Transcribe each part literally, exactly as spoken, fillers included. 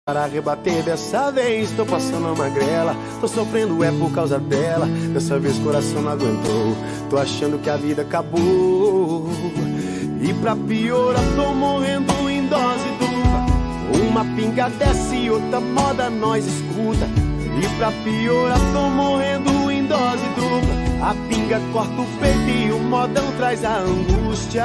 Para rebater dessa vez, tô passando uma grela. Tô sofrendo é por causa dela. Dessa vez o coração não aguentou. Tô achando que a vida acabou. E pra piorar tô morrendo em dose dupla. Uma pinga desce e outra moda nós escuta. E pra piorar tô morrendo em dose dupla. A pinga corta o peito e o modão traz a angústia.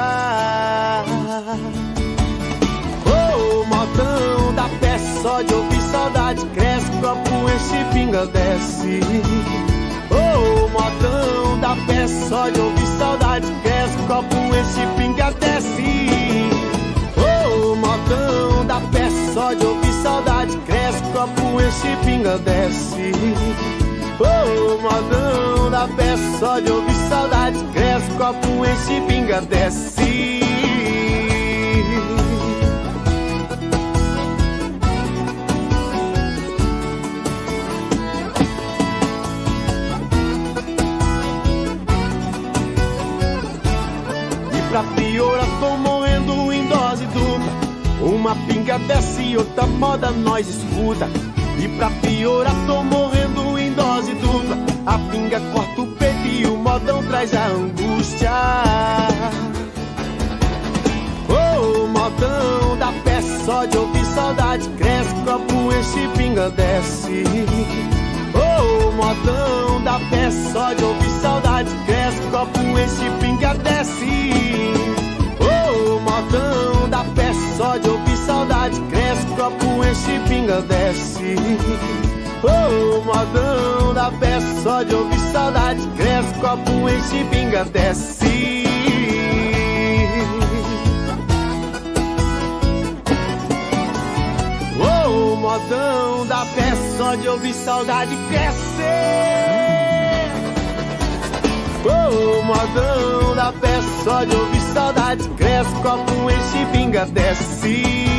Oh, modão da pé, só de ouvir saudade cresce, copo enche, pinga desce. Oh, modão da pé, só de ouvir saudade cresce, copo enche, pinga desce. Oh, modão da pé, só de ouvir saudade cresce, copo enche, pinga desce. Oh, modão da pé, só de ouvir saudade cresce, copo enche, pinga desce. Pra piorar tô morrendo em dose dupla. Uma pinga desce e outra moda nós escuta. E pra piorar tô morrendo em dose dupla. A pinga corta o peito e o modão traz a angústia. Oh, modão da pé, só de ouvir saudade cresce, copo enche, pinga desce. Oh, modão da pé, só de ouvir saudade cresce, copo enche, pinga desce. Oh, modão da pé, só de ouvir saudade cresce, copo enche, pinga desce. Oh, modão da pé, só de ouvir saudade cresce, copo enche, pinga desce. Oh, modão da pé, só de ouvir saudade cresce. Oh, modão da pé, só de ouvir saudade cresce, copo enche, pinga desce.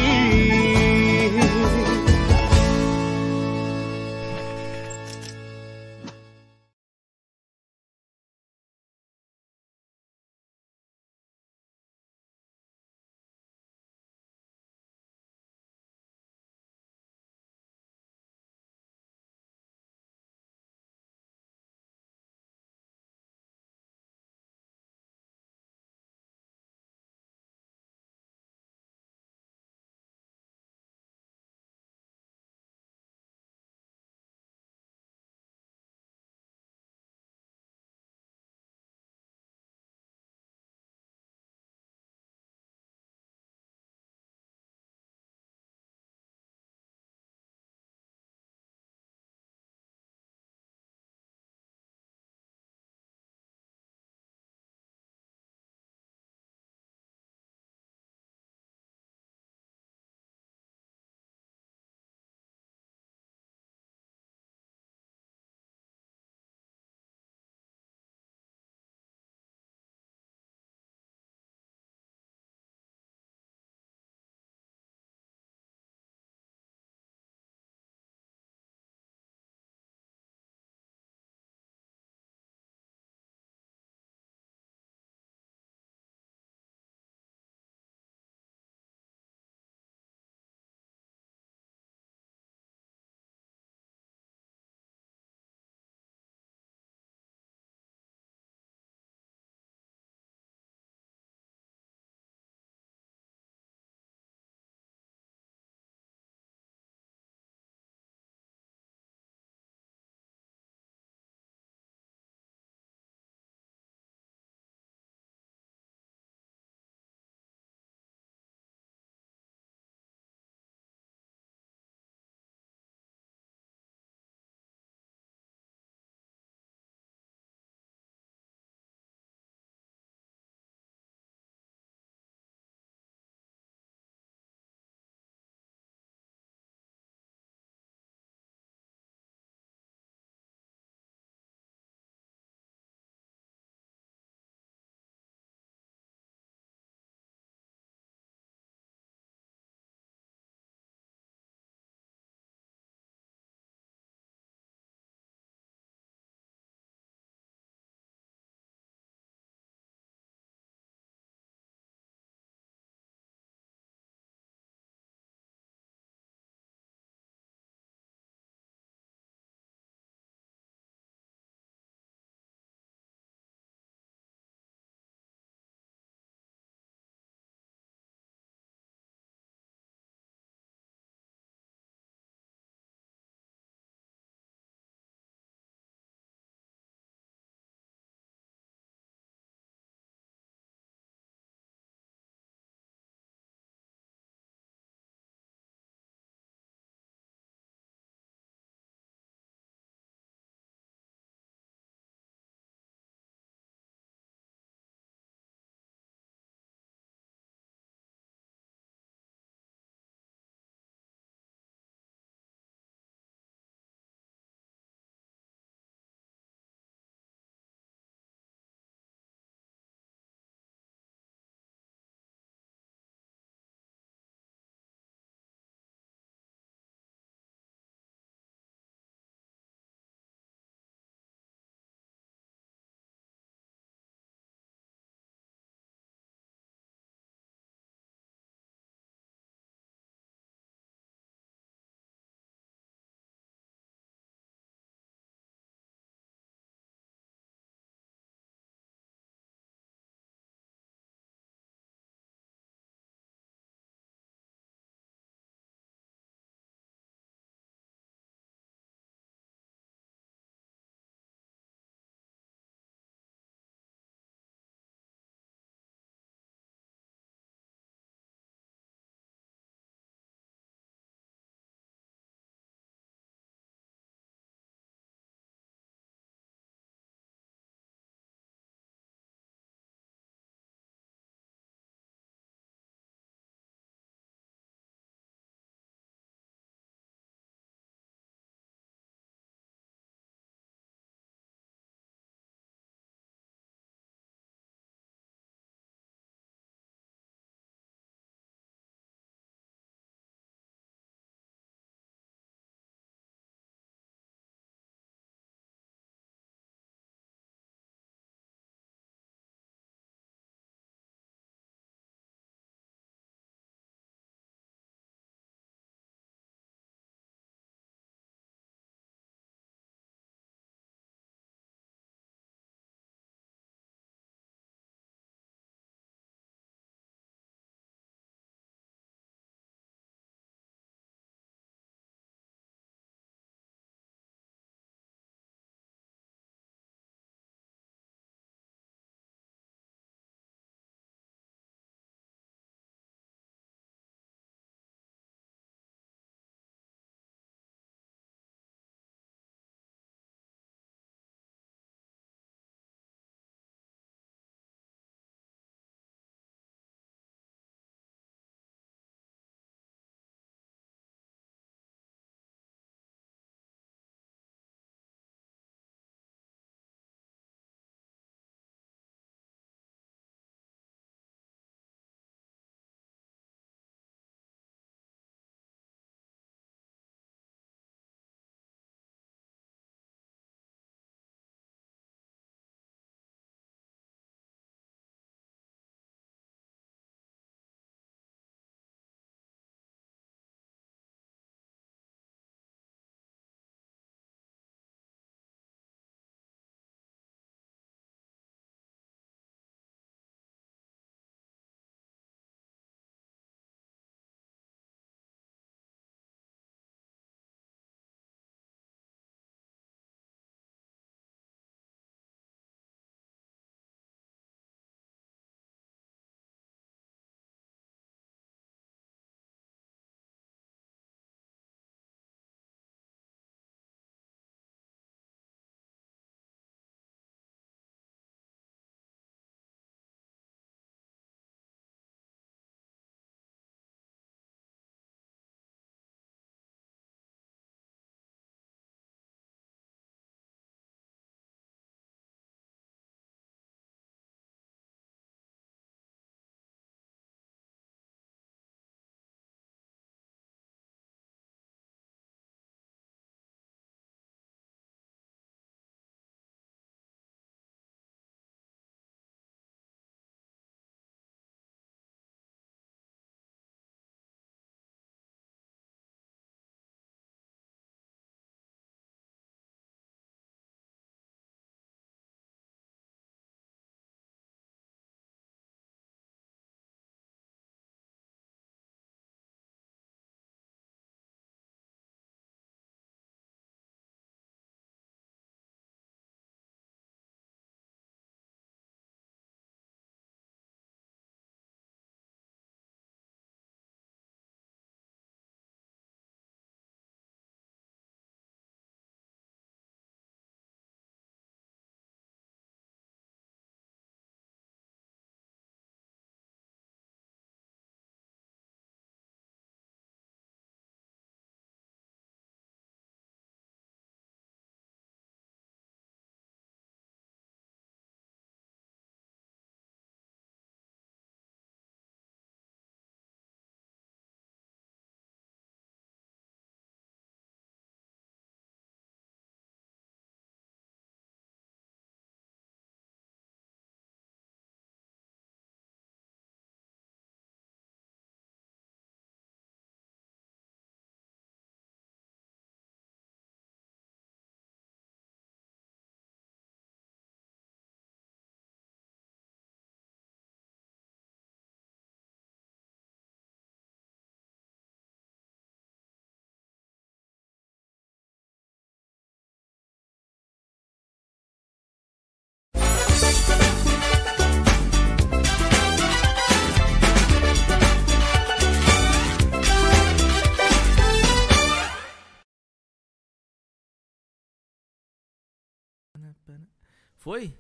Foi?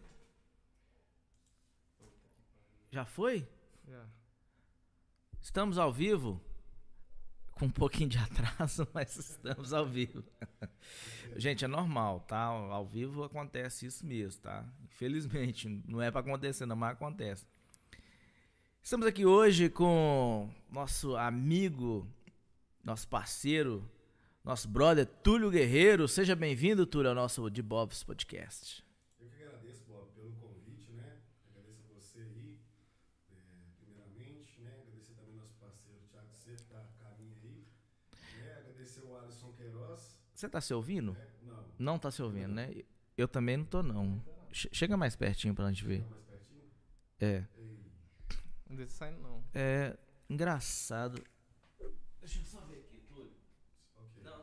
Já foi? Já. Estamos ao vivo? Com um pouquinho de atraso, mas estamos ao vivo. Gente, é normal, tá? Ao vivo acontece isso mesmo, tá? Infelizmente, não é pra acontecer não, mas acontece. Estamos aqui hoje com nosso amigo, nosso parceiro, nosso brother Túlio Guerreiro. Seja bem-vindo, Túlio, ao nosso De Bob's Podcast. Eu que agradeço, Bob, pelo convite, né? Agradeço a você aí, é, primeiramente, né? Agradecer também ao nosso parceiro Thiago Cerro, que tá a caminho aí. Né? Agradecer o Alisson Queiroz. Você tá se ouvindo? Né? Não. Não tá se ouvindo, né? Eu também não tô, não. Chega mais pertinho pra gente ver. Chega mais pertinho? É. Ei. Não deixa sair, não. É engraçado. Deixa eu só ver aqui, Túlio. Ok. Não.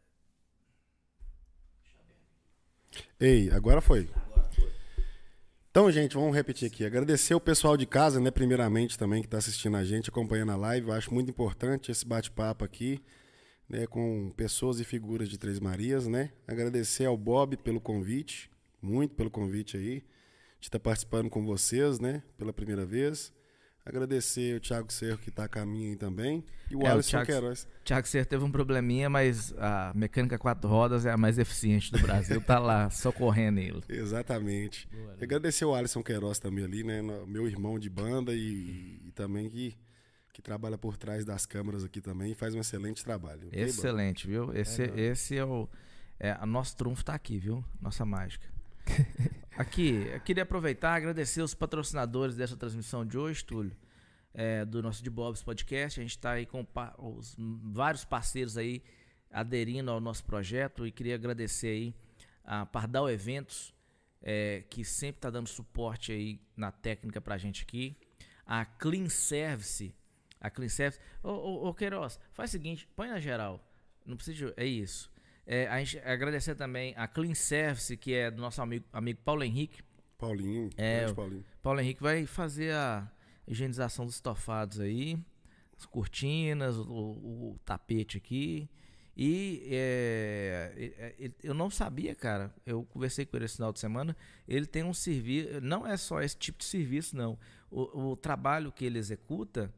Deixa eu ver. Ei, agora foi. Agora foi. Então, gente, vamos repetir aqui. Agradecer o pessoal de casa, né? Primeiramente também, que está assistindo a gente, acompanhando a live. Eu acho muito importante esse bate-papo aqui, né? Com pessoas e figuras de Três Marias, né? Agradecer ao Bob pelo convite, muito pelo convite aí, de estar participando com vocês, né? Pela primeira vez. Agradecer o Thiago Cerro, que está a caminho aí também. E o É, o Alisson Thiago- Queiroz. Thiago Cerro teve um probleminha, mas a mecânica quatro rodas é a mais eficiente do Brasil. Tá lá, socorrendo ele. Exatamente. Boa, né? E agradecer o Alisson Queiroz também ali, né? no- Meu irmão de banda e, e também que, que trabalha por trás das câmeras aqui também e faz um excelente trabalho. ok, Bob? Excelente, viu? Esse, Legal. esse é o. É, o nosso trunfo tá aqui, viu? Nossa mágica. Aqui, eu queria aproveitar e agradecer os patrocinadores dessa transmissão de hoje, Túlio. É, do nosso De Bob's Podcast. A gente está aí com pa- os, vários parceiros aí aderindo ao nosso projeto e queria agradecer aí a Pardal Eventos, é, que sempre está dando suporte aí na técnica pra gente aqui. A Clean Service. A Clean Service. Ô, ô, ô Queiroz, faz o seguinte, põe na geral. Não precisa de, é isso. É, a gente agradecer também a Clean Service, que é do nosso amigo, amigo Paulo Henrique. Paulinho. É, grande o- Paulinho. Paulo Henrique vai fazer a higienização dos estofados aí, as cortinas, o, o- o tapete aqui. E é, é, é, eu não sabia, cara. Eu conversei com ele esse final de semana. Ele tem um serviço, não é só esse tipo de serviço, não. O, o trabalho que ele executa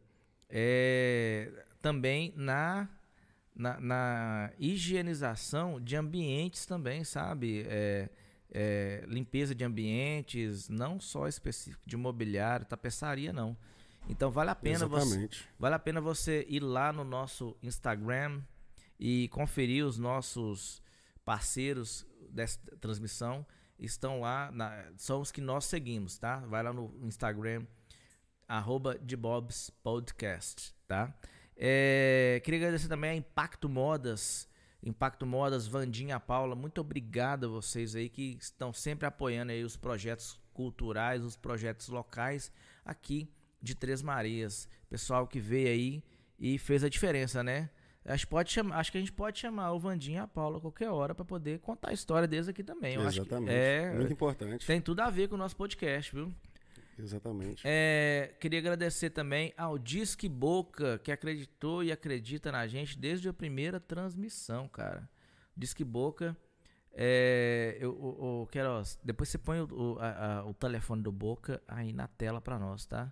é também na, na, na higienização de ambientes também, sabe? É, é, limpeza de ambientes, não só específico de mobiliário, tapeçaria, não. Então vale a pena você, Exatamente. vale a pena você ir lá no nosso Instagram e conferir os nossos parceiros dessa transmissão. Estão lá, na- são os que nós seguimos, tá? Vai lá no Instagram, arroba de Bob's Podcast, tá? É, queria agradecer também a Impacto Modas, Impacto Modas, Vandinha, Paula, muito obrigado a vocês aí que estão sempre apoiando aí os projetos culturais, os projetos locais aqui de Três Marias. Pessoal que veio aí e fez a diferença, né? Acho, pode chamar, acho que a gente pode chamar o Vandinha e a Paula a qualquer hora para poder contar a história deles aqui também. Eu acho que Exatamente. é, Muito importante. tem tudo a ver com o nosso podcast, viu? Exatamente. É, queria agradecer também ao Disque Boca, que acreditou e acredita na gente desde a primeira transmissão, cara. Disque Boca, é, eu, o, o Queiroz, depois você põe o, o, a- a- o telefone do Boca aí na tela pra nós, tá?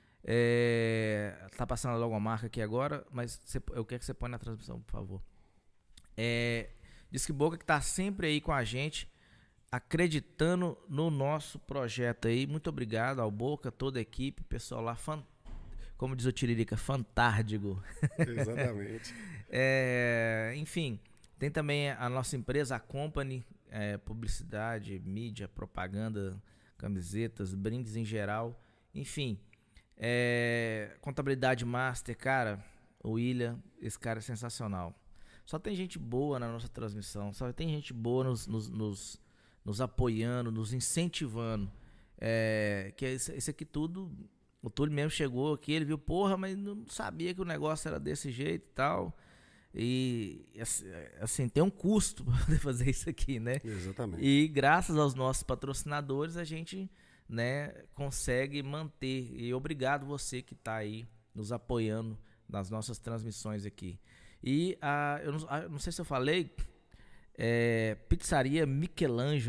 É, tá passando a logomarca aqui agora, mas você, eu quero que você põe na transmissão, por favor. É, Disque Boca que tá sempre aí com a gente, acreditando no nosso projeto aí. Muito obrigado ao Boca, toda a equipe, pessoal lá, fan, como diz o Tiririca, fantárdigo. Exatamente. É, enfim, tem também a nossa empresa, a Company, é, publicidade, mídia, propaganda, camisetas, brindes em geral, enfim, é, contabilidade master, cara, o William, esse cara é sensacional. Só tem gente boa na nossa transmissão, só tem gente boa nos, nos, nos, nos apoiando, nos incentivando. É, que esse, esse aqui tudo, o Túlio mesmo chegou aqui, ele viu, porra, mas não sabia que o negócio era desse jeito e tal. E assim, tem um custo para poder fazer isso aqui, né? Exatamente. E graças aos nossos patrocinadores a gente, né, consegue manter. E obrigado você que está aí nos apoiando nas nossas transmissões aqui. E a, eu, não, a, não sei se eu falei, é, Pizzaria Michelangelo.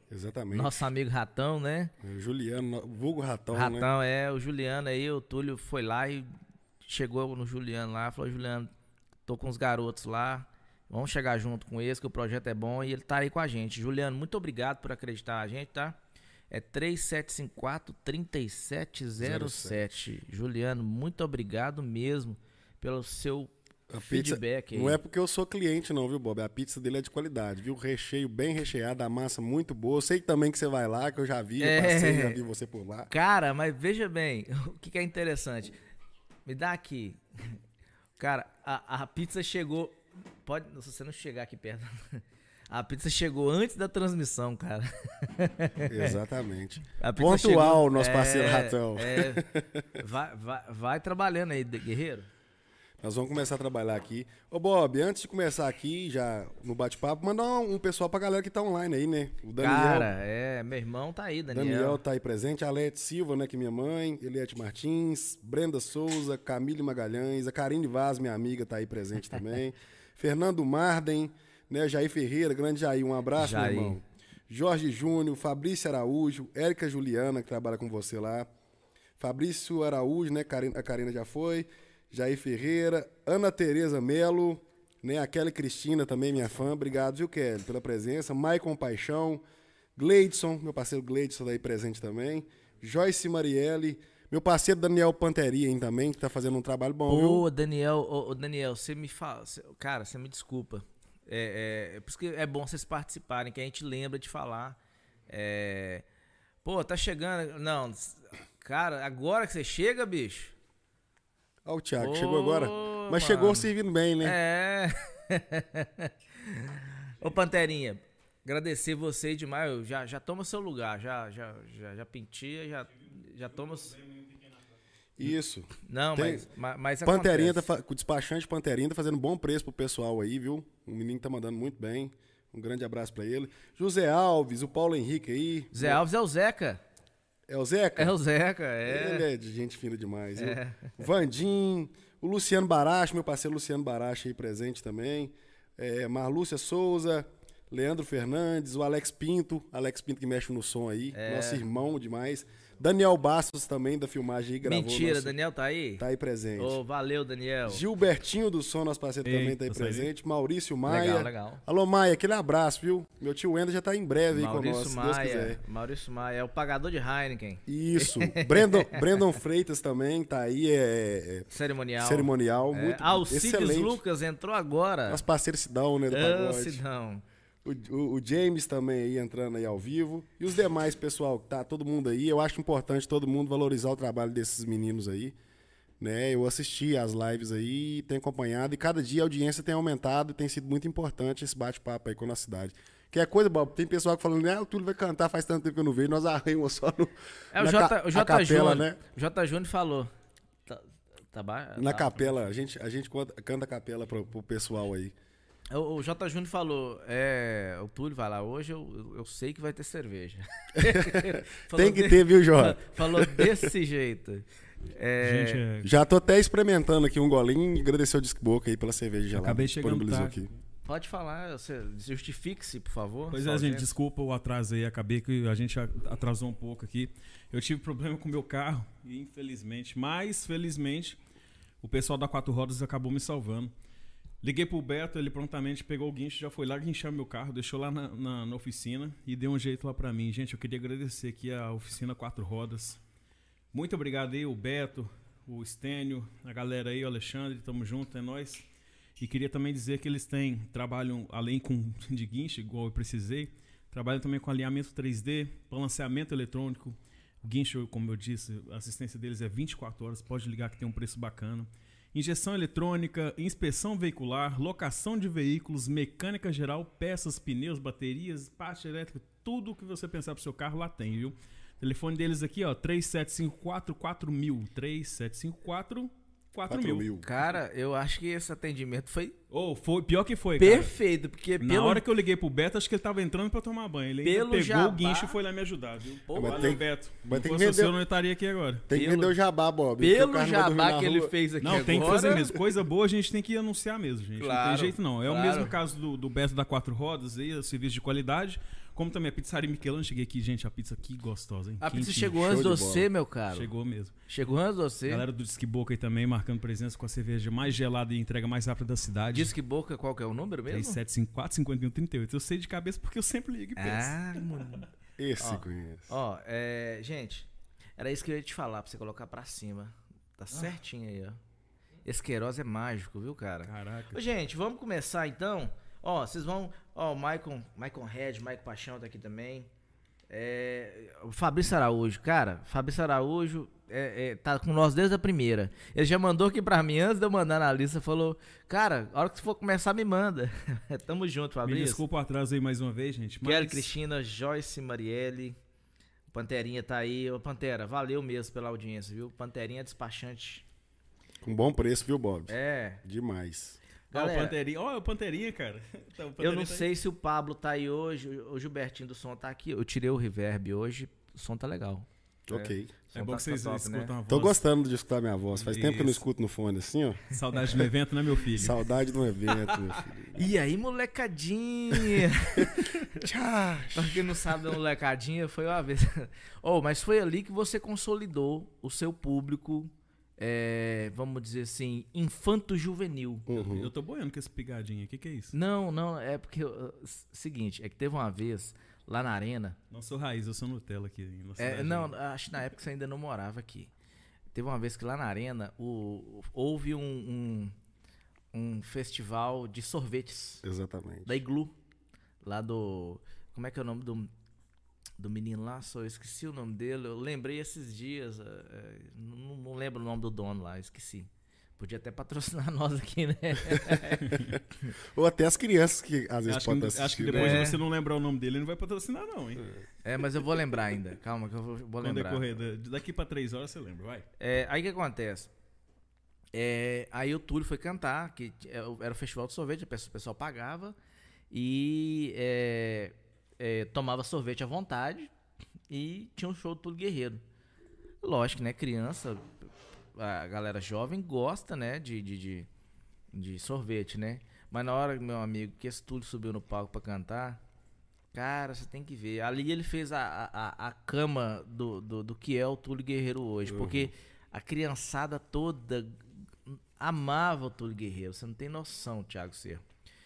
Exatamente. Nosso amigo Ratão, né? O Juliano, vulgo Ratão, Ratão, né? é, o Juliano aí, o Túlio foi lá e chegou no Juliano lá, falou, Juliano, tô com os garotos lá, vamos chegar junto com eles, que o projeto é bom e ele tá aí com a gente. Juliano, muito obrigado por acreditar a gente, tá? É três sete cinco quatro, três sete zero sete. Juliano, muito obrigado mesmo pelo seu A pizza, feedback aí. não é porque eu sou cliente não, viu, Bob? A pizza dele é de qualidade, viu? Recheio bem recheado, a massa muito boa. Eu sei também que você vai lá, que eu já vi, É. eu passei, já vi você por lá. Cara, mas veja bem, o que, que é interessante. Me dá aqui. Cara, a, a pizza chegou... Pode, se você não chegar aqui perto... A pizza chegou antes da transmissão, cara. Exatamente. A pizza Pontual, chegou- nosso parceiro é, Ratão. é. vai, vai, vai trabalhando aí, guerreiro. Nós vamos começar a trabalhar aqui. Ô, Bob, antes de começar aqui, já no bate-papo, mandar um, um pessoal pra galera que tá online aí, né? O Daniel, Cara, é, meu irmão tá aí, Daniel. Daniel tá aí presente, a Alete Silva, né, que é minha mãe, Eliette Martins, Brenda Souza, Camille Magalhães, a Karine Vaz, minha amiga, tá aí presente também. Fernando Marden, né, Jair Ferreira, grande Jair, um abraço, Jair. meu irmão. Jorge Júnior, Fabrício Araújo, Érica Juliana, que trabalha com você lá. Fabrício Araújo, né, Karina- a Karina já foi. Jair Ferreira, Ana Tereza Melo, né, a Kelly Cristina também, minha fã. Obrigado, viu, Kelly, pela presença. Maicon Paixão, Gleidson, meu parceiro Gleidson tá aí presente também. Joyce Marielle, meu parceiro Daniel Panteria também, que tá fazendo um trabalho bom, Ô, viu? Daniel, ô, ô, Daniel, você me fala. cê- cara, você me desculpa. É, é, é por isso que é bom vocês participarem, que a gente lembra de falar. É, pô, tá chegando. Não, cara, agora que você chega, bicho. Ó, o Thiago, Ô, chegou agora. Mas mano. chegou servindo bem, né? É. Ô, Panterinha, agradecer você demais. Eu já, já toma seu lugar, já, já, já, já pintia, já, já toma. Isso. Não, Tem- mas, mas, mas Panterinha, tá, acontece. fa- o despachante Panterinha tá fazendo bom preço pro pessoal aí, viu? O menino tá mandando muito bem. Um grande abraço pra ele. José Alves, o Paulo Henrique aí. Zé Alves é o Zeca. É o Zeca? É o Zeca, é. Ele é de gente fina demais, viu? É. Vandim, o Luciano Baracho, meu parceiro Luciano Baracho aí presente também. É, Marlúcia Souza, Leandro Fernandes, o Alex Pinto, Alex Pinto que mexe no som aí, É. nosso irmão demais. Daniel Bastos também, da filmagem aí, gravou. Mentira, nosso- Daniel tá aí? Tá aí presente. Ô, valeu, Daniel. Gilbertinho do Som, nosso parceiro também Eita, tá aí isso aí. presente. Maurício Maia. Legal, legal. Alô, Maia, aquele abraço, viu? Meu tio Wender já tá em breve aí Maurício conosco, se Deus Maia. quiser. Maurício Maia é o pagador de Heineken. Isso. Brandon, Brandon Freitas também tá aí, é, é Cerimonial. cerimonial, É. muito Alcides excelente. Lucas entrou agora. Nosso parceiro Sidão, né, do Ah, pagode. Sidão. O, o- o James também aí entrando aí ao vivo. E os demais, pessoal, tá todo mundo aí. Eu acho importante todo mundo valorizar o trabalho desses meninos aí. Né? Eu assisti às lives aí, tenho acompanhado. E cada dia a audiência tem aumentado e tem sido muito importante esse bate-papo aí com a nossa cidade. Que é coisa, Bob, tem pessoal que falando, ah, o Túlio vai cantar, faz tanto tempo que eu não vejo. Nós arranhamos só no, É o na, J, ca- o a J. capela, Júnior. né? O J. Júnior falou. Tá, tá ba- Na tá- capela, a gente, a gente canta, canta a capela pro, pro pessoal aí. O, o J. Júnior falou, é, o Túlio vai lá, hoje eu, eu, eu sei que vai ter cerveja. Falou Tem que de- ter, viu, Jorge? Falou desse jeito. É, Gente, é, Já tô até experimentando aqui um golinho e agradecer o Disque Boca aí pela cerveja gelada. Acabei que chegando disponibilizou tarde. aqui. pode falar, você- justifique-se, por favor. Pois sua é, gente, audiência. desculpa o atraso aí. Acabei que a gente a- atrasou um pouco aqui. Eu tive problema com o meu carro, e infelizmente, mas felizmente, o pessoal da Quatro Rodas acabou me salvando. Liguei pro Beto, ele prontamente pegou o guincho, já foi lá guinchar meu carro, deixou lá na, na- na oficina e deu um jeito lá pra mim. Gente, eu queria agradecer aqui a oficina Quatro Rodas. Muito obrigado aí, o Beto, o Stênio, a galera aí, o Alexandre, tamo junto, é nóis. E queria também dizer que eles têm, trabalham além com de guincho, igual eu precisei, trabalham também com alinhamento três D, balanceamento eletrônico. O guincho, como eu disse, a assistência deles é vinte e quatro horas, pode ligar que tem um preço bacana. Injeção eletrônica, inspeção veicular, locação de veículos, mecânica geral, peças, pneus, baterias, parte elétrica, tudo que você pensar pro seu carro lá tem, viu? O telefone deles aqui, ó, três sete cinco quatro, quatro mil, três sete cinco quatro, quatro mil. mil. Cara, eu acho que esse atendimento foi Oh, foi, pior que foi, cara. Perfeito, porque Na pelo... hora que eu liguei pro Beto, acho que ele tava entrando pra tomar banho. Ele ainda Pelo pegou jabá- o guincho e foi lá me ajudar, viu? Pô, mas Valeu, tem- Beto. mas Se tem fosse que você, vender- eu não estaria aqui agora. Tem que Pelo- vender o jabá, Bob. porque o Pelo cara não vai dormir jabá na que ele rua. fez aqui Não, agora... tem que fazer mesmo. Coisa boa a gente tem que anunciar mesmo, gente. Não Claro, tem jeito não. É claro. o mesmo caso do, do Beto da Quatro Rodas, aí, o serviço de qualidade. Como também a pizzaria Michelin. Cheguei aqui, gente, a pizza que gostosa, hein? A pizza Quentinha. chegou show antes de de você, bola. meu cara. Chegou mesmo. Chegou antes de você. Galera do Disque Boca aí também, marcando presença com a cerveja mais gelada e entrega mais rápida da cidade. Diz que boca, qual que é o número mesmo? três sete cinco quatro, cinco um, trinta e oito. Eu sei de cabeça porque eu sempre ligo e peço. Ah, mano. Esse Ó, conhece. Ó, é, gente, era isso que eu ia te falar, pra você colocar pra cima. Tá certinho aí, ó. Esse Queiroz é mágico, viu, cara? Caraca. Ô, gente, vamos começar então. Ó, vocês vão. Ó, o Maicon, Maicon Red, Maicon Paixão tá aqui também. É, o Fabrício Araújo, cara, Fabrício Araújo é, é, tá com nós desde a primeira. Ele já mandou aqui pra mim antes de eu mandar na lista. Falou, cara, a hora que você for começar, me manda. Tamo junto, Me Fabrício. desculpa o atraso aí mais uma vez, gente. Mas... Kelly, Cristina, Joyce, Marielle. Panterinha tá aí. Ô, Pantera, valeu mesmo pela audiência, viu? Panterinha despachante. Com bom preço, viu, Bob? É. Demais. Ó, o Galera, Panterinha. Ó, o Panterinha, cara. Então, o eu Panterinha não tá aí. sei se o Pablo tá aí hoje. O o Gilbertinho do som tá aqui. Eu tirei o reverb hoje. O som tá legal. Ok. O som É bom tá- que vocês tá top, né? escutam a voz. Tô gostando de escutar minha voz. Faz tempo que eu não Isso. escuto no fone assim, ó. Saudade do evento, né, meu filho? Saudade de um evento, meu filho. E aí, molecadinha? Tchau. Pra quem não sabe da molecadinha, foi uma vez. Oh, mas foi ali que você consolidou o seu público, é, vamos dizer assim, infanto-juvenil. Uhum. Eu tô boiando com esse pigadinho. O que, que é isso? Não, não, é porque. uh, s- seguinte, é que teve uma vez lá na Arena. Não sou raiz, eu sou Nutella aqui. Na É, cidade. não, acho que na época você ainda não morava aqui. Teve uma vez que lá na Arena o, houve um, um, um festival de sorvetes Exatamente. da Iglu. Lá do. Como é que é o nome do, do menino lá? Só eu esqueci o nome dele. Eu lembrei esses dias. é, é, não, não lembro o nome do dono lá, esqueci. Podia até patrocinar nós aqui, né? Ou até as crianças que às vezes Acho podem que, estar acho que assistindo. depois É. de você não lembrar o nome dele, ele não vai patrocinar, não, hein? É, mas eu vou lembrar ainda. Calma, que eu vou, vou Quando lembrar. decorrer, da- daqui pra três horas você lembra, vai. É, aí o que acontece? É, aí o Túlio foi cantar, que é, era o festival de sorvete, o pessoal- o pessoal pagava e é, é, tomava sorvete à vontade e tinha um show do Túlio Guerreiro. Lógico, né? Criança, a galera jovem gosta, né? De, de, de, de sorvete, né? Mas na hora, meu amigo, que esse Túlio subiu no palco pra cantar, cara, você tem que ver. Ali ele fez a, a, a cama do, do, do que é o Túlio Guerreiro hoje. Porque a criançada toda amava o Túlio Guerreiro. Você não tem noção, Thiago Serra.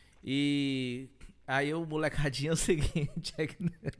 E aí o molecadinho é o seguinte. É, que...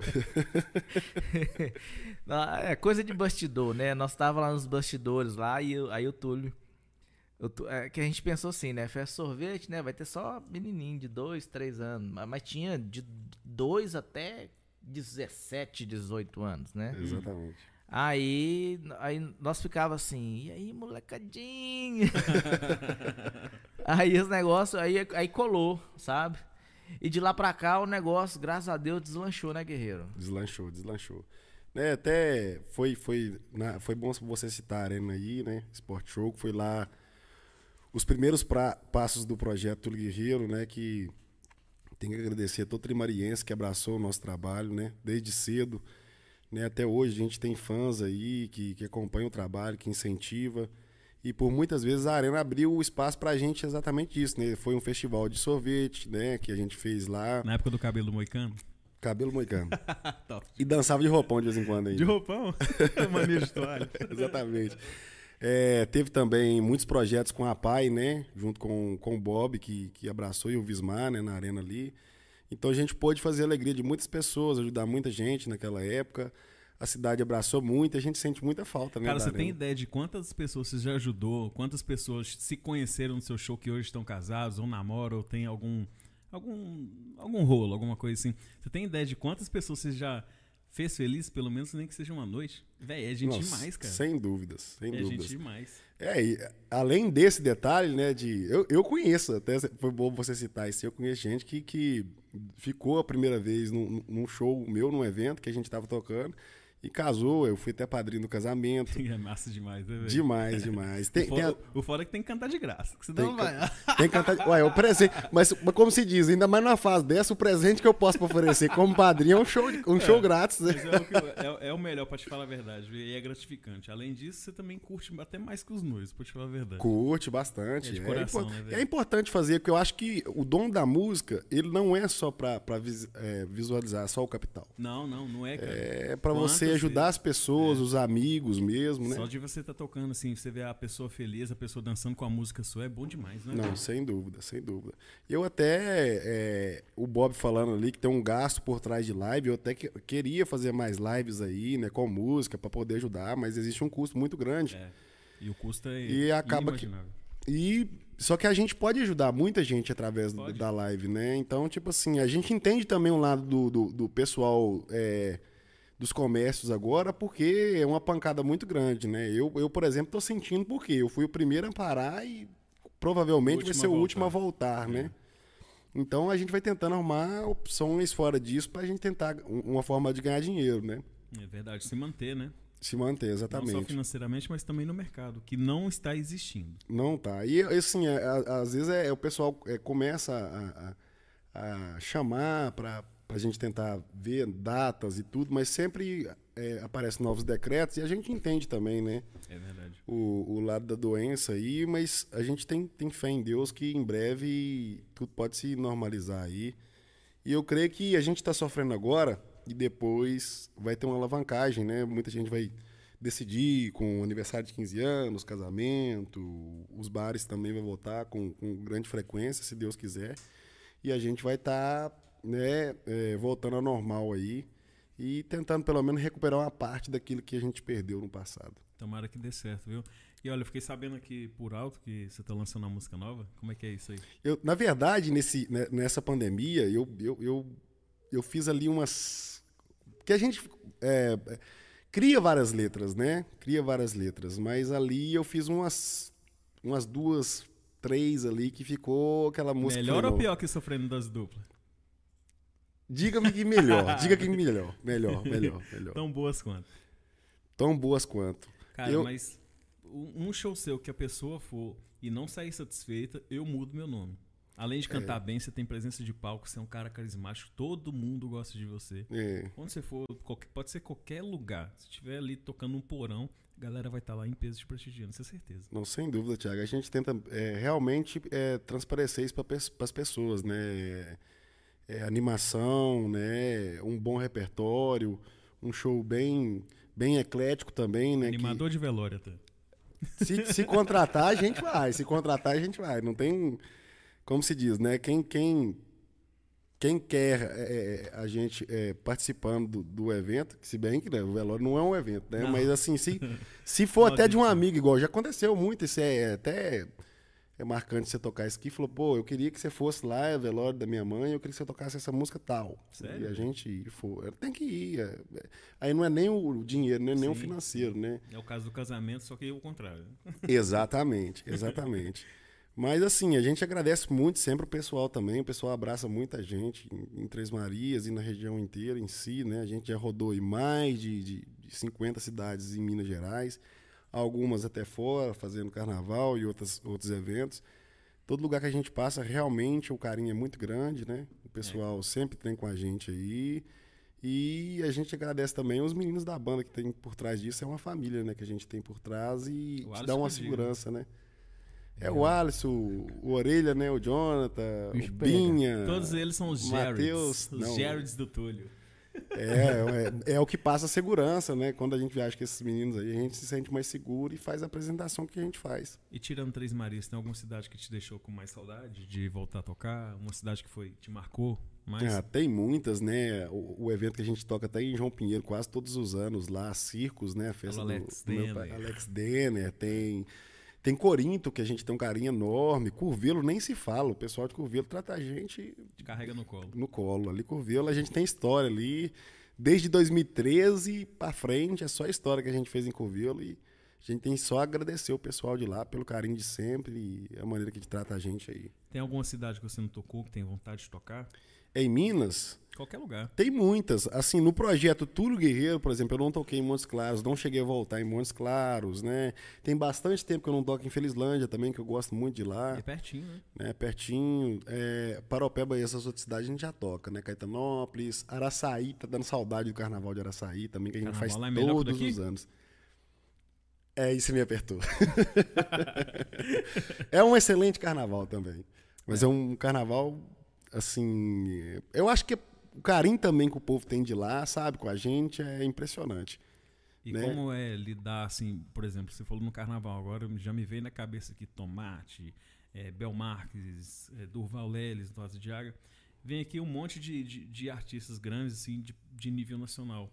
Não, é coisa de bastidor, né? Nós tava lá nos bastidores lá e eu- aí o Túlio... o Tú- é, que a gente pensou assim, né? Festa sorvete, né? Vai ter só menininho de dois, três anos. Mas, mas tinha de dois até dezessete, dezoito anos, né? Exatamente. Aí, aí nós ficava assim, e aí, molecadinho? Aí os negócios, aí, aí colou, sabe? E de lá pra cá o negócio, graças a Deus, deslanchou, né, guerreiro? Deslanchou, deslanchou. Né, até foi, foi, na- foi bom você citar a Arena aí, né? Sport Show, que foi lá os primeiros pra- passos do projeto Túlio Guerreiro, né? Que tem que agradecer a todo trimariense que abraçou o nosso trabalho, né? Desde cedo, né? Até hoje a gente tem fãs aí que, que acompanham o trabalho, que incentiva. E por muitas vezes a Arena abriu o espaço pra gente exatamente isso, né? Foi um festival de sorvete, né? Que a gente fez lá, Na época do cabelo moicano. cabelo moicano. Top. E dançava de roupão de vez em quando aí. De roupão? Mania de toalha. Exatamente. É, teve também muitos projetos com a Pai, né? Junto com, com o Bob, que, que abraçou, e o Vismar, né? Na arena ali. Então a gente pôde fazer a alegria de muitas pessoas, ajudar muita gente naquela época. A cidade abraçou muito, a gente sente muita falta, né? Cara, da você tem arena. ideia de quantas pessoas você já ajudou? Quantas pessoas se conheceram no seu show que hoje estão casados, ou namoram, ou tem algum, algum, algum rolo, alguma coisa assim? Você tem ideia de quantas pessoas você já fez feliz, pelo menos nem que seja uma noite? Véi, é gente Nossa, demais, cara. Sem dúvidas, sem é dúvidas. gente demais. É, e além desse detalhe, né, de... Eu, eu conheço, até foi bom você citar isso, eu conheço gente que, que ficou a primeira vez num, num show meu, num evento que a gente tava tocando, E casou, eu fui até padrinho do casamento. É massa demais, né, velho? Demais, demais. Tem, o, tem a- foda, o foda é que tem que cantar de graça, que senão Tem não que vai. Tem que cantar. Ué, o presente. Mas, mas como se diz, ainda mais numa fase dessa, o presente que eu posso oferecer como padrinho é um show, um É, show grátis, né? Mas é o, que eu- é- é o melhor, pra te falar a verdade, viu? E é gratificante. Além disso, você também curte até mais que os noivos, pra te falar a verdade. Curte bastante. É de É, coração, impor- né, velho? é importante fazer, porque eu acho que o dom da música, ele não é só pra, pra vis- é, visualizar só o capital. Não, não, não é, cara. É pra Quantas você ajudar vezes? as pessoas, os amigos mesmo, né? Só de você estar tocando assim, você vê a pessoa feliz, a pessoa dançando com a música sua, é bom demais, né? Não, sem dúvida, sem dúvida. Eu até, é, o Bob falando ali que tem um gasto por trás de live, eu até que- queria fazer mais lives aí, né, com música, pra poder ajudar, mas existe um custo muito grande. É. E o custo é E acaba que- inimaginável. E só que a gente pode ajudar muita gente através Pode. da live, né? Então, tipo assim, a gente entende também um lado do, do, do pessoal é, dos comércios agora, porque é uma pancada muito grande, né? Eu, eu por exemplo, tô sentindo porque eu fui o primeiro a parar e provavelmente O vai último ser a o voltar. último a voltar, né? Então a gente vai tentando arrumar opções fora disso pra gente tentar um- uma forma de ganhar dinheiro, né? É verdade, se manter, né? Se manter, Não só exatamente. financeiramente, mas também no mercado, que não está existindo. Não tá. E assim, é, a- às vezes é, o pessoal é, começa a, a- a chamar para a gente tentar ver datas e tudo, mas sempre é, aparecem novos decretos e a gente entende também, né? É verdade. O, o lado da doença aí, mas a gente tem, tem fé em Deus que em breve tudo pode se normalizar aí. E eu creio que a gente está sofrendo agora e depois vai ter uma alavancagem, né? Muita gente vai decidir com aniversário de quinze anos, casamento, os bares também vão voltar com, com grande frequência, se Deus quiser. E a gente vai estar né, é, voltando ao normal aí e tentando pelo menos recuperar uma parte daquilo que a gente perdeu no passado. Tomara que dê certo, viu? E olha, eu fiquei sabendo aqui por alto que você tá lançando uma música nova. Como é que é isso aí? Eu, na verdade, nesse, né, nessa pandemia, eu, eu, eu, eu fiz ali umas... Porque a gente é, é, cria várias letras, né? Cria várias letras. Mas ali eu fiz umas, umas duas, três ali que ficou aquela música... Melhor falei, ou não, pior que Sofrendo das Duplas? diga-me que melhor. Diga que melhor. Melhor, melhor, melhor. Tão boas quanto. Tão boas quanto. Cara, Eu- mas um um show seu que a pessoa for e não sair satisfeita, eu mudo meu nome. Além de cantar É. bem, você tem presença de palco, você é um cara carismático, todo mundo gosta de você. É, Onde você for, qualquer- pode ser qualquer lugar. Se estiver ali tocando um porão, a galera vai estar lá em peso te prestigiando, isso é certeza. não, sem dúvida, Thiago. A gente tenta é, realmente é, transparecer isso para as pessoas, né? É, animação, né? Um bom repertório, um show bem, bem eclético também, né? que- Animador de velório até. Se, se contratar, a gente vai. Se contratar, a gente vai. Não tem. Como se diz, né? Quem, quem, quem quer é, a gente é, participando do, do evento, que se bem que né, o velório não é um evento, né? Não. Mas assim, se, se for Não, até de um gente. amigo, igual já aconteceu muito, isso é até é marcante você tocar isso aqui. Falou, pô, eu queria que você fosse lá, é velório da minha mãe, eu queria que você tocasse essa música tal. Sério? E a gente for. Tem que ir. é. Aí não é nem o dinheiro, né? Nem o Sim. financeiro, né? É o caso do casamento, só que é o contrário. Exatamente, exatamente. Mas assim, a gente agradece muito sempre o pessoal também. O pessoal abraça muita gente em, em Três Marias e na região inteira em si, né? A gente já rodou em mais de, de, de cinquenta cidades em Minas Gerais, algumas até fora, fazendo carnaval e outras, outros eventos. Todo lugar que a gente passa, realmente o carinho é muito grande, né? O pessoal sempre tem com a gente aí. E a gente agradece também os meninos da banda que tem por trás disso. É uma família, né? Que a gente tem por trás e O te Alisson dá uma que eu digo. segurança, né? É o Alisson, o Orelha, né? O Jonathan, Bicho o pega. Binha. Todos eles são os Mateus, Jareds. Os não. Jareds do Túlio. É, é, é o que passa a segurança, né? Quando a gente viaja com esses meninos aí, a gente se sente mais seguro e faz a apresentação que a gente faz. E tirando Três Marias, tem alguma cidade que te deixou com mais saudade de voltar a tocar? Uma cidade que foi, te marcou mais? Ah, tem muitas, né? O, o evento que a gente toca até em João Pinheiro quase todos os anos lá, Circos, né? A festa Alô, do, Alex do meu pai, Denner. Alex Denner, tem tem Corinto, que a gente tem um carinho enorme, Curvelo nem se fala, o pessoal de Curvelo trata a gente Te carrega no colo. no colo. Ali Curvelo a gente tem história ali, desde dois mil e treze pra frente, é só história que a gente fez em Curvelo e A gente tem só a agradecer o pessoal de lá pelo carinho de sempre e a maneira que trata a gente aí. Tem alguma cidade que você não tocou, que tem vontade de tocar? Em Minas, Qualquer lugar. tem muitas. Assim, no projeto Túlio Guerreiro, por exemplo, eu não toquei em Montes Claros, não cheguei a voltar em Montes Claros, né? Tem bastante tempo que eu não toco em Felizlândia também, que eu gosto muito de lá. É pertinho, né? Né, pertinho. É, Paropeba e essas outras cidades a gente já toca, né? Caetanópolis, Araçaí, tá dando saudade do Carnaval de Araçaí também, que a gente Carnaval faz lá é melhor que todos daqui? os anos. É, isso me apertou. É um excelente carnaval também. Mas é, é um carnaval, assim... Eu acho que o carinho também que o povo tem de lá, sabe, com a gente, é impressionante. E né? como é lidar, assim, por exemplo, você falou no carnaval, agora já me veio na cabeça aqui Tomate, é, Bel Marques, é, Durval Leles, Tosa de Água. Vem aqui um monte de, de, de artistas grandes, assim, de, de nível nacional.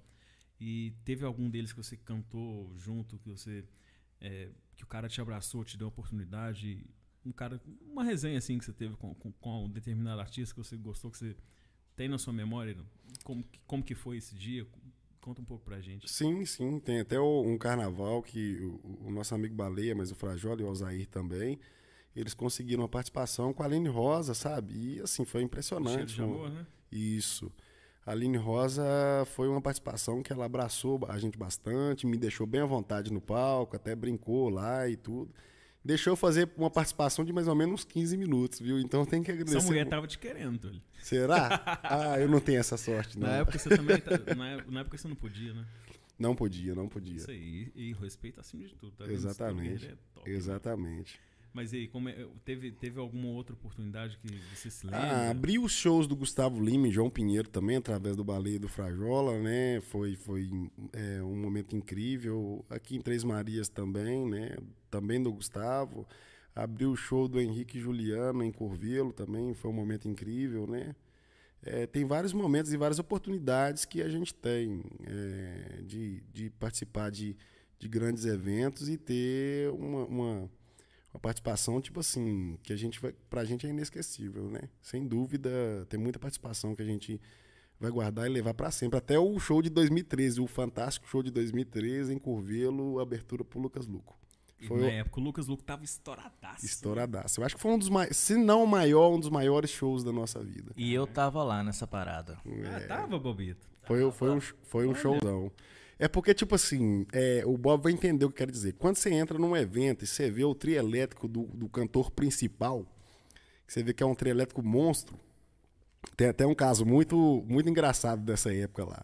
E teve algum deles que você cantou junto, que você é, que o cara te abraçou, te deu uma oportunidade, um cara, uma resenha assim que você teve com, com, com um determinado artista que você gostou, que você tem na sua memória, como, como que foi esse dia? Conta um pouco pra gente. Sim, sim, tem até um carnaval que o, o nosso amigo Baleia, mas o Frajola e o Alzair também, eles conseguiram uma participação com a Aline Rosa, sabe? E assim, foi impressionante. Cheiro de amor, né? Isso. A Aline Rosa foi uma participação que ela abraçou a gente bastante, me deixou bem à vontade no palco, até brincou lá e tudo. Deixou eu fazer uma participação de mais ou menos uns quinze minutos, viu? Então tem que agradecer. Essa mulher tava te querendo, Túlio. Será? Ah, eu não tenho essa sorte, não. Na época você também, tá, na, época, na época você não podia, né? Não podia, não podia. Isso aí, e, e respeito acima de tudo. Tá Exatamente. É top, Exatamente. Né? Mas e aí, como é, teve, teve alguma outra oportunidade que você se lembra? Ah, abri os shows do Gustavo Lima e João Pinheiro também, através do Baleia e do Frajola, né? Foi, foi é, um momento incrível. Aqui em Três Marias também, né? Também do Gustavo. Abri o show do Henrique e Juliano em Curvelo também, foi um momento incrível, né? É, tem vários momentos e várias oportunidades que a gente tem é, de, de participar de, de grandes eventos e ter uma... uma Uma participação, tipo assim, que a gente vai, pra gente é inesquecível, né? Sem dúvida, tem muita participação que a gente vai guardar e levar pra sempre. Até o show de dois mil e treze, o fantástico show de dois mil e treze, em Curvelo, abertura pro Lucas Luco. Foi na época o Lucas Luco tava estouradaço. Estouradaço. Eu acho que foi um dos maiores, se não o maior, um dos maiores shows da nossa vida. E eu tava lá nessa parada. Ah, tava, Bobito. Foi, foi um, foi um showzão. É porque, tipo assim, é, o Bob vai entender o que eu quero dizer. Quando você entra num evento e você vê o trio elétrico do, do cantor principal, você vê que é um trio elétrico monstro. Tem até um caso muito, muito engraçado dessa época lá.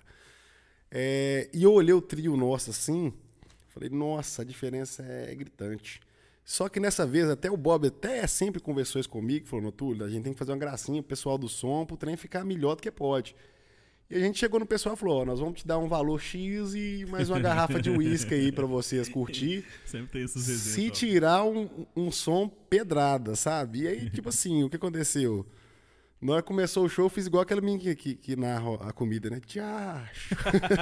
É, e eu olhei o trio nosso assim, falei, nossa, a diferença é gritante. Só que nessa vez, até o Bob até sempre conversou isso comigo, falou, Túlio, a gente tem que fazer uma gracinha pro pessoal do som, pro trem ficar melhor do que pode. E a gente chegou no pessoal e falou, ó, nós vamos te dar um valor X e mais uma garrafa de uísque aí pra vocês curtir. Sempre tem esses exemplos. Se tirar um, um som pedrada, sabe? E aí, tipo assim, o que aconteceu? Na hora que começou o show, eu fiz igual aquela menina que, que, que narra a comida, né? Tchacho!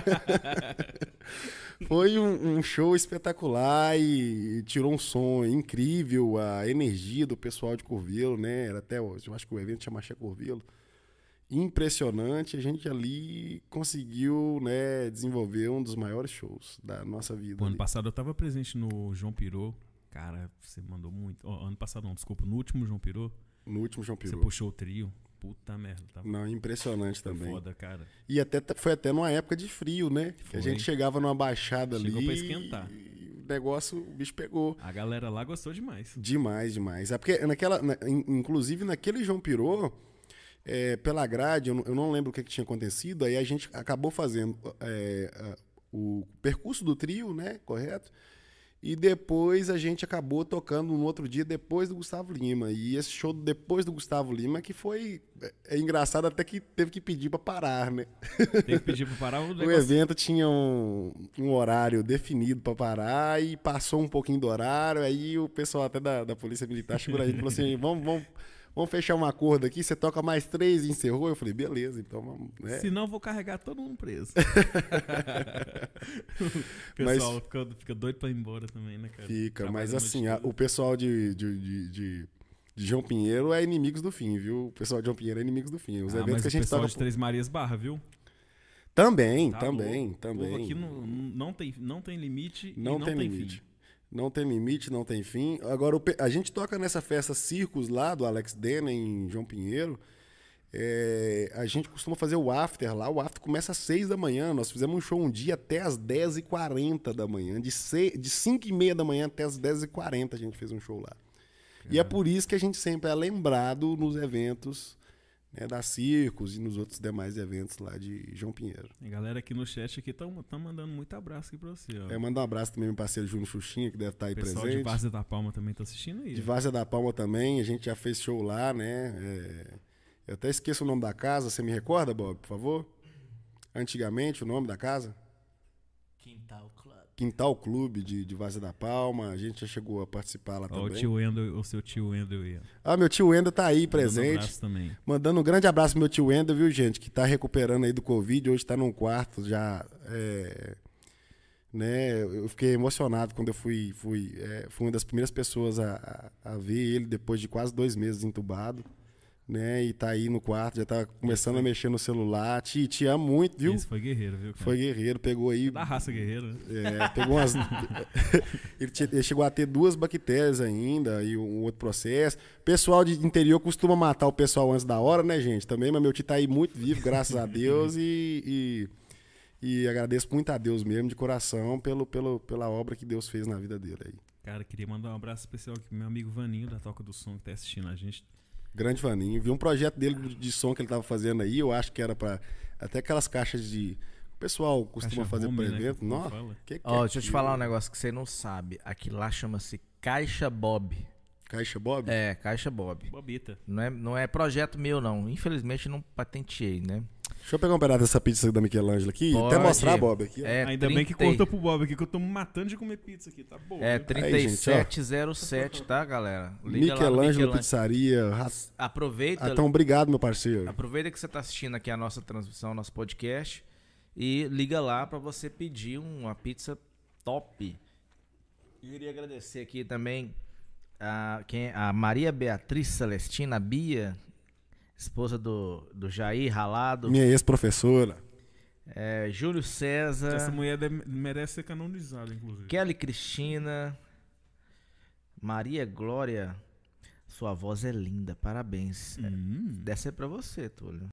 Foi um, um show espetacular e tirou um som incrível, a energia do pessoal de Curvelo, né? Era até, eu acho que o evento chama Che Curvelo. Impressionante, a gente ali conseguiu, né, desenvolver um dos maiores shows da nossa vida. O ano passado eu tava presente no João Pirô. Cara, você mandou muito. Oh, ano passado não, desculpa, no último João Pirô. No último João Pirô. Você puxou o trio. Puta merda. Tava... Não, impressionante foi também. Foda, cara. E até, foi até numa época de frio, né? Foi. A gente chegava numa baixada Chegou ali. pra esquentar. E o negócio, o bicho pegou. A galera lá gostou demais. Demais, demais. É porque naquela, na, inclusive naquele João Pirô, é, pela grade, eu não, eu não lembro o que, que tinha acontecido, aí a gente acabou fazendo é, a, o percurso do trio, né? Correto? E depois a gente acabou tocando no outro dia depois do Gustavo Lima. E esse show depois do Gustavo Lima que foi... É engraçado até que teve que pedir pra parar, né? Teve que pedir pra parar o negócio. O evento tinha um, um horário definido pra parar e passou um pouquinho do horário. Aí o pessoal até da, da Polícia Militar chegou na gente e falou assim, vamos... vamos Vamos fechar um acordo aqui, você toca mais três e encerrou? Eu falei, beleza, então vamos... Né? Senão eu vou carregar todo mundo preso. O pessoal mas, fica, fica doido pra ir embora também, né, cara? Fica, Trabalha mas assim, a, o pessoal de, de, de, de, de João Pinheiro é inimigos do fim, viu? O pessoal de João Pinheiro é inimigos do fim. Os ah, eventos mas que a gente o pessoal toca... de Três Marias Barra, viu? Também, tá também, louco. também. O povo aqui não, não, tem, não tem limite não e não tem, tem limite. fim. Não tem limite, não tem fim. Agora, o pe- a gente toca nessa festa Circos lá, do Alex Dena, em João Pinheiro. É, a gente costuma fazer o after lá. O after começa às seis da manhã. Nós fizemos um show um dia até às dez e quarenta da manhã. De, se, de cinco e meia da manhã até às dez e quarenta a gente fez um show lá. E é por isso que a gente sempre é lembrado nos eventos, né, da Circos e nos outros demais eventos lá de João Pinheiro. A galera aqui no chat aqui tá, tá mandando muito abraço aqui pra você, ó. É, manda um abraço também ao meu parceiro Júnior Xuxinha, que deve estar aí O pessoal presente. de Várzea da Palma também tá assistindo aí. De ó. Várzea da Palma também, a gente já fez show lá, né? É, eu até esqueço o nome da casa, você me recorda, Bob, por favor? Antigamente, o nome da casa? Quintal Club. Quintal Clube de, de Várzea da Palma, a gente já chegou a participar lá Ó, o também. tio Wendel, o seu tio Wendel aí. ó. Ah, meu tio Wendel tá aí Manda um presente. abraço também. Mandando um grande abraço pro meu tio Wendel, viu, gente? Que tá recuperando aí do Covid. Hoje tá num quarto já. É, né? Eu fiquei emocionado quando eu fui. Fui, é, fui uma das primeiras pessoas a, a, a ver ele depois de quase dois meses entubado. Né? E tá aí no quarto, já tá começando a mexer no celular. Te, te amo muito, viu? Esse foi guerreiro, viu, cara? Foi guerreiro, pegou aí. Da raça guerreira. né? É, pegou umas. ele, tinha- ele chegou a ter duas bactérias ainda e um outro processo. Pessoal de interior costuma matar o pessoal antes da hora, né, gente? Também, mas meu tio tá aí muito vivo, graças a Deus. E, e, e agradeço muito a Deus mesmo, de coração, pelo, pelo, pela obra que Deus fez na vida dele aí. Cara, queria mandar um abraço especial aqui pro meu amigo Vaninho da Toca do Som que tá assistindo a gente. Grande Vaninho. Vi um projeto dele de som que ele tava fazendo aí. Eu acho que era pra. Até aquelas caixas de. O pessoal costuma Caixa fazer home, para né, evento. que o povo Nossa, fala. que que Ó, é deixa eu te aquilo? falar um negócio que você não sabe. Aqui lá chama-se Caixa Bob. Caixa Bob? É, Caixa Bob. Bobita. Não é, não é projeto meu, não. Infelizmente não patenteei, né? Deixa eu pegar um pedaço dessa pizza da Michelangelo aqui. Pode. Até mostrar, Bob, aqui. Ó. É Ainda bem que trinta contou pro Bob aqui que eu tô me matando de comer pizza aqui, tá bom. É viu? trinta e gente, sete zero sete, tá, galera? Liga lá no Michelangelo Michelangelo. Pizzaria. Ra- Aproveita, Ah, então, obrigado, meu parceiro. aproveita que você tá assistindo aqui a nossa transmissão, nosso podcast e liga lá pra você pedir uma pizza top. Eu queria agradecer aqui também a, quem, a Maria Beatriz Celestina Bia, esposa do, do Jair Ralado, Minha ex-professora. é, Júlio César, Essa mulher deve- merece ser canonizada, inclusive. Kelly Cristina, Maria Glória. Sua voz é linda, parabéns. É, Hum. Dessa é pra você, Túlio.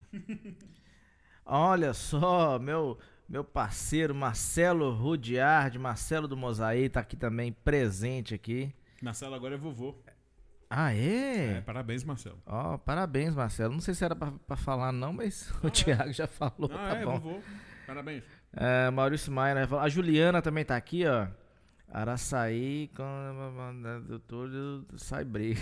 Olha só, meu, meu parceiro Marcelo Rudiard, Marcelo do Mosaí, tá aqui também, presente aqui. Marcelo agora é vovô. Ah, É, é? parabéns, Marcelo. Ó, parabéns, Marcelo. Não sei se era pra, pra falar não, mas o Thiago já falou, Não, tá é, bom. vovô. Parabéns. É, Maurício Maia, né? A Juliana também tá aqui, ó. Araçaí com do Túlio sai briga.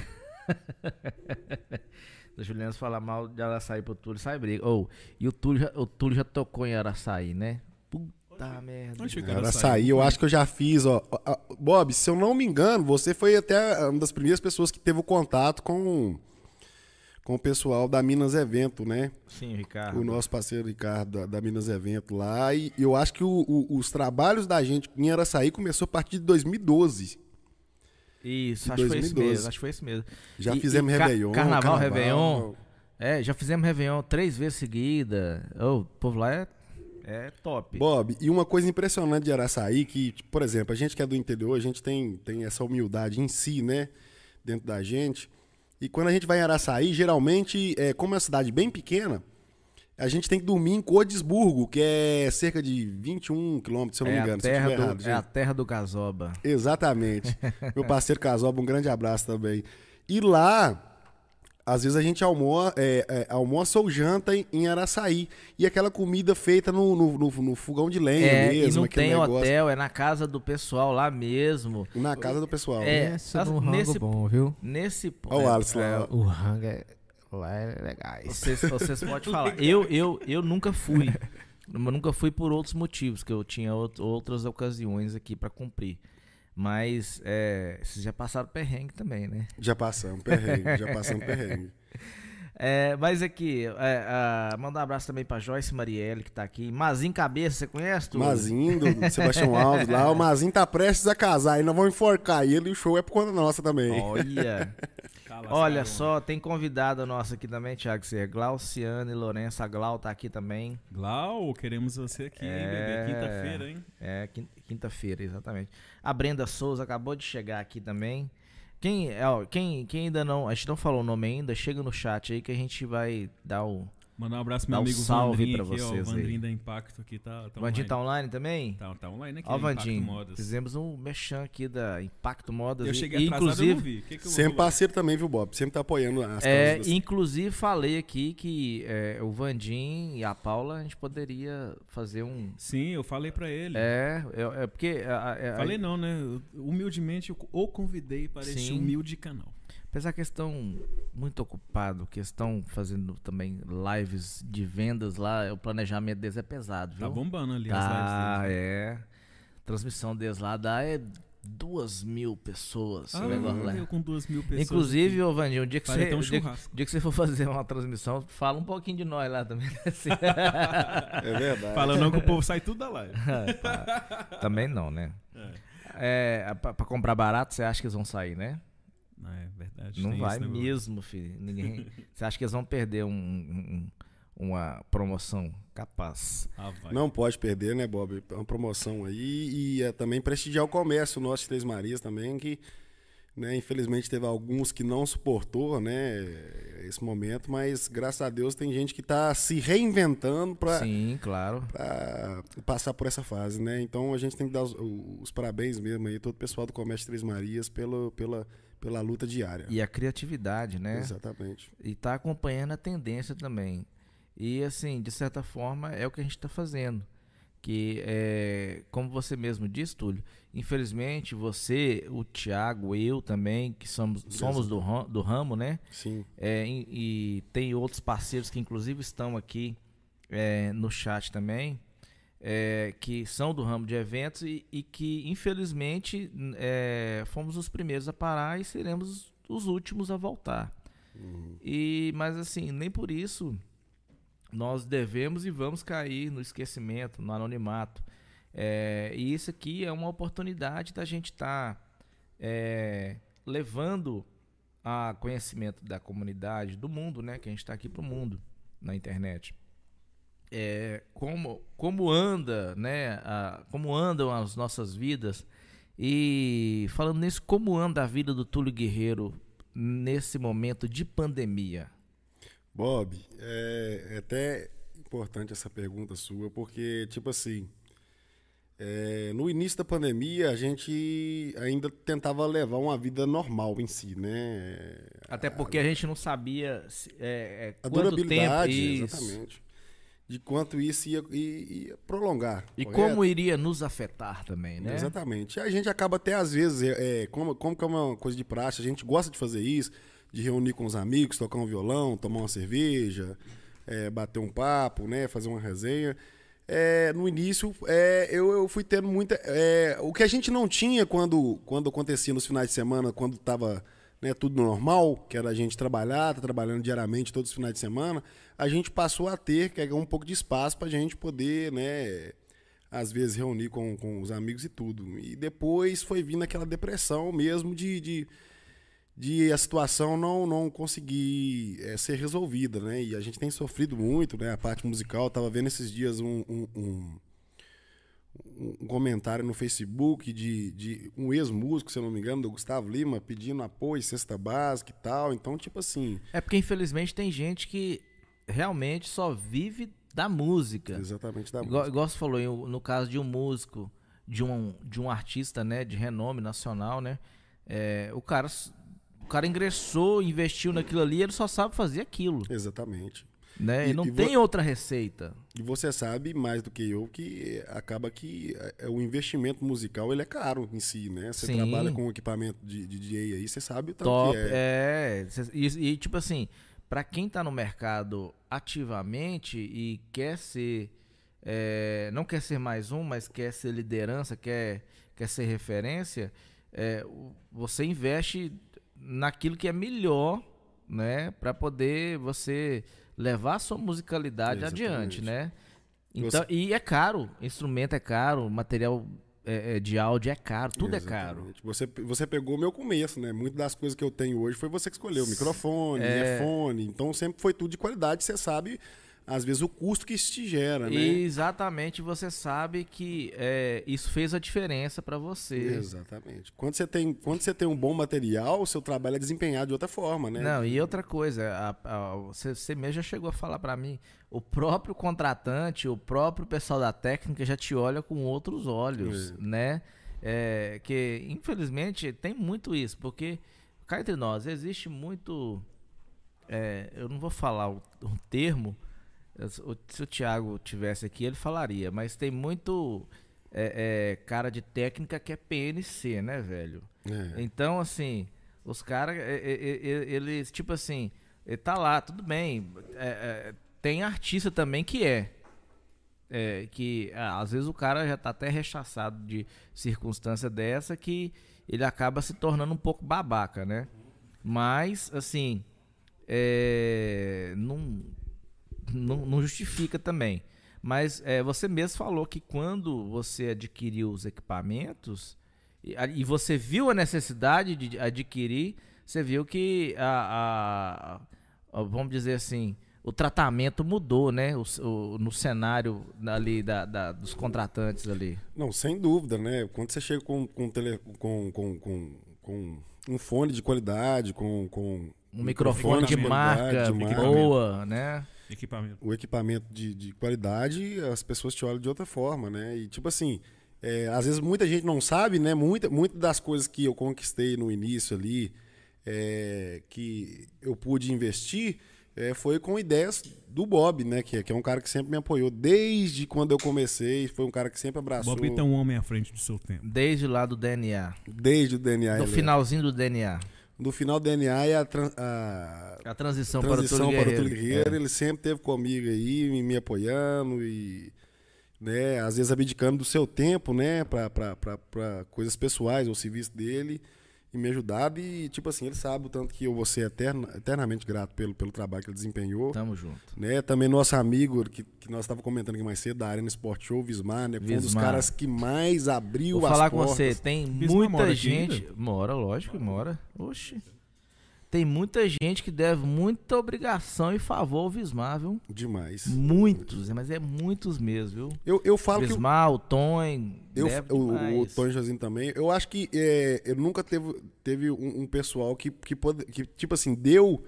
A Juliana se falar mal de Araçaí pro Túlio sai briga. Ou, e o Túlio, já, o Túlio já tocou em Araçaí, né? Puta merda. Onde fica Era Araçaí? sair, eu acho que eu já fiz, ó. Ó, ó, Bob, se eu não me engano, você foi até uma das primeiras pessoas que teve o contato com, com o pessoal da Minas Evento, né? Sim, Ricardo. O nosso parceiro Ricardo da, da Minas Evento lá. E eu acho que o- o- os trabalhos da gente em Araçaí começou a partir de dois mil e doze. Isso, de acho que foi dois mil isso e doze. mesmo, acho que foi isso mesmo. Já E- fizemos e ca- Réveillon. Carnaval, Réveillon. É, já fizemos Réveillon três vezes seguida. Ô, o povo lá é, é top. Bob, e uma coisa impressionante de Araçaí, que, tipo, por exemplo, a gente que é do interior, a gente tem, tem essa humildade em si, né? Dentro da gente. E quando a gente vai em Araçaí, geralmente, é, como é uma cidade bem pequena, a gente tem que dormir em Codesburgo, que é cerca de vinte e um quilômetros, se eu não é, me a engano. Se eu terra estiver do, errado, é a gente. terra do Gazoba. Exatamente. Meu parceiro Casoba, um grande abraço também. E lá, às vezes a gente almoça, é, é, almoça ou janta em, em Araçaí. E aquela comida feita no, no, no- no fogão de lenha É, mesmo. e não aquele tem negócio. hotel, é na casa do pessoal lá mesmo. Na casa do pessoal. É, Essa as- no rango nesse, bom, viu? nesse Olha o Alisson é, lá. O rango é... Lá é legal. Vocês, vocês podem falar. Eu, eu, eu nunca fui. Eu nunca fui por outros motivos, que eu tinha out- outras ocasiões aqui pra cumprir. Mas é, vocês já passaram perrengue também, né? Já passamos perrengue, já passamos perrengue. É, mas aqui, é, a- mandar um abraço também pra Joyce Marielle, que tá aqui. Mazinho Cabeça, você conhece? Túlio? Mazinho, do do Sebastião Alves lá. O Mazinho tá prestes a casar e nós vamos enforcar ele e o show é por conta nossa também. Olha. Tá Olha lascado, só, tem convidada nossa aqui também, Thiago Ser. Glauciane Lourenço. A Glau tá aqui também. Glau, queremos você aqui, É. hein, bebê? Quinta-feira, hein? É, quin- quinta-feira, exatamente. A Brenda Souza acabou de chegar aqui também. Quem, é, ó, quem, quem ainda não, a gente não falou o nome ainda, chega no chat aí que a gente vai dar o... Mandar um abraço pro Dá meu um amigo salve Vandrinho pra aqui, ó. O vocês aí. Vandrinho da Impacto aqui tá, tá Vandinho online. tá online também? Tá, tá online aqui, Ó, Impacto Vandinho, Modas. fizemos um merchan aqui da Impacto Modas. Eu e- cheguei e, atrasado, inclusive, eu não vi. Que que eu Sempre vou- parceiro também, viu, Bob? Sempre tá apoiando as É, causas. inclusive falei aqui que é, o Vandim e a Paula a gente poderia fazer um. Sim, eu falei pra ele. É, é, é porque. a- a- a- Falei não, né? Eu, humildemente eu o convidei para esse Sim. humilde canal. Apesar que eles estão muito ocupados, que eles estão fazendo também lives de vendas lá, o planejamento deles é pesado, viu? Tá bombando ali Tá, as lives dele. é. Transmissão deles lá dá é duas mil pessoas. Ah, o negócio lá. eu com duas mil pessoas. Inclusive, aqui. ô Vandinho, o dia que, Faria você, até um o dia, churrasco. o dia que você for fazer uma transmissão, fala um pouquinho de nós lá também. Assim. É verdade. Fala não que o povo sai tudo da live. Também não, né? É, pra, pra comprar barato, você acha que eles vão sair, né? Não, é verdade. Não tem vai esse negócio. mesmo, filho. Ninguém. Você acha que eles vão perder um, um- uma promoção capaz? Ah, vai. Não pode perder, né, Bob? É uma promoção aí e é também prestigiar o comércio nosso de Três Marias também, que, né, infelizmente teve alguns que não suportou, né, esse momento, mas graças a Deus tem gente que tá se reinventando para Sim, claro. passar por essa fase, né? Então a gente tem que dar os, os parabéns mesmo aí todo o pessoal do comércio de Três Marias pelo, pela pela luta diária. E a criatividade, né? Exatamente. E tá acompanhando a tendência também. E assim, de certa forma, é o que a gente está fazendo. Que é, como você mesmo disse, Túlio, infelizmente você, o Thiago, eu também, que somos, somos do, ram- do ramo, né? Sim. É, e, e tem outros parceiros que inclusive estão aqui é, no chat também, é, que são do ramo de eventos e, e que infelizmente n- é, fomos os primeiros a parar e seremos os últimos a voltar. E, mas assim, nem por isso nós devemos e vamos cair no esquecimento, no anonimato. É, e isso aqui é uma oportunidade da gente estar levando a conhecimento da comunidade, do mundo, né? Que a gente está aqui para o mundo na internet. É, como, como anda, né? A, como andam as nossas vidas. E falando nisso, como anda a vida do Túlio Guerreiro nesse momento de pandemia? Bob, é, é até importante essa pergunta sua, porque, tipo assim, é, no início da pandemia, a gente ainda tentava levar uma vida normal em si, né? Até porque a gente não sabia se- é, é, A quanto durabilidade, tempo isso, exatamente, de quanto isso ia, ia, ia prolongar. e correto? como iria nos afetar também, né? Exatamente. A gente acaba até, às vezes, é, é, como, como que é uma coisa de praxe, a gente gosta de fazer isso, de reunir com os amigos, tocar um violão, tomar uma cerveja, é, bater um papo, né, fazer uma resenha. É, no início, é, eu, eu fui tendo muita... é, o que a gente não tinha quando, quando acontecia nos finais de semana, quando estava, né, tudo normal, que era a gente trabalhar, tá trabalhando diariamente todos os finais de semana, a gente passou a ter que é, um pouco de espaço para a gente poder, né, às vezes reunir com, com os amigos e tudo. E depois foi vindo aquela depressão mesmo de... de de a situação não, não conseguir é, ser resolvida, né? E a gente tem sofrido muito, né? A parte musical, tava vendo esses dias um, um, um, um comentário no Facebook de, de um ex-músico, se eu não me engano, do Gustavo Lima, pedindo apoio, cesta básica e tal. Então, tipo assim... É porque, infelizmente, tem gente que realmente só vive da música. Exatamente da Igual, música. igual você falou, em- no caso de um músico, de um, de um artista, né, de renome nacional, né? É, o cara... O cara ingressou, investiu naquilo ali, ele só sabe fazer aquilo, Exatamente. né? E- E não e vo- tem outra receita. E você sabe mais do que eu que acaba que é, o investimento musical ele é caro em si, né? Você Sim. trabalha com equipamento de, de D J aí, você sabe o tanto Top, que é. é. Cê- E, e, tipo assim, pra quem tá no mercado ativamente e quer ser, é, não quer ser mais um, mas quer ser liderança, quer, quer ser referência, é, o- você investe naquilo que é melhor, né, para poder você levar a sua musicalidade Exatamente. adiante, né? Então, Você- e é caro, instrumento é caro, material é, é, de áudio é caro, tudo é caro. Exatamente. Você, você pegou o meu começo, né? Muitas das coisas que eu tenho hoje foi você que escolheu. Microfone, É. fone. Então sempre foi tudo de qualidade. Você sabe, às vezes, o custo que isso te gera, né? E exatamente, você sabe que é, isso fez a diferença pra você. Exatamente. Quando você, tem, quando você tem um bom material, o seu trabalho é desempenhado de outra forma, né? Não, e outra coisa, a- a- você, você mesmo já chegou a falar pra mim, o próprio contratante, o próprio pessoal da técnica já te olha com outros olhos, É. né? É, que infelizmente tem muito isso, porque cá entre nós existe muito, é, eu não vou falar o, o termo, eu- o- se o Thiago tivesse aqui ele falaria, mas tem muito é, é, cara de técnica que é P N C, né, velho? É. Então, assim, os caras, eles, tipo assim, ele tá lá, tudo bem. é, é, tem artista também que é. é, que ah, às vezes o cara já tá até rechaçado de circunstância dessa que ele acaba se tornando um pouco babaca, né? Mas, assim, é, não, não, não justifica também. Mas é, você mesmo falou que quando você adquiriu os equipamentos e, a- e você viu a necessidade de adquirir, você viu que a, a- a- vamos dizer assim, o tratamento mudou, né? O, o- no cenário ali da, da- dos contratantes ali. Não, sem dúvida, né? Quando você chega com, com, tele, com, com, com, com um fone de qualidade, com, com Um microfone de qualidade, marca de marca, boa, né? Equipamento. o equipamento de, de qualidade, as pessoas te olham de outra forma, né? E tipo assim, é, às vezes muita gente não sabe, né? Muita, muitas das coisas que eu conquistei no início ali, é, que eu pude investir, é, foi com ideias do Bob, né? Que, é- que é um cara que sempre me apoiou desde quando eu comecei, foi um cara que sempre abraçou. Bob é um homem à frente do seu tempo. Desde lá do D N A. Desde o D N A. No ele é. finalzinho do D N A. No final do D N A e a, tran- a A transição, transição para o para o Túlio Túlio Guerreiro. Guerreiro, ele sempre esteve comigo aí, me, me apoiando e, né, às vezes abdicando do seu tempo, né, para coisas pessoais ou civis dele e me ajudado e, tipo assim, ele sabe o tanto que eu vou ser eterna, eternamente grato pelo, pelo trabalho que ele desempenhou. Tamo junto. Né, também nosso amigo, que, que nós estávamos comentando aqui mais cedo, da Arena Sport Show, Vismar, né, foi um dos Vismar. caras que mais abriu Vou as falar portas. com você, tem Bismarck muita mora aqui gente. ainda? Mora, lógico que mora. Oxi. Tem muita gente que deve muita obrigação e favor ao Vismar, viu? Demais. Muitos, mas é muitos mesmo, viu? Eu, eu falo que... Vismar, o Tom, Eu, deve o, o demais. Tony Josinho também. Eu acho que é, eu nunca teve, teve um, um pessoal que, que, pode, que, tipo assim, deu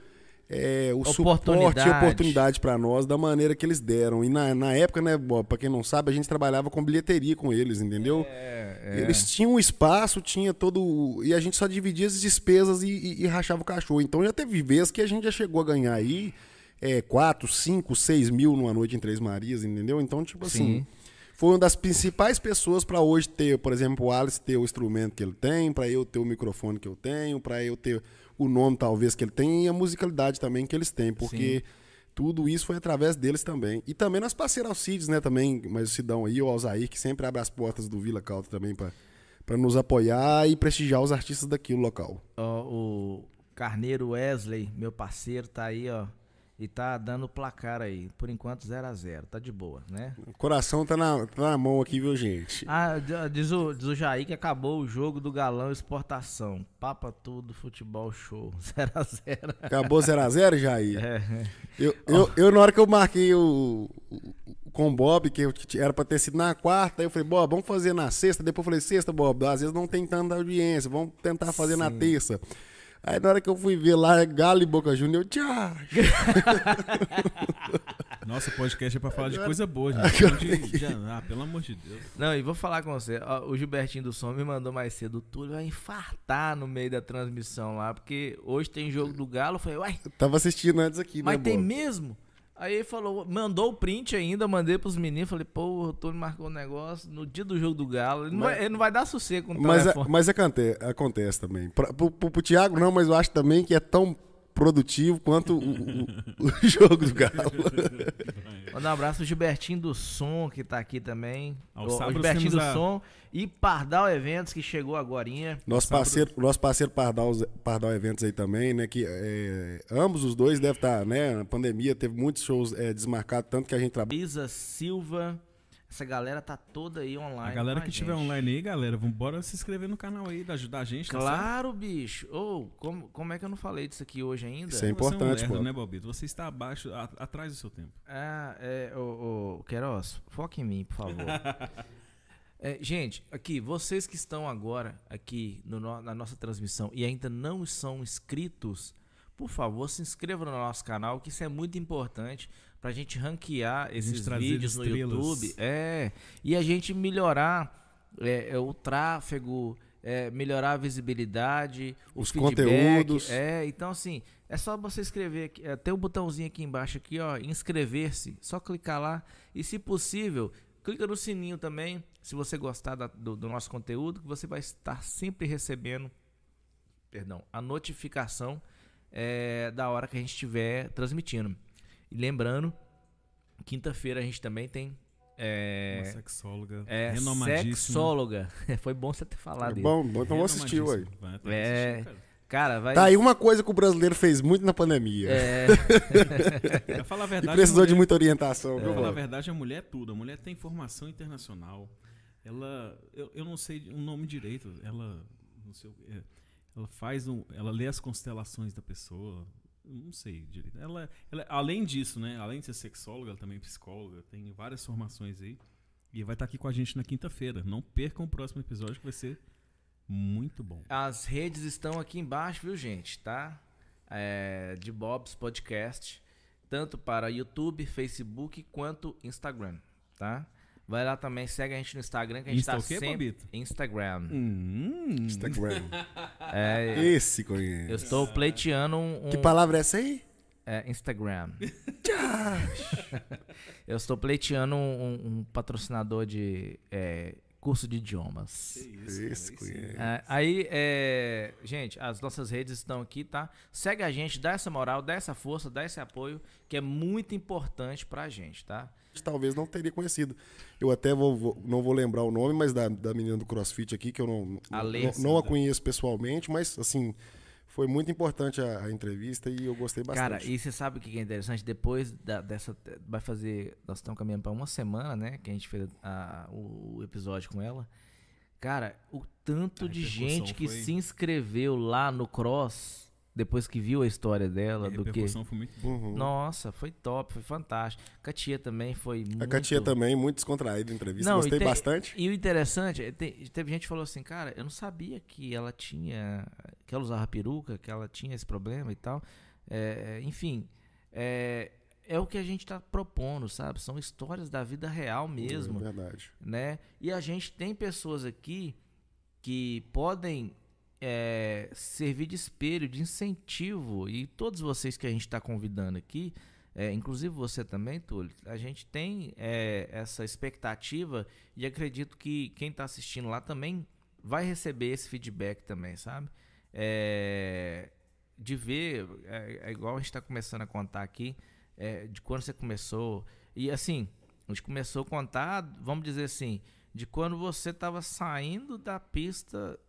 é, o suporte e Oportunidade. oportunidade pra nós da maneira que eles deram. E na, na época, né, Bob, pra quem não sabe, a gente trabalhava com bilheteria com eles, entendeu? É, é. Eles tinham um espaço, tinha todo. E a gente só dividia as despesas e, e, e rachava o cachorro. Então já teve vezes que a gente já chegou a ganhar aí é, quatro, cinco, seis mil numa noite em Três Marias, entendeu? Então, tipo assim. Sim. Foi uma das principais pessoas para hoje ter, por exemplo, o Alice ter o instrumento que ele tem, para eu ter o microfone que eu tenho, para eu ter o nome talvez que ele tem e a musicalidade também que eles têm, porque tudo isso foi através deles também. E também nas parceiras Alcides, né, também, mas o Sidão aí, o Alzair, que sempre abre as portas do Vila Caldo também para nos apoiar e prestigiar os artistas daqui no local. Ó, o Carneiro Wesley, meu parceiro, tá aí, ó. E tá dando o placar aí. Por enquanto, zero a zero. Tá de boa, né? O coração tá na, tá na mão aqui, viu, gente? Ah, d- diz o, diz o Jair que acabou o jogo do Galão Exportação. Papa tudo, futebol show. zero a zero. Acabou zero a zero, Jair? É. Eu, eu, eu, na hora que eu marquei o, o- com o Bob, que eu t- era pra ter sido na quarta, aí eu falei, Bob, vamos fazer na sexta. Depois eu falei, sexta, Bob, às vezes não tem tanta audiência, vamos tentar fazer na Sim. terça. Aí na hora que eu fui ver lá, Galo e Boca Júnior, eu tchau. Nossa, o podcast é pra falar de coisa boa, gente. agora Não tem de- de- ah, pelo amor de Deus. Não, e vou falar com você. Ó, o Gilbertinho do Som me mandou mais cedo. O Túlio vai infartar no meio da transmissão lá, porque hoje tem jogo do Galo. Eu falei, uai, Tava assistindo antes aqui, mas né, tem Bob? mesmo? Aí ele falou, mandou o print ainda, mandei pros meninos. Falei, pô, o Túlio marcou um negócio no dia do jogo do Galo. Ele não, Mas- vai, ele não vai dar sossego com o Mas, é, telefone. mas aconte- acontece também. Pra, pro, pro, pro Thiago não, mas eu acho também que é tão produtivo quanto o, o- o jogo do Galo. Mandar um abraço pro Gilbertinho do Som, que tá aqui também. Ao O, o sábado Gilbertinho do temos a- Som e Pardal Eventos, que chegou agorinha. Nosso Sábado- parceiro, nosso parceiro Pardal, Pardal Eventos aí também, né? Que é, ambos os dois devem estar, né? Na pandemia teve muitos shows é, desmarcados, tanto que a gente trabalha. Isa Silva, Essa galera tá toda aí online. A galera com que a estiver gente. online aí, galera, vambora se inscrever no canal aí, ajudar a gente. tá certo? Claro, bicho. Ô, como, como é que eu não falei disso aqui hoje ainda? Isso é Você importante, é um lerdo, pô. né, Bobito? Você está abaixo, a- atrás do seu tempo. Ah, é, ô, ô, Queiroz, foca em mim, por favor. É, gente, aqui, vocês que estão agora aqui no no- na nossa transmissão e ainda não são inscritos, por favor, se inscrevam no nosso canal, que isso é muito importante pra gente ranquear esses trazer vídeos no estrelas. YouTube. É, e a gente melhorar é, é, o tráfego, é, melhorar a visibilidade, o Os feedback. conteúdos. É, então assim, é só você escrever aqui, é, tem o botãozinho aqui embaixo aqui, ó, inscrever-se, só clicar lá e, se possível, clica no sininho também, se você gostar da- do, do nosso conteúdo, que você vai estar sempre recebendo, perdão, a notificação é, da hora que a gente estiver transmitindo. E lembrando, quinta-feira a gente também tem é, Uma sexóloga é, renomadíssima. sexóloga. Foi bom você ter É falado isso. bom, bom, então vamos assistir, ué. Renomadíssima. Vai até É. assistir, cara. Cara, vai. Tá aí uma coisa que o brasileiro fez muito na pandemia. É, Pra falar a E verdade, precisou a de mulher- muita orientação, viu, Pra falar a Bob? verdade, a mulher é tudo. A mulher tem formação internacional. Ela, eu, eu não sei o nome direito. Ela, não sei, o que é. Ela faz um, ela lê as constelações da pessoa. Eu não sei direito. Ela, ela, além disso, né? Além de ser sexóloga, ela também é psicóloga. Tem várias formações aí. E vai estar aqui com a gente na quinta-feira. Não percam o próximo episódio que vai ser muito bom. as redes estão aqui embaixo, viu, gente? Tá? É, de Bob's Podcast, tanto para YouTube, Facebook quanto Instagram, tá? Vai lá também, segue a gente no Instagram, que a gente Insta tá o quê, sempre Bobito? Instagram. Hum, Instagram. É, Esse conhece. eu estou pleiteando um, um Que palavra é essa aí? é, Instagram. Eu estou pleiteando um, um- um patrocinador de é, curso de idiomas. Esse conhece. É, aí, é, gente, as nossas redes estão aqui, tá? Segue a gente, dá essa moral, dá essa força, dá esse apoio, que é muito importante pra gente, tá? Talvez não teria conhecido. Eu até vou, vou- não vou lembrar o nome, mas da, da menina do CrossFit aqui, que eu não, A não, Lê. não a conheço pessoalmente, mas assim, foi muito importante a, a entrevista e eu gostei bastante. Cara, e você sabe o que é interessante? Depois da- dessa. Vai fazer. Nós estamos caminhando pra uma semana, né? Que a gente fez a- o, o episódio com ela. Cara, o tanto A de repercussão gente que foi- se inscreveu lá no Cross, depois que viu a história dela, a do que. repercussão foi muito boa. Uhum. Nossa, foi top, foi fantástico. Katia também foi muito. A Katia também, muito descontraída na entrevista, Não, gostei e tem- bastante. E o interessante, é, tem- teve gente que falou assim, cara, eu não sabia que ela tinha, que ela usava peruca, que ela tinha esse problema e tal. É, enfim, é, é o que a gente tá propondo, sabe? São histórias da vida real mesmo, É verdade. né? E a gente tem pessoas aqui que podem é, servir de espelho, de incentivo, e todos vocês que a gente está convidando aqui, é, inclusive você também, Túlio, a gente tem é, essa expectativa e acredito que quem está assistindo lá também vai receber esse feedback também, sabe? É, de ver, é, é igual a gente está começando a contar aqui, é, de quando você começou, e assim, a gente começou a contar, vamos dizer assim, de quando você estava saindo da pista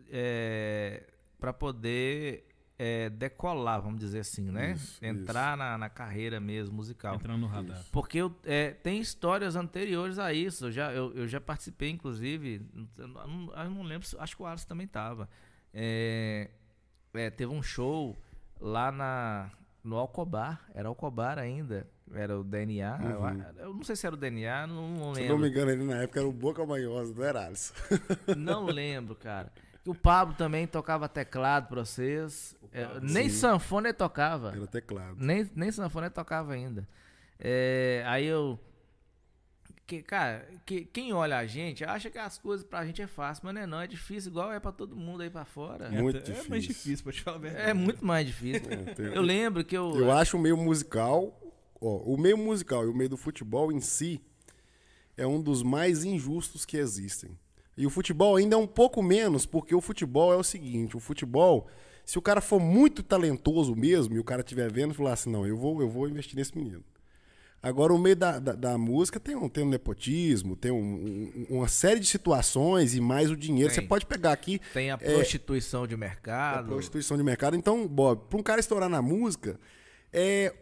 é, para poder é, decolar, vamos dizer assim, né? Isso, Entrar na, na carreira mesmo musical. Entrando no radar. Porque eu, é, tem histórias anteriores a isso. Eu já, eu, eu já participei, inclusive. Eu não, eu não lembro, acho que o Alisson também estava. É, é, teve um show lá na, no Alcobar. Era Alcobar ainda. Era o D N A. Uhum. Eu, eu não sei se era o D N A, não, não Se lembro. não me engano, ele na época era o Boca Manhosa, não era, Alisson? Não lembro, cara. O Pablo também tocava teclado pra vocês. É, nem sim. sanfona ele tocava. Era teclado. Nem, nem sanfona ele tocava ainda. É, aí eu. Que, cara, que, quem olha a gente acha que as coisas pra gente é fácil, mas não é não. É difícil, igual é pra todo mundo aí pra fora. Muito é, até- é difícil. mais difícil, pra te falar a verdade. É muito mais difícil. É, tem- Eu lembro que eu. Eu acho o meio musical, ó, o meio musical e o meio do futebol em si é um dos mais injustos que existem. E o futebol ainda é um pouco menos, porque o futebol é o seguinte, o futebol, se o cara for muito talentoso mesmo e o cara estiver vendo e falar assim, não, eu vou, eu vou investir nesse menino. Agora, o meio da, da, da música tem um, tem um nepotismo, tem um- um- uma série de situações e mais o dinheiro. Tem. Você pode pegar aqui Tem a prostituição de a mercado. prostituição de mercado. Então, Bob, para um cara estourar na música, é,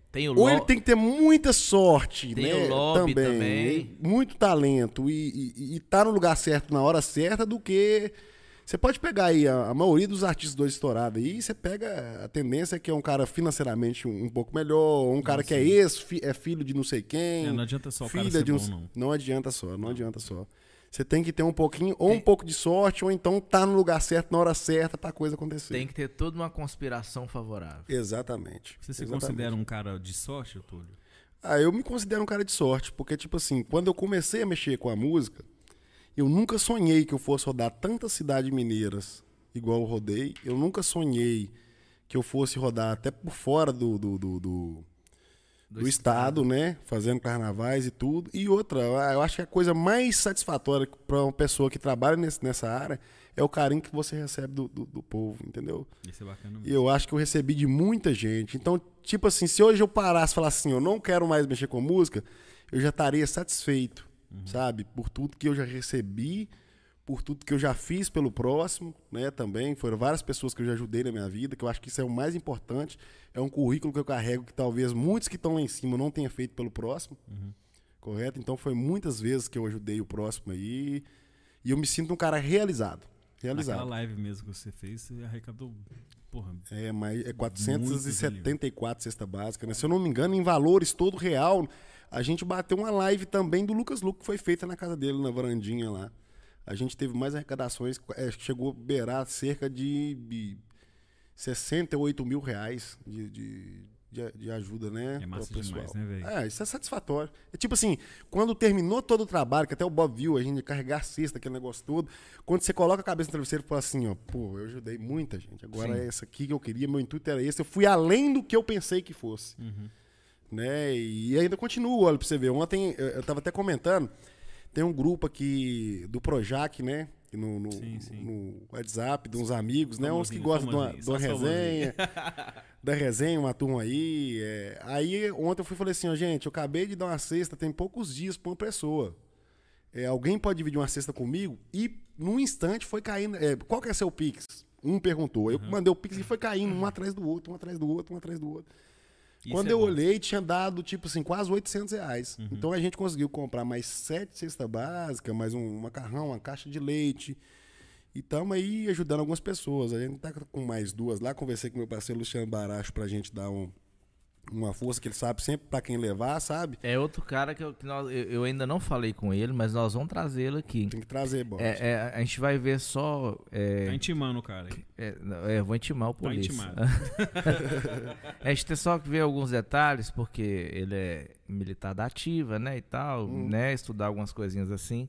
Tem o Ou lo- ele tem que ter muita sorte, Tem né? o lobby também. também. Muito talento e, e, e tá no lugar certo na hora certa do que... Você pode pegar aí a, a maioria dos artistas dois estourados aí, você pega a tendência é que é um cara financeiramente um, um pouco melhor, um cara que é ex, fi, é filho de não sei quem. É, não adianta só o cara filha ser de um, bom, não. Não adianta só, não adianta só. Você tem que ter um pouquinho, ou um pouco de sorte, ou então tá no lugar certo, na hora certa, pra coisa acontecer. Tem que ter toda uma conspiração favorável. Exatamente. Você se Exatamente. considera um cara de sorte, Túlio? Ah, eu me considero um cara de sorte, porque, tipo assim, quando eu comecei a mexer com a música, eu nunca sonhei que eu fosse rodar tantas cidades mineiras igual eu rodei. Eu nunca sonhei que eu fosse rodar até por fora do, do, do, do, do estado, né? Fazendo carnavais e tudo. E outra, eu acho que a coisa mais satisfatória para uma pessoa que trabalha nesse, nessa área é o carinho que você recebe do, do, do povo, entendeu? Isso é bacana E mesmo. eu acho que eu recebi de muita gente. Então, tipo assim, se hoje eu parasse e falasse assim, eu não quero mais mexer com música, eu já estaria satisfeito, uhum. sabe? Por tudo que eu já recebi, por tudo que eu já fiz pelo próximo, né? Também foram várias pessoas que eu já ajudei na minha vida, que eu acho que isso é o mais importante. É um currículo que eu carrego que talvez muitos que estão lá em cima não tenham feito pelo próximo, uhum. correto? Então, foi muitas vezes que eu ajudei o próximo aí e eu me sinto um cara realizado. Realizado. Aquela live mesmo que você fez, você arrecadou, porra... É, mas é quatrocentos e setenta e quatro cesta básica, né? Se eu não me engano, em valores todo real, a gente bateu uma live também do Lucas Luco, que foi feita na casa dele, na varandinha lá. A gente teve mais arrecadações, é, chegou a beirar cerca de, de sessenta e oito mil reais de, de, de, de ajuda, né? É massa pro pessoal. demais, né, velho? É, isso é satisfatório. É tipo assim, quando terminou todo o trabalho, que até o Bob viu, a gente carregar a cesta, aquele negócio todo, quando você coloca a cabeça no travesseiro e fala assim, ó, pô, eu ajudei muita gente, agora Sim. é essa aqui que eu queria, meu intuito era esse, eu fui além do que eu pensei que fosse. Uhum. Né? E ainda continuo, olha pra você ver. Ontem, eu tava até comentando, tem um grupo aqui do Projac, né? No, no, Sim, sim. no WhatsApp, de uns amigos, né? Uns que Famosinho, gostam de uma, famosinho, de uma só resenha. Da resenha, uma turma aí. é. Aí ontem eu fui e falei assim, ó, gente, eu acabei de dar uma cesta, tem poucos dias pra uma pessoa. É, alguém pode dividir uma cesta comigo? E num instante foi caindo. É, qual que é seu Pix? Um perguntou. Eu Uhum. mandei o Pix e foi caindo, um atrás do outro, um atrás do outro, um atrás do outro. Isso Quando é eu bom. olhei, tinha dado, tipo assim, quase oitocentos reais. Uhum. Então a gente conseguiu comprar mais sete cestas básicas, mais um macarrão, uma caixa de leite. E estamos aí ajudando algumas pessoas. A gente tá com mais duas lá. Conversei com meu parceiro Luciano Baracho pra gente dar um, uma força que ele sabe sempre pra quem levar, sabe? É outro cara que, eu, que nós, eu, eu ainda não falei com ele, mas nós vamos trazê-lo aqui. Tem que trazer, bom. É, é, a gente vai ver só. É, Tá intimando o cara aí. é, não, é, eu vou intimar o Tá polícia. intimado. a gente tem só que ver alguns detalhes, porque ele é militar da ativa, né, e tal, Hum. né, estudar algumas coisinhas assim.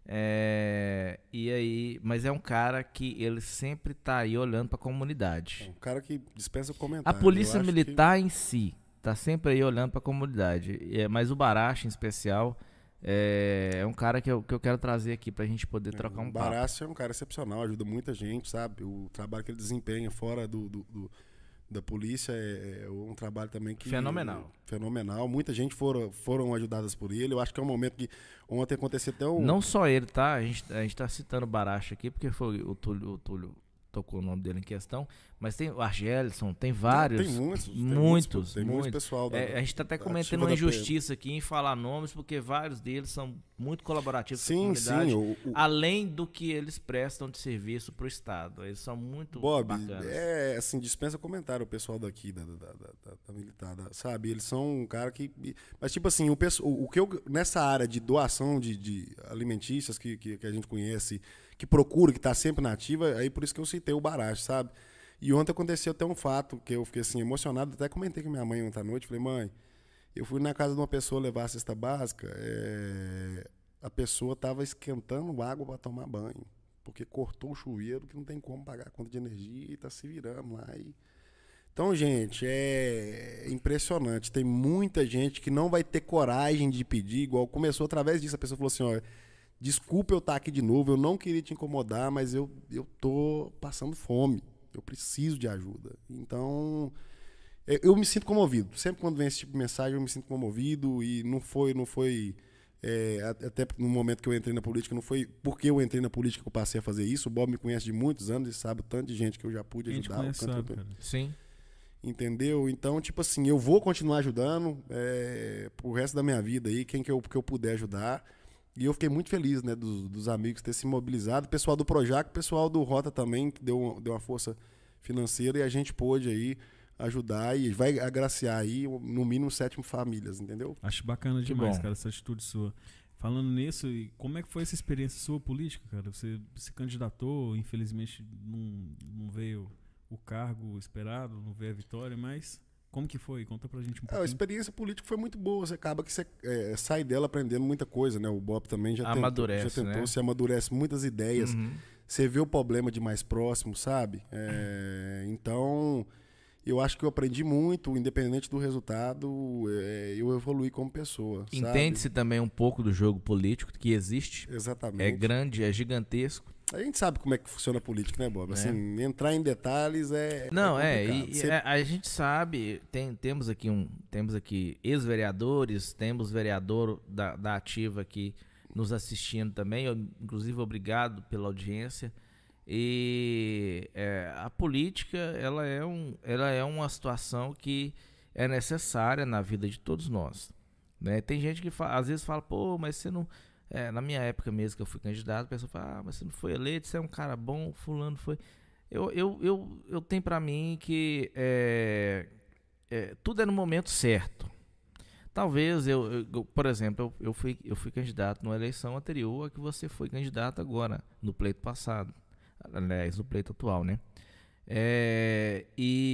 É, e aí, mas é um cara que ele sempre tá aí olhando pra comunidade. É um cara que dispensa A comentário. polícia Eu acho militar em si tá sempre aí olhando pra comunidade. É, mas o Baracho, em especial, é, é um cara que eu, que eu quero trazer aqui pra gente poder que, trocar o um papo. Baracho é um cara excepcional, ajuda muita gente, sabe? O trabalho que ele desempenha fora do, do- do- da polícia é, é um trabalho também que... Fenomenal. Fenomenal. Muita gente foram, foram ajudadas por ele. Eu acho que é um momento que ontem aconteceu até um... Não só ele, tá? A gente, a gente tá citando o Baracho aqui, porque foi o Túlio, o Túlio tocou o nome dele em questão, mas tem o Argelson, tem vários. Tem muitos. Tem muitos, Tem muitos. muito pessoal. Da, É, a gente tá até da cometendo ativa uma da injustiça aqui em falar nomes, porque vários deles são muito colaborativos com a Sim, comunidade, sim. O, o, além do que eles prestam de serviço pro Estado. Eles são muito Bob, bacanas. é assim, dispensa comentário o pessoal daqui, da, da, da, da, da militar, da- sabe? Eles são um cara que... Mas, tipo assim, o, pesso- o, o que eu... Nessa área de doação de, de alimentícias que, que, que a gente conhece, que procura, que tá sempre na ativa, aí por isso que eu citei o Baracho, sabe? E ontem aconteceu até um fato que eu fiquei assim, emocionado, até comentei com minha mãe ontem à noite, falei, mãe, eu fui na casa de uma pessoa levar a cesta básica, é, a pessoa tava esquentando água para tomar banho, porque cortou o chuveiro, que não tem como pagar a conta de energia e tá se virando lá. E... Então, gente, é impressionante. Tem muita gente que não vai ter coragem de pedir, igual começou através disso. A pessoa falou assim, ó, desculpa eu estar aqui de novo, eu não queria te incomodar, mas eu, eu tô passando fome, eu preciso de ajuda. Então, é, eu me sinto comovido. Sempre quando vem esse tipo de mensagem, eu me sinto comovido e não foi... Não foi É, até no momento que eu entrei na política, não foi porque eu entrei na política que eu passei a fazer isso. O Bob me conhece de muitos anos e sabe o tanto de gente que eu já pude A gente ajudar. o conhece, tanto sabe, que eu- cara. Sim. entendeu? Então, tipo assim, eu vou continuar ajudando é, pro resto da minha vida aí, quem que eu, que eu puder ajudar. E eu fiquei muito feliz, né, dos, dos amigos ter se mobilizado, o pessoal do Projac, o pessoal do Rota também, que deu, deu uma força financeira e a gente pôde aí ajudar e vai agraciar aí no mínimo sete famílias, entendeu? Acho bacana Que demais, bom. cara, essa atitude sua. Falando nisso, e como é que foi essa experiência sua política, cara? Você se candidatou, infelizmente não, não veio o cargo esperado, não veio a vitória, mas como que foi? Conta pra gente um É, a pouquinho. experiência política foi muito boa, você acaba que você é, sai dela aprendendo muita coisa, né? O Bob também já Amadurece, tentou, já tentou né? se amadurece muitas ideias, Uhum. você vê o problema de mais próximo, sabe? É, então, eu acho que eu aprendi muito, independente do resultado, é, eu evoluí como pessoa, sabe? Entende-se também um pouco do jogo político que existe. Exatamente. É grande, é gigantesco. A gente sabe como é que funciona a política, né, Bob? Assim, entrar em detalhes é Não, é, complicado. e, Você- e a, a gente sabe, tem, temos aqui um, temos aqui ex-vereadores, temos vereador da, da ativa aqui nos assistindo também, eu, inclusive obrigado pela audiência. E é, a política, ela é, um, ela é uma situação que é necessária na vida de todos nós, né? Tem gente que fa- às vezes fala, pô, mas você não... É, na minha época mesmo que eu fui candidato, a pessoa fala, ah, mas você não foi eleito, você é um cara bom, fulano foi... Eu, eu, eu, eu tenho pra mim que é, é, tudo é no momento certo. Talvez eu, eu- eu- por exemplo, eu, eu, fui, eu fui candidato numa eleição anterior a que você foi candidato agora, no pleito passado. Aliás, no pleito atual, né? É,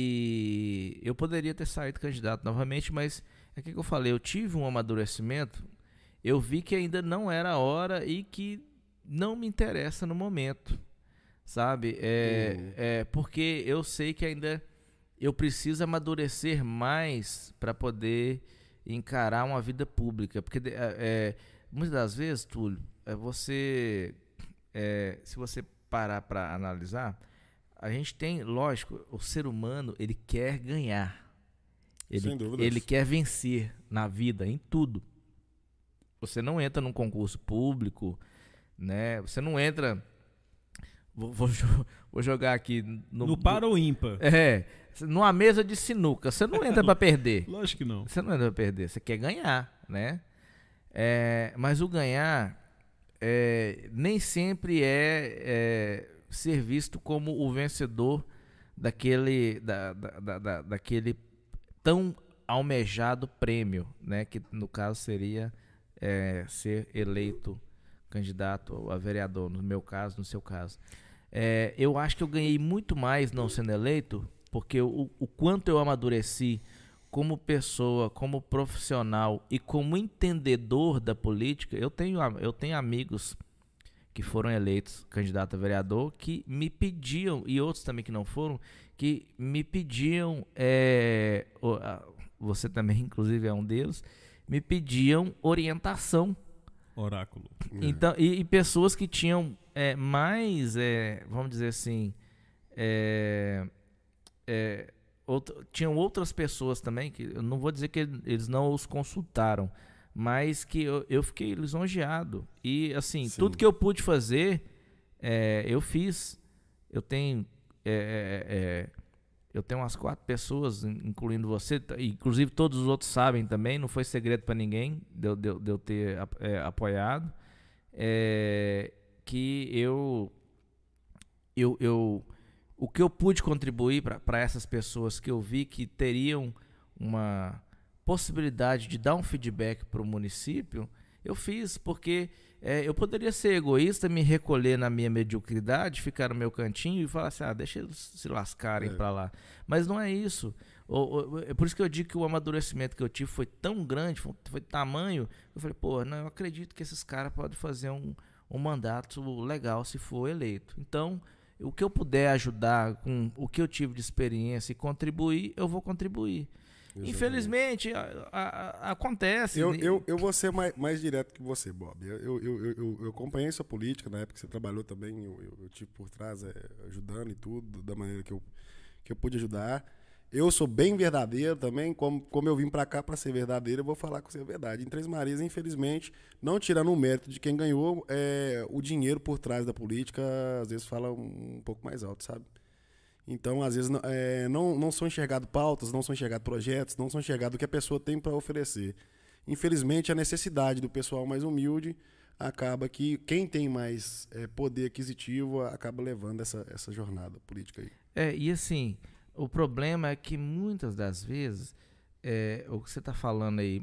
e eu poderia ter saído candidato novamente, mas é o que eu falei, eu tive um amadurecimento, eu vi que ainda não era a hora e que não me interessa no momento, sabe? É, Uhum. é porque eu sei que ainda eu preciso amadurecer mais para poder encarar uma vida pública, porque de- é, é, muitas das vezes, Túlio, é você, é, se você parar para analisar, a gente tem, lógico, o ser humano ele quer ganhar, ele, Sem dúvidas. ele quer vencer na vida, em tudo. Você não entra num concurso público, né? Você não entra. Vou, vou jo- vou jogar aqui no, No para ou ímpar? É, numa mesa de sinuca. Você não entra pra perder. Lógico que não. Você não entra pra perder. Você quer ganhar, né? É, mas o ganhar é, nem sempre é, é ser visto como o vencedor daquele, da, da, da- da- daquele tão almejado prêmio, né? Que no caso seria é, ser eleito candidato a vereador, no meu caso, no seu caso. É, eu acho que eu ganhei muito mais não sendo eleito, porque o, o quanto eu amadureci como pessoa, como profissional e como entendedor da política. Eu tenho, a- eu tenho amigos que foram eleitos candidato a vereador que me pediam, e outros também que não foram, que me pediam, é, o- a- você também inclusive é um deles, me pediam orientação. Oráculo. Então, e, e pessoas que tinham é, mais, é, vamos dizer assim, é, é, outro- tinham outras pessoas também, que eu não vou dizer que eles não os consultaram, mas que eu, eu fiquei lisonjeado. E assim, Sim. tudo que eu pude fazer, é, eu fiz. Eu tenho, é, é, é, eu tenho umas quatro pessoas, in- incluindo você, t- inclusive todos os outros sabem também, não foi segredo para ninguém de, eu- de eu- de eu ter ap- é, apoiado, é, que eu, eu, eu, o que eu pude contribuir para essas pessoas que eu vi que teriam uma possibilidade de dar um feedback para o município, eu fiz, porque é, eu poderia ser egoísta, me recolher na minha mediocridade, ficar no meu cantinho e falar assim, ah, deixa eles se lascarem É. para lá. Mas não é isso. O- o- é por isso que eu digo que o amadurecimento que eu tive foi tão grande, foi, foi tamanho, eu falei, pô, não, eu acredito que esses caras podem fazer um, um mandato legal se for eleito. Então, o que eu puder ajudar com o que eu tive de experiência e contribuir, eu vou contribuir. Exatamente. Infelizmente, a- a- a- acontece. Eu, eu, eu vou ser mais, mais direto que você, Bob. Eu, eu, eu, eu, eu acompanhei sua política, na época que você trabalhou também, eu, eu, eu tive por trás é, ajudando e tudo, da maneira que eu, que eu pude ajudar. Eu sou bem verdadeiro também, como, como eu vim pra cá pra ser verdadeiro, eu vou falar com você a verdade. Em Três Marias, infelizmente, não tirando o mérito de quem ganhou, é, o dinheiro por trás da política às vezes fala um, um pouco mais alto, sabe? Então, às vezes, não, é, não, não são enxergados pautas, não são enxergados projetos, não são enxergados o que a pessoa tem para oferecer. Infelizmente, a necessidade do pessoal mais humilde acaba que quem tem mais é, poder aquisitivo acaba levando essa, essa jornada política aí. É, e assim, o problema é que muitas das vezes, é, o que você está falando aí,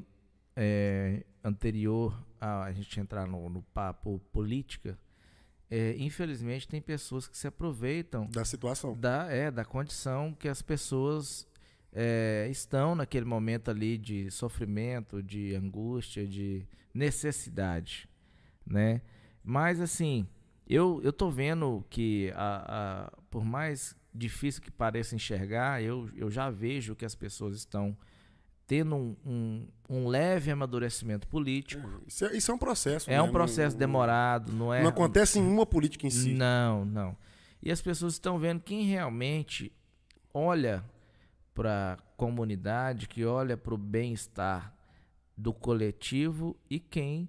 é, anterior a a gente entrar no, no papo política, é, infelizmente tem pessoas que se aproveitam Da situação. da, é, da condição que as pessoas é, estão naquele momento ali de sofrimento, de angústia, de necessidade, né? Mas assim, eu, eu tô vendo que a, a, por mais difícil que pareça enxergar, eu, eu já vejo que as pessoas estão tendo um, um, um leve amadurecimento político. Isso é, isso é um processo. É né? um processo não, demorado, não é... Não acontece em uma política em si. Não, não. E as pessoas estão vendo quem realmente olha para a comunidade, que olha para o bem-estar do coletivo e quem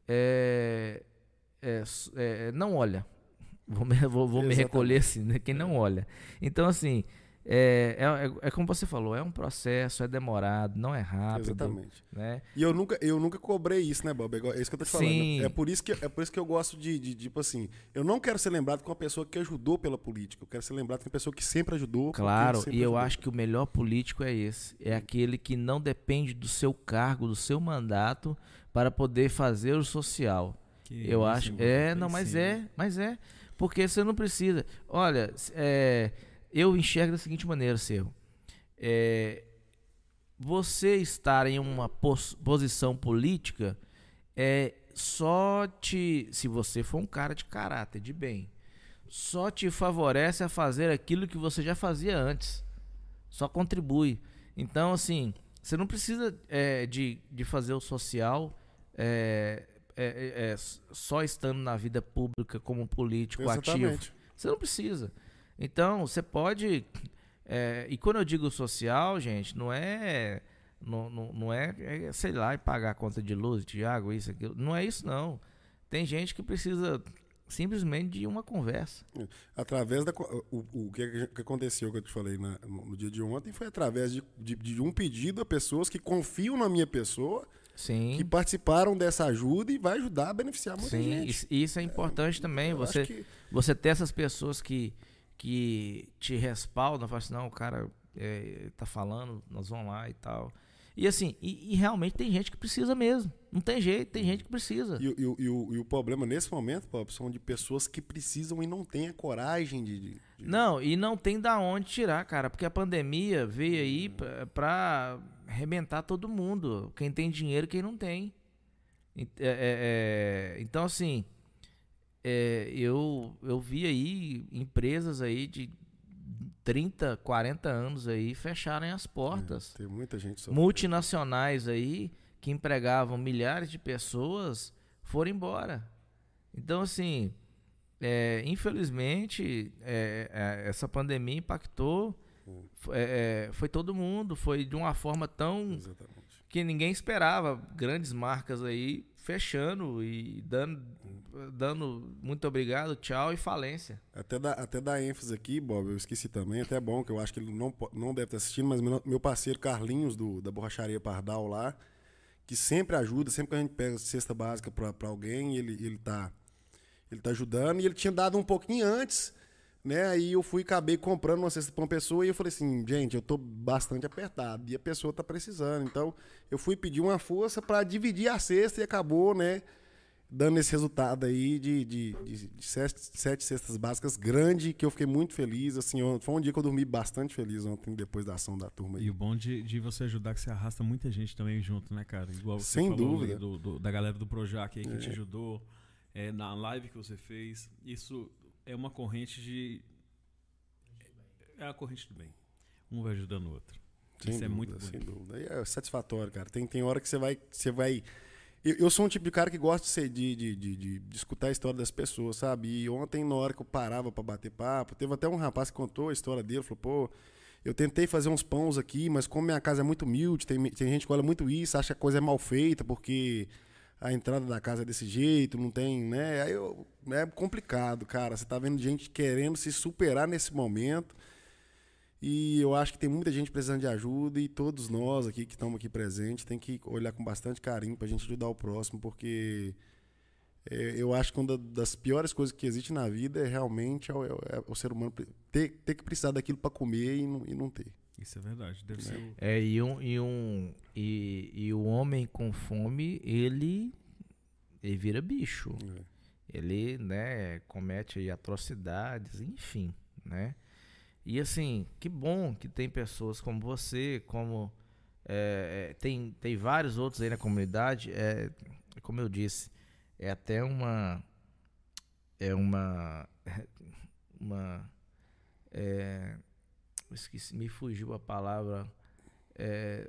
é, é, é, não olha. Vou me, vou, vou me recolher assim, né? Quem não olha. Então, assim, é, é, é como você falou, é um processo, é demorado, não é rápido. Exatamente. Né? E eu nunca, eu nunca cobrei isso, né, Bob? É isso que eu tô te falando. Sim. É por isso que, é por isso que eu gosto de, de, tipo assim, eu não quero ser lembrado como uma pessoa que ajudou pela política. Eu quero ser lembrado como uma pessoa que sempre ajudou. Claro, sempre e eu ajudou. acho que o melhor político é esse. É aquele que não depende do seu cargo, do seu mandato, para poder fazer o social. Que eu isso, acho. hein, É, Bob? não, mas Sim. é, mas é. Porque você não precisa. Olha, é, eu enxergo da seguinte maneira, Cerro. É, você estar em uma pos- posição política é só te. Se você for um cara de caráter, de bem, só te favorece a fazer aquilo que você já fazia antes. Só contribui. Então, assim, você não precisa é, de, de fazer o social. É, É, é, é, só estando na vida pública como político ativo. Exatamente. Você não precisa. Então, você pode... é, e quando eu digo social, gente, não é... Não, não, não é, é, sei lá, pagar a conta de luz, de água, isso, aquilo. Não é isso, não. Tem gente que precisa simplesmente de uma conversa. Através da. co- O, o que, que aconteceu que eu te falei na- no, no dia de ontem foi através de, de, de um pedido a pessoas que confiam na minha pessoa, Sim. que participaram dessa ajuda e vai ajudar a beneficiar muita Sim, gente. isso, isso é importante também. Eu Você, acho que- você ter essas pessoas que, que te respaldam, falam assim, não, o cara é, tá falando, nós vamos lá e tal. E assim, e, e realmente tem gente que precisa mesmo. Não tem jeito, tem gente que precisa. E, o- e o- e o, e o problema nesse momento, Bob, são de pessoas que precisam e não têm a coragem de. de- de- Não, e não tem da onde tirar, cara, porque a pandemia veio aí pra, pra arrebentar todo mundo. Quem tem dinheiro, quem não tem. Ent- é- é- é, então, assim, é, eu, eu vi aí empresas aí de trinta, quarenta anos aí fecharem as portas. Tem muita gente sofrendo. Multinacionais aí que empregavam milhares de pessoas foram embora. Então, assim, é, infelizmente, é, é, essa pandemia impactou. F- é, é, foi todo mundo, foi de uma forma tão Exatamente. que ninguém esperava. Grandes marcas aí fechando e dando, dando muito obrigado, tchau e falência. Até dar até dar ênfase aqui, Bob, eu esqueci também, até é bom, que eu acho que ele não, po- não deve estar assistindo, mas meu, meu parceiro Carlinhos, do, da Borracharia Pardal lá, que sempre ajuda, sempre que a gente pega cesta básica para alguém, ele, ele, tá, ele tá ajudando, e ele tinha dado um pouquinho antes, né? Aí eu fui e acabei comprando uma cesta para uma pessoa e eu falei assim, gente, eu tô bastante apertado e a pessoa tá precisando. Então eu fui pedir uma força para dividir a cesta e acabou, né? Dando esse resultado aí de, de, de, de sete, sete cestas básicas grande, que eu fiquei muito feliz. Assim, ontem- foi um dia que eu dormi bastante feliz ontem, depois da ação da turma aí. E o bom de, de você ajudar que você arrasta muita gente também junto, né, cara? Igual você Sem falou dúvida. ali do, do- da galera do Projac aí que te ajudou, é, na live que você fez. Isso é uma corrente de... É a corrente do bem. Um vai ajudando o outro. Sem Isso é dúvida, muito sem bonito. dúvida. Aí é satisfatório, cara. Tem, tem hora que você vai. Você vai... Eu, eu sou um tipo de cara que gosta de, ser, de, de, de, de- de escutar a história das pessoas, sabe? E ontem, na hora que eu parava pra bater papo, teve até um rapaz que contou a história dele, falou, pô, eu tentei fazer uns pães aqui, mas como minha casa é muito humilde, tem, tem gente que olha muito isso, acha que a coisa é mal feita, porque a entrada da casa é desse jeito, não tem, né? Aí eu, é complicado, cara. Você tá vendo gente querendo se superar nesse momento. E eu acho que tem muita gente precisando de ajuda e todos nós aqui que estamos aqui presentes tem que olhar com bastante carinho pra gente ajudar o próximo, porque é, eu acho que uma das piores coisas que existe na vida é realmente é o, é o ser humano ter, ter que precisar daquilo pra comer e não, e não ter. Isso é verdade, deve ser o... É, e, um, e, um, e, e o homem com fome, ele, ele vira bicho. É. Ele, né, comete aí atrocidades, enfim, né? E assim, que bom que tem pessoas como você, como é, tem, tem vários outros aí na comunidade. É, como eu disse, é até uma é uma uma é, esqueci, me fugiu a palavra, é,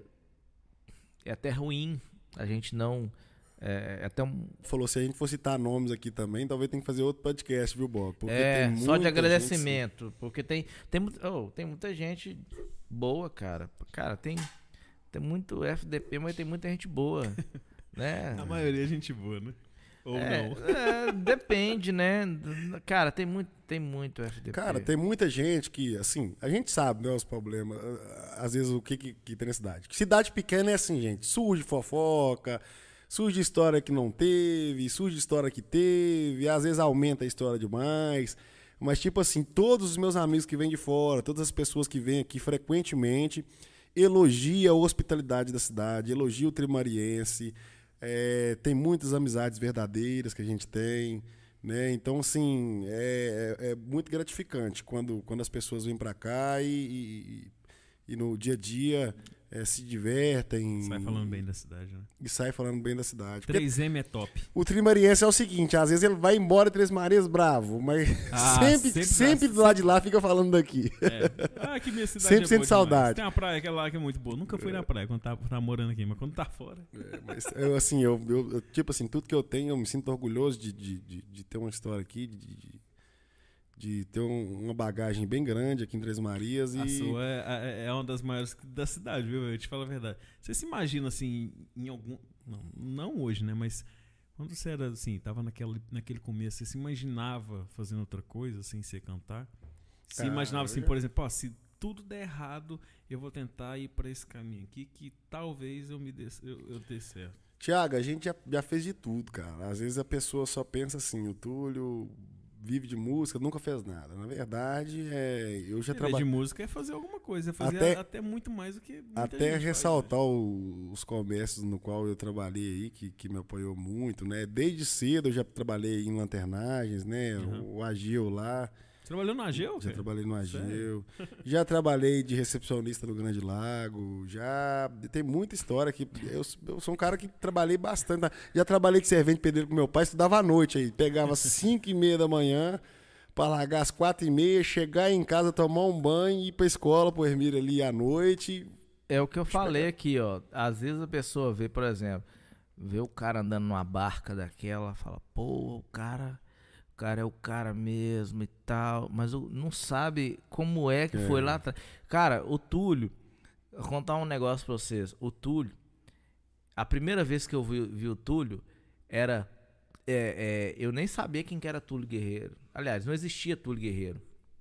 é até ruim a gente não é, é até um... Falou, se a gente for citar nomes aqui também, talvez tenha que fazer outro podcast, viu, Bob? Porque é, tem só de muita agradecimento, gente... porque tem tem, oh, tem muita gente boa, cara. Cara, tem, tem muito F D P, mas tem muita gente boa, né? A maioria é gente boa, né? Ou é, não? É, depende, né? Cara, tem muito, tem muito F D P. Cara, tem muita gente que, assim, a gente sabe, né, os problemas, às vezes o que, que, que tem na cidade. Cidade pequena é assim, gente, surge fofoca, surge história que não teve, surge história que teve, às vezes aumenta a história demais. Mas, tipo assim, todos os meus amigos que vêm de fora, todas as pessoas que vêm aqui frequentemente, elogia a hospitalidade da cidade, elogia o trimariense. É, tem muitas amizades verdadeiras que a gente tem, né? Então, assim, é, é, é muito gratificante quando, quando as pessoas vêm para cá e, e, e no dia a dia é, se divertem. Sai falando bem da cidade, né? E sai falando bem da cidade. três M é top. O trimariense é o seguinte, às vezes ele vai embora Três Marias bravo, mas Ah, sempre, sempre sempre dá- do lado de lá fica falando daqui. É. Ah, que minha cidade Sempre é sente boa saudade. demais. Tem uma praia que é lá que é muito boa. Nunca fui na praia quando tá, tá morando aqui, mas quando tá fora. É, mas eu, assim, eu, eu, eu, tipo assim, tudo que eu tenho, eu me sinto orgulhoso de, de, de, de ter uma história aqui, de, de, de ter um- uma bagagem bem grande aqui em Três Marias. E A sua é, é- é uma das maiores da cidade, viu? Eu te falo a verdade. Você se imagina, assim, em algum... Não, não hoje, né? Mas quando você era, assim, tava naquele, naquele começo, você se imaginava fazendo outra coisa, sem ser cantar? Se Cara, imaginava, assim, eu- por exemplo, ó, se tudo der errado, eu vou tentar ir pra esse caminho aqui, que talvez eu me dê, eu, eu dê certo. Tiago, a gente já, já fez de tudo, cara. Às vezes a pessoa só pensa assim, o Túlio vive de música, nunca fez nada. Na verdade, é, eu já Viver de trabalhei. música é fazer alguma coisa, é fazer Até- até, até muito mais do que muita Até gente faz, ressaltar o- os comércios no qual eu trabalhei aí, que, que me apoiou muito, né? Desde cedo eu já trabalhei em lanternagens, né? Uhum. O Ageu lá. Você trabalhou no Ageu, Já cara? trabalhei no Sério? Ageu. Já trabalhei de recepcionista no Grande Lago. Já tem muita história aqui. Eu, eu sou um cara que trabalhei bastante. tá? Já trabalhei de servente pedreiro com meu pai, estudava à noite aí. Pegava cinco e meia da manhã para largar às quatro e meia, chegar em casa, tomar um banho e ir pra escola, pro Hermílio ali à noite. É o que eu falei aqui, ó. Às vezes a pessoa vê, por exemplo, vê o cara andando numa barca daquela, fala, pô, o cara, o cara é o cara mesmo e tal, mas o- não sabe como é que É. foi lá atrás. Cara, o Túlio, vou contar um negócio pra vocês. O Túlio, a primeira vez que eu vi, vi o Túlio, era, é, é, eu nem sabia quem que era Túlio Guerreiro. Aliás, não existia Túlio Guerreiro.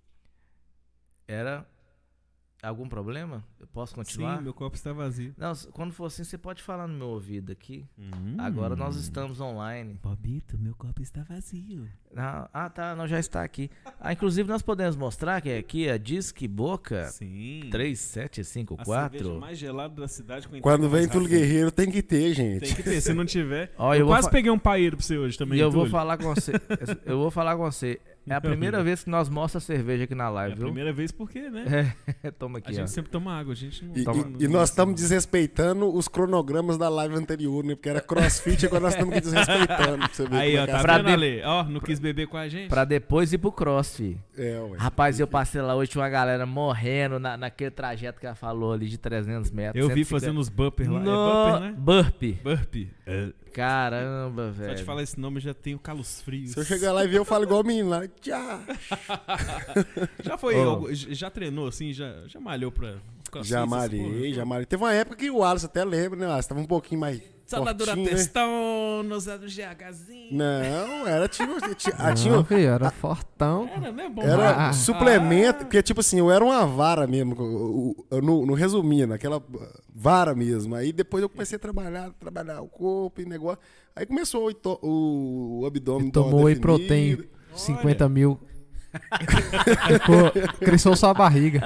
Era algum problema? Eu posso continuar? Sim, meu copo está vazio. Não, s- quando for assim, você pode falar no meu ouvido aqui. Hum. Agora nós estamos online. Bobito, meu copo está vazio. Ah, ah, tá, não, já está aqui. Ah, inclusive nós podemos mostrar que aqui é Disque Boca Sim. três sete cinco A cerveja quatro. mais gelada da cidade. Com a Quando entrega vem mais Túlio rápida. Guerreiro, tem que ter, gente. Tem que ter, se não tiver. Ó, eu eu vou quase fa- peguei um paeiro pra você hoje também, E eu vou Túlio. falar com você. Eu vou falar com você. É a primeira vez que nós mostramos cerveja aqui na É live, a viu? primeira vez porque, né? É, toma A aqui, ó. gente sempre toma água, a gente não... E, Toma- e- e nós estamos desrespeitando os cronogramas da live anterior, né? Porque era crossfit, agora nós estamos aqui desrespeitando. Pra você ver Aí, como ó, é que tá é. Pra vendo, de- Ale? Ó, não quis beber com a gente? Pra depois ir pro cross, fi. É, ué. Rapaz, eu passei lá hoje, tinha uma galera morrendo na, naquele trajeto que ela falou ali de trezentos metros. Eu cento vi e cinquenta. fazendo os bumpers lá. No... É bumper, né? Burpee. Burpee. É. Caramba, velho. Só te falar esse nome, eu já tenho calos frios. Se eu chegar lá e ver, eu falo igual o menino lá. Tchau. Já foi, Ó. algo- já treinou assim, já, já malhou pra... crossfit, Já essas malhei, porra? já malhei. Teve uma época que o Alisson até lembra, né? Alisson tava um pouquinho mais Só da fortinho, né? Duratestona, usar do GHzinho. Não, era tipo... Tinha, ah, Não, tinha, filho, era fortão. Era mesmo bom. era Ah. suplemento, porque tipo assim, eu era uma vara mesmo, o- o- no, no resumindo, aquela vara mesmo. Aí depois eu comecei a trabalhar, trabalhar o corpo e negócio. Aí começou o, ito- o, o abdômen. Ele dar uma tomou whey definida. protein, cinquenta mil. Ficou, cresceu só a barriga.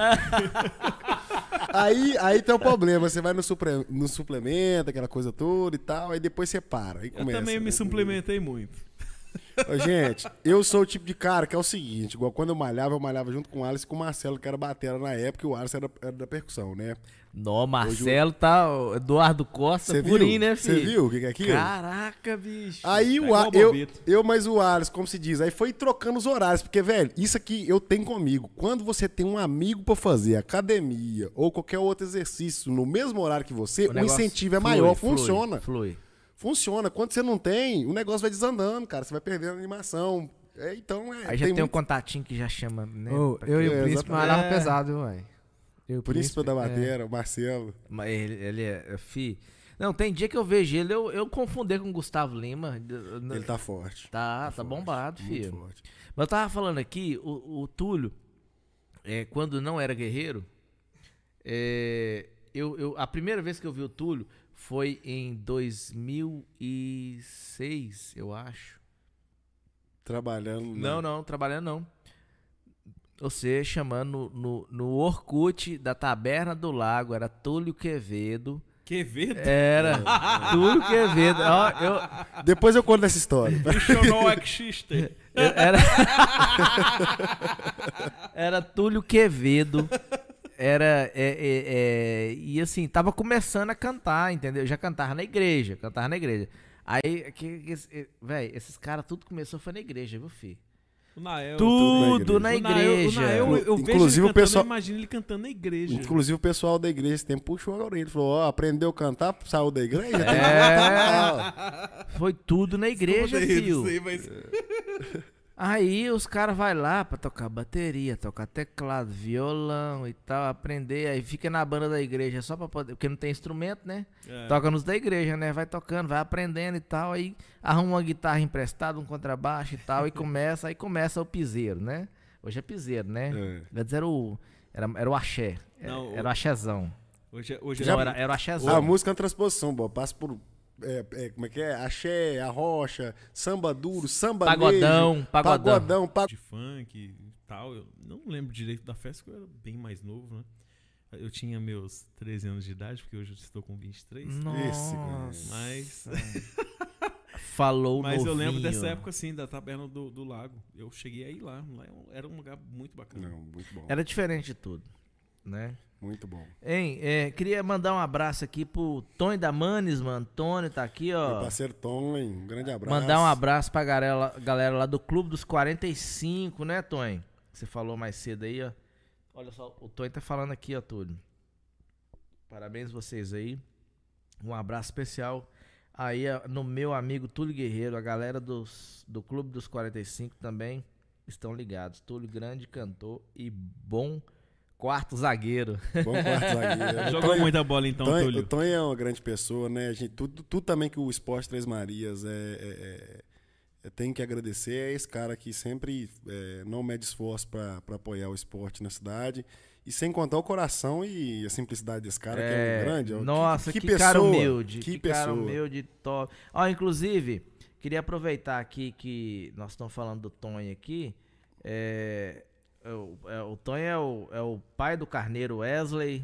Aí, aí tem o problema, você vai no, supre, no suplemento, aquela coisa toda e tal, aí depois você para. Aí Eu começa, também me né? suplementei muito. Ô, gente, eu sou o tipo de cara que é o seguinte, igual quando eu malhava, eu malhava junto com o Alisson e com o Marcelo, que era batera na época, e o Alisson era, era da percussão, né? Nó, Marcelo tá. o Eduardo Costa, Você purinho, viu? né, Você filho? viu o que que é aquilo? Caraca, bicho. Aí Tá o igual A- o eu, Bobito. eu mais o Alisson, como se diz, aí foi trocando os horários, porque, velho, isso aqui eu tenho comigo. Quando você tem um amigo pra fazer academia ou qualquer outro exercício no mesmo horário que você, o, negócio incentivo é flui, maior, flui, funciona. Flui. Funciona. Quando você não tem, o negócio vai desandando, cara. Você vai perdendo a animação. É, então, é. Aí já tem, um muito... contatinho que já chama, né? Ô, pra eu e que- o É, Príncipe exatamente. malhava É. pesado, viu, velho? Eu e o Príncipe da é. Batera, o Marcelo. Mas ele, ele é, é fi. Não, tem dia que eu vejo ele, eu, eu confundi com o Gustavo Lima. Ele tá forte. Tá, tá forte, bombado, muito filho. forte. Mas eu tava falando aqui, o, o Túlio, é, quando não era guerreiro, é, eu, eu, a primeira vez que eu vi o Túlio foi em dois mil e seis, eu acho. Trabalhando. Não, não, trabalhando não. Você chamando no, no Orkut da Taberna do Lago, era Túlio Quevedo. Quevedo? Era Túlio Quevedo. Ó, eu, Depois eu conto essa história. Questionou X-Xister. Era... Era Túlio Quevedo. Era. É, é, é, e assim, tava começando a cantar, entendeu? Já cantava na igreja. Cantava na igreja. Aí, que, que, velho, esses caras, tudo começou foi na igreja, viu, filho? O Nael. Tudo na O Nael, o igreja. Nael, eu vejo Inclusive, ele o pessoal- cantando, eu imagino ele cantando na igreja. Inclusive o pessoal da igreja esse tempo puxou a orelha. Ele falou, ó, aprendeu a cantar, saiu da igreja? É. Foi tudo na igreja, filho. Sei, mas... Aí os caras vai lá pra tocar bateria, tocar teclado, violão e tal, aprender. Aí fica na banda da igreja só pra poder. Porque não tem instrumento, né? É. Toca nos da igreja, né? Vai tocando, vai aprendendo e tal. Aí arruma uma guitarra emprestada, um contrabaixo e tal. E começa, aí começa o piseiro, né? Hoje é piseiro, né? É. Antes era o. Era, era o axé. Não, era o axézão. Hoje, é- hoje é- Não, era, era o axézão. A música é uma transposição, bom, passa por... é, é, como é que é? Axé, arrocha, samba duro, samba Pagodão, nejo, pagodão. pagodão, pa- de funk e tal. Eu não lembro direito da festa, porque eu era bem mais novo, né? Eu tinha meus treze anos de idade, porque hoje eu estou com vinte e três. Esse, Nossa. Mas, Falou mas eu lembro novinho. dessa época, assim, da Taberna do, do Lago. Eu cheguei a ir lá. Lá era um lugar muito bacana. Não, muito bom, Era diferente de tudo, né? muito bom. Hein, é, queria mandar um abraço aqui pro Tony da Manes, mano. Tony tá aqui, Meu ó. parceiro Tom, hein? Um grande abraço. Mandar um abraço pra galera, galera lá do Clube dos quarenta e cinco, né, Tony? Você falou mais cedo aí, ó. Olha só, o Tony tá falando aqui, ó, Túlio. Parabéns vocês aí. Um abraço especial aí ó, no meu amigo Túlio Guerreiro. A galera dos, do Clube dos quarenta e cinco também estão ligados. Túlio, grande cantor e bom quarto zagueiro. Bom quarto zagueiro. Jogou Tonho- muita bola então, Tonho- Túlio. O Tonho é uma grande pessoa, né? A gente, tudo, tudo também que o Esporte Três Marias é, é, é, é, tem que agradecer é esse cara que sempre é, não mede esforço para apoiar o esporte na cidade. E sem contar o coração e a simplicidade desse cara, que é um grande. ó. Nossa, que, que, que cara pessoa, humilde. Que, Que, pessoa. cara humilde, top. Ó, inclusive, queria aproveitar aqui que nós estamos falando do Tonho aqui. É, é o, é, o Tonho é o, é o pai do Carneiro Wesley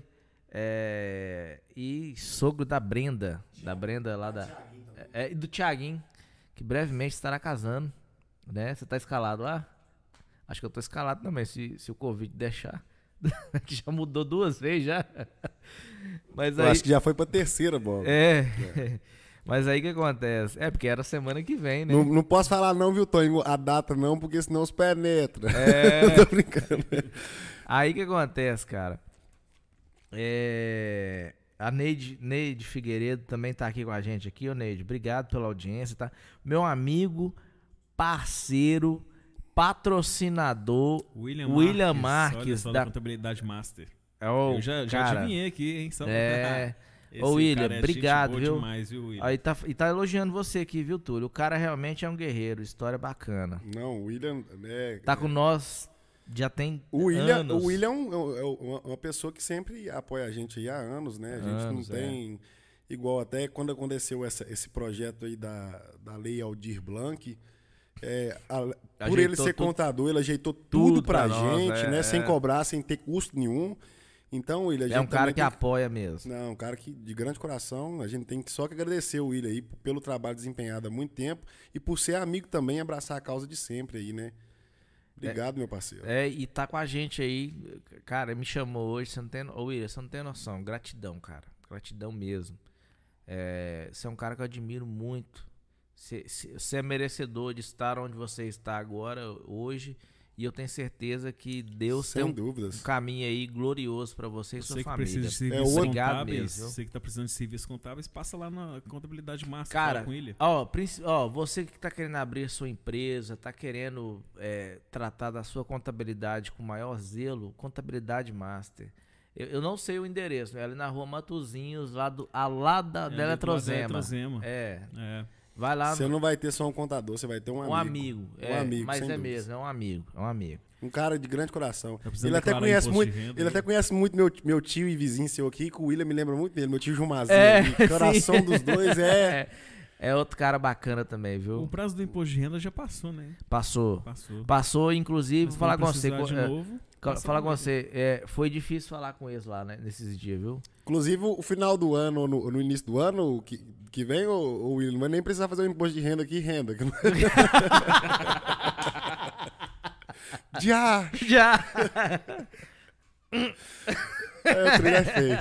é, e sogro da Brenda. Da Brenda lá da. É, e do Thiaguinho, que brevemente estará casando. Né? Você tá escalado lá? Acho que eu tô escalado também, se, se o Covid deixar. Que já mudou duas vezes já. Mas Eu aí, acho que já foi pra terceira bola. é. Mas aí o que acontece? É porque era semana que vem, né? Não, não posso falar não, viu, Tonho? A data não, porque senão os penetra. É. Tô brincando. Aí o que acontece, cara? É. A Neide, Neide Figueiredo também tá aqui com a gente aqui, ô Neide. Obrigado pela audiência, tá? Meu amigo, parceiro, patrocinador, William, William Marques, Marques olha só, da- da Contabilidade Master. é o Eu já, já cara, adivinhei aqui, hein? Só... É. Esse Ô, William, cara é obrigado, gente boa viu? demais, viu, William? Aí tá, e tá elogiando você aqui, viu, Túlio? O cara realmente é um guerreiro, história bacana. Não, o William. É, Tá com nós já tem O William, anos. o William é, um- é um- uma, uma pessoa que sempre apoia a gente aí há anos, né? A gente Anos, não tem. Igual até quando aconteceu essa- esse projeto aí da, da Lei Aldir Blanc, é, a- por Ajeitou ele ser tudo- contador, ele ajeitou tudo, tudo pra, pra nós, gente, é, né? é. Sem cobrar, sem ter custo nenhum. Então, William, a gente É um cara também que tem- apoia mesmo. Não, um cara que, de grande coração, a gente tem que só que agradecer o William aí pelo trabalho desempenhado há muito tempo e por ser amigo também e abraçar a causa de sempre aí, né? Obrigado, meu parceiro. É, e tá com a gente aí. Cara, me chamou hoje, você não tem. Ô, William, você não tem noção. Gratidão, cara. Gratidão mesmo. É, você é um cara que eu admiro muito. Você, você- você é merecedor de estar onde você está agora, hoje. E eu tenho certeza que Deus Sem tem um, dúvidas. um caminho aí glorioso pra você e sua Você que família. precisa de É, serviços o- Obrigado contábeis, mesmo, viu? você que tá precisando de serviços contábeis, passa lá na contabilidade master, Cara, fala com ele. ó, princi- ó, você que tá querendo abrir sua empresa, tá querendo é, tratar da sua contabilidade com maior zelo, Contabilidade Master. Eu, eu não sei o endereço, é ali na rua Matozinhos, lá do, a lá da, É, da ali do lado da Eletrozema. Eletrozema. É, É. vai lá, Você não vai ter só um contador, você vai ter um amigo. um amigo. Um é, amigo, mas sem é dúvidas. mesmo, é um amigo, é um amigo. Um cara de grande coração. Tá precisando Ele até declarar conhece imposto muito, de renda, ele né? até conhece muito meu, meu tio e vizinho seu aqui, que o William me lembra muito dele, meu tio Jumazinho. É, ali. Coração sim. dos dois é. É, é outro cara bacana também, O viu? prazo do imposto de renda já passou, né? Passou. Passou. Passou, inclusive, Mas vou falar com vamos você. precisar de é, novo, co- passa falar com lá. você, é, foi difícil falar com eles lá, né, nesses dias, viu? Inclusive, o final do ano, ou no, no início do ano, que, que vem, o, o William, não vai nem precisar fazer um imposto de renda aqui, renda. Já! Já! É, o trilho é feio.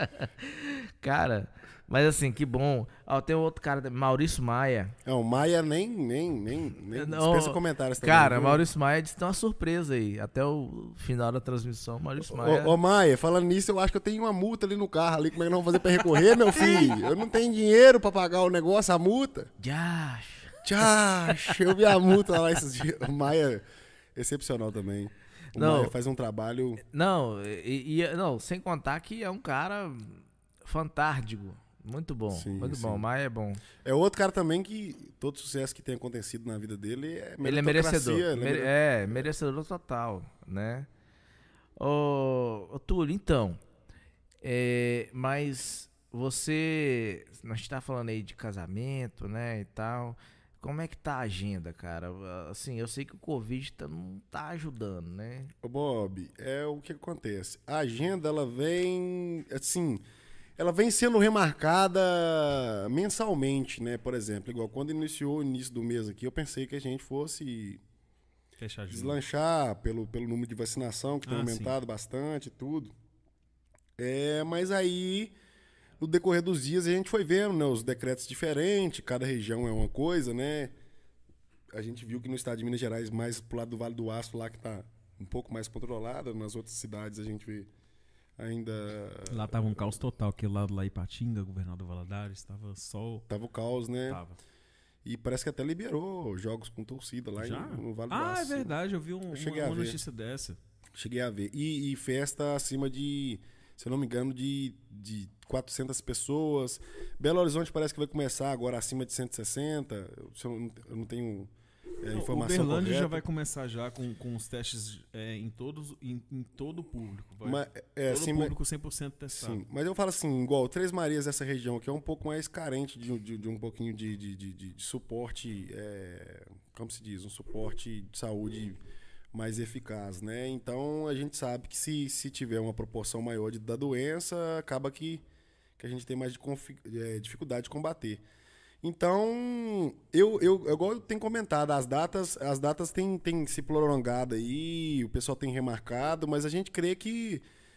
Cara, mas assim, que bom. Ó, tem outro cara, também, Maurício Maia. Não, o Maia nem, nem, nem, nem Não, dispensa comentários também. Cara, viu? Maurício Maia disse que tem uma surpresa aí. Até o final da transmissão, Maurício Maia. Ô, ô, Maia, falando nisso, eu acho que eu tenho uma multa ali no carro ali. Como é que nós vamos fazer pra recorrer, meu filho? Eu não tenho dinheiro pra pagar o negócio, a multa. Já! Tchau, eu vi a multa lá esses dias. O Maia, excepcional também. O Não. Maia faz um trabalho... Não, e, e- não, sem contar que é um cara fantástico. Muito bom, Sim, muito sim. bom. Maia é bom. É outro cara também que todo sucesso que tem acontecido na vida dele é Ele é meritocracia, merecedor. ele é Mere- mere- É, merecedor total, né? Ô, ô Túlio, então, é, mas você, a gente tá falando aí de casamento, né, e tal, como é que tá a agenda, cara? Assim, eu sei que o Covid tá- não tá ajudando, né? Ô, Bob, é o que acontece. A agenda, ela vem, assim, ela vem sendo remarcada mensalmente, né? Por exemplo, igual quando iniciou o início do mês aqui, eu pensei que a gente fosse Fechar de novo. deslanchar pelo, pelo número de vacinação, que tem Ah, aumentado bastante e tudo. É, mas aí, no decorrer dos dias, a gente foi vendo, né, os decretos diferentes, cada região é uma coisa, né? A gente viu que no estado de Minas Gerais, mais pro lado do Vale do Aço, lá que tá um pouco mais controlado, nas outras cidades a gente vê ainda... Lá tava um caos total, aquele lado lá Ipatinga, Governador Valadares, tava sol. Tava o caos, né? Tava. E parece que até liberou jogos com torcida lá Já? em, no Vale do Ah, é Aço. verdade, eu vi um- Eu cheguei uma, a uma ver. notícia dessa. Cheguei a ver. E, e festa acima de, se eu não me engano, de, de quatrocentas pessoas. Belo Horizonte parece que vai começar agora acima de cento e sessenta. Eu, se eu, não, eu não tenho é, Não, informação Uberlândia correta. já vai começar já com, com os testes é, em, todos, em, em todo o público. Vai. Mas, é, todo assim, o mas- público cem por cento testado. sim, mas eu falo assim, igual Três Marias, essa região aqui é um pouco mais carente de, de, de um pouquinho de, de, de, de- de suporte, é, como se diz, um suporte de saúde mais eficaz, né? Então a gente sabe que se, se tiver uma proporção maior de, da doença, acaba que, que a gente tem mais de confi- é, dificuldade de combater. Então, eu, eu, igual eu tenho comentado, as datas, as datas têm, têm se prolongado aí, o pessoal tem remarcado, mas a gente crê que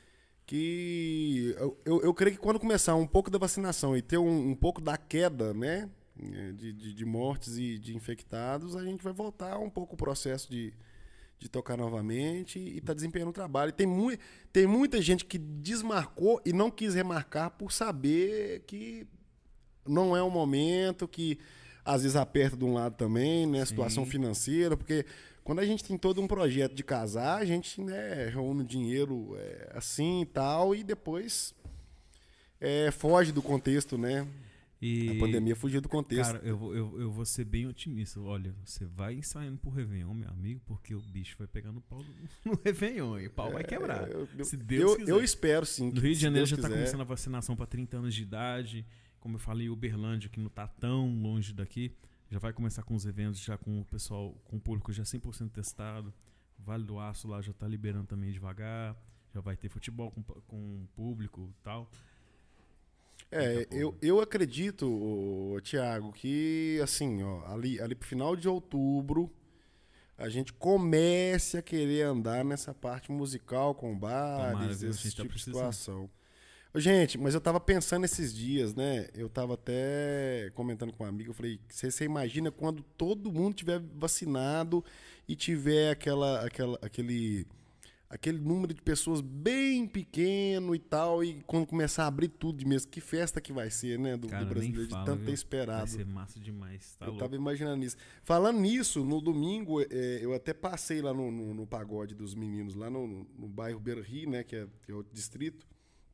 que eu, eu, eu creio que quando começar um pouco da vacinação e ter um, um pouco da queda, né, de, de, de mortes e de infectados, a gente vai voltar um pouco o processo de, de tocar novamente e tá desempenhando o trabalho. E tem, mui, tem muita gente que desmarcou e não quis remarcar por saber que não é o momento, que às vezes aperta de um lado também, né, situação Sim. financeira, porque quando a gente tem todo um projeto de casar, a gente, né, reúne dinheiro é, assim e tal, e depois é, foge do contexto, né? E, a pandemia fugiu do contexto. Cara, eu, vou- eu, eu vou ser bem otimista. Olha, você vai ensaiando pro Réveillon, meu amigo, porque o bicho vai pegar no pau no, no Réveillon e o pau vai quebrar. É, eu, eu, Se Deus eu, quiser. eu espero sim. No Rio de se Janeiro Deus já tá quiser. começando a vacinação para trinta anos de idade. Como eu falei, Uberlândia, que não tá tão longe daqui, já vai começar com os eventos, já com o pessoal, com o público já cem por cento testado. Vale do Aço lá já tá liberando também devagar. Já vai ter futebol com, com público e tal. É, eu, eu acredito, ô, Thiago, que assim, ó, ali, ali pro final de outubro a gente comece a querer andar nessa parte musical com Tomara, bares, viu? A esse gente tá tipo de precisando. situação. Ô, gente, mas eu tava pensando esses dias, né? Eu tava até comentando com um amigo, eu falei, você, você imagina quando todo mundo tiver vacinado e tiver aquela, aquela, aquele, aquele número de pessoas bem pequeno e tal, e quando começar a abrir tudo de mesmo, que festa que vai ser, né? Do, Cara, do nem brasileiro, fala, de tanto viu? ter Vai esperado. ser massa demais. Tá eu louco. tava imaginando isso. Falando nisso, no domingo, é, eu até passei lá no, no, no pagode dos meninos, lá no, no bairro Beira Rio, né? Que é, que é outro distrito.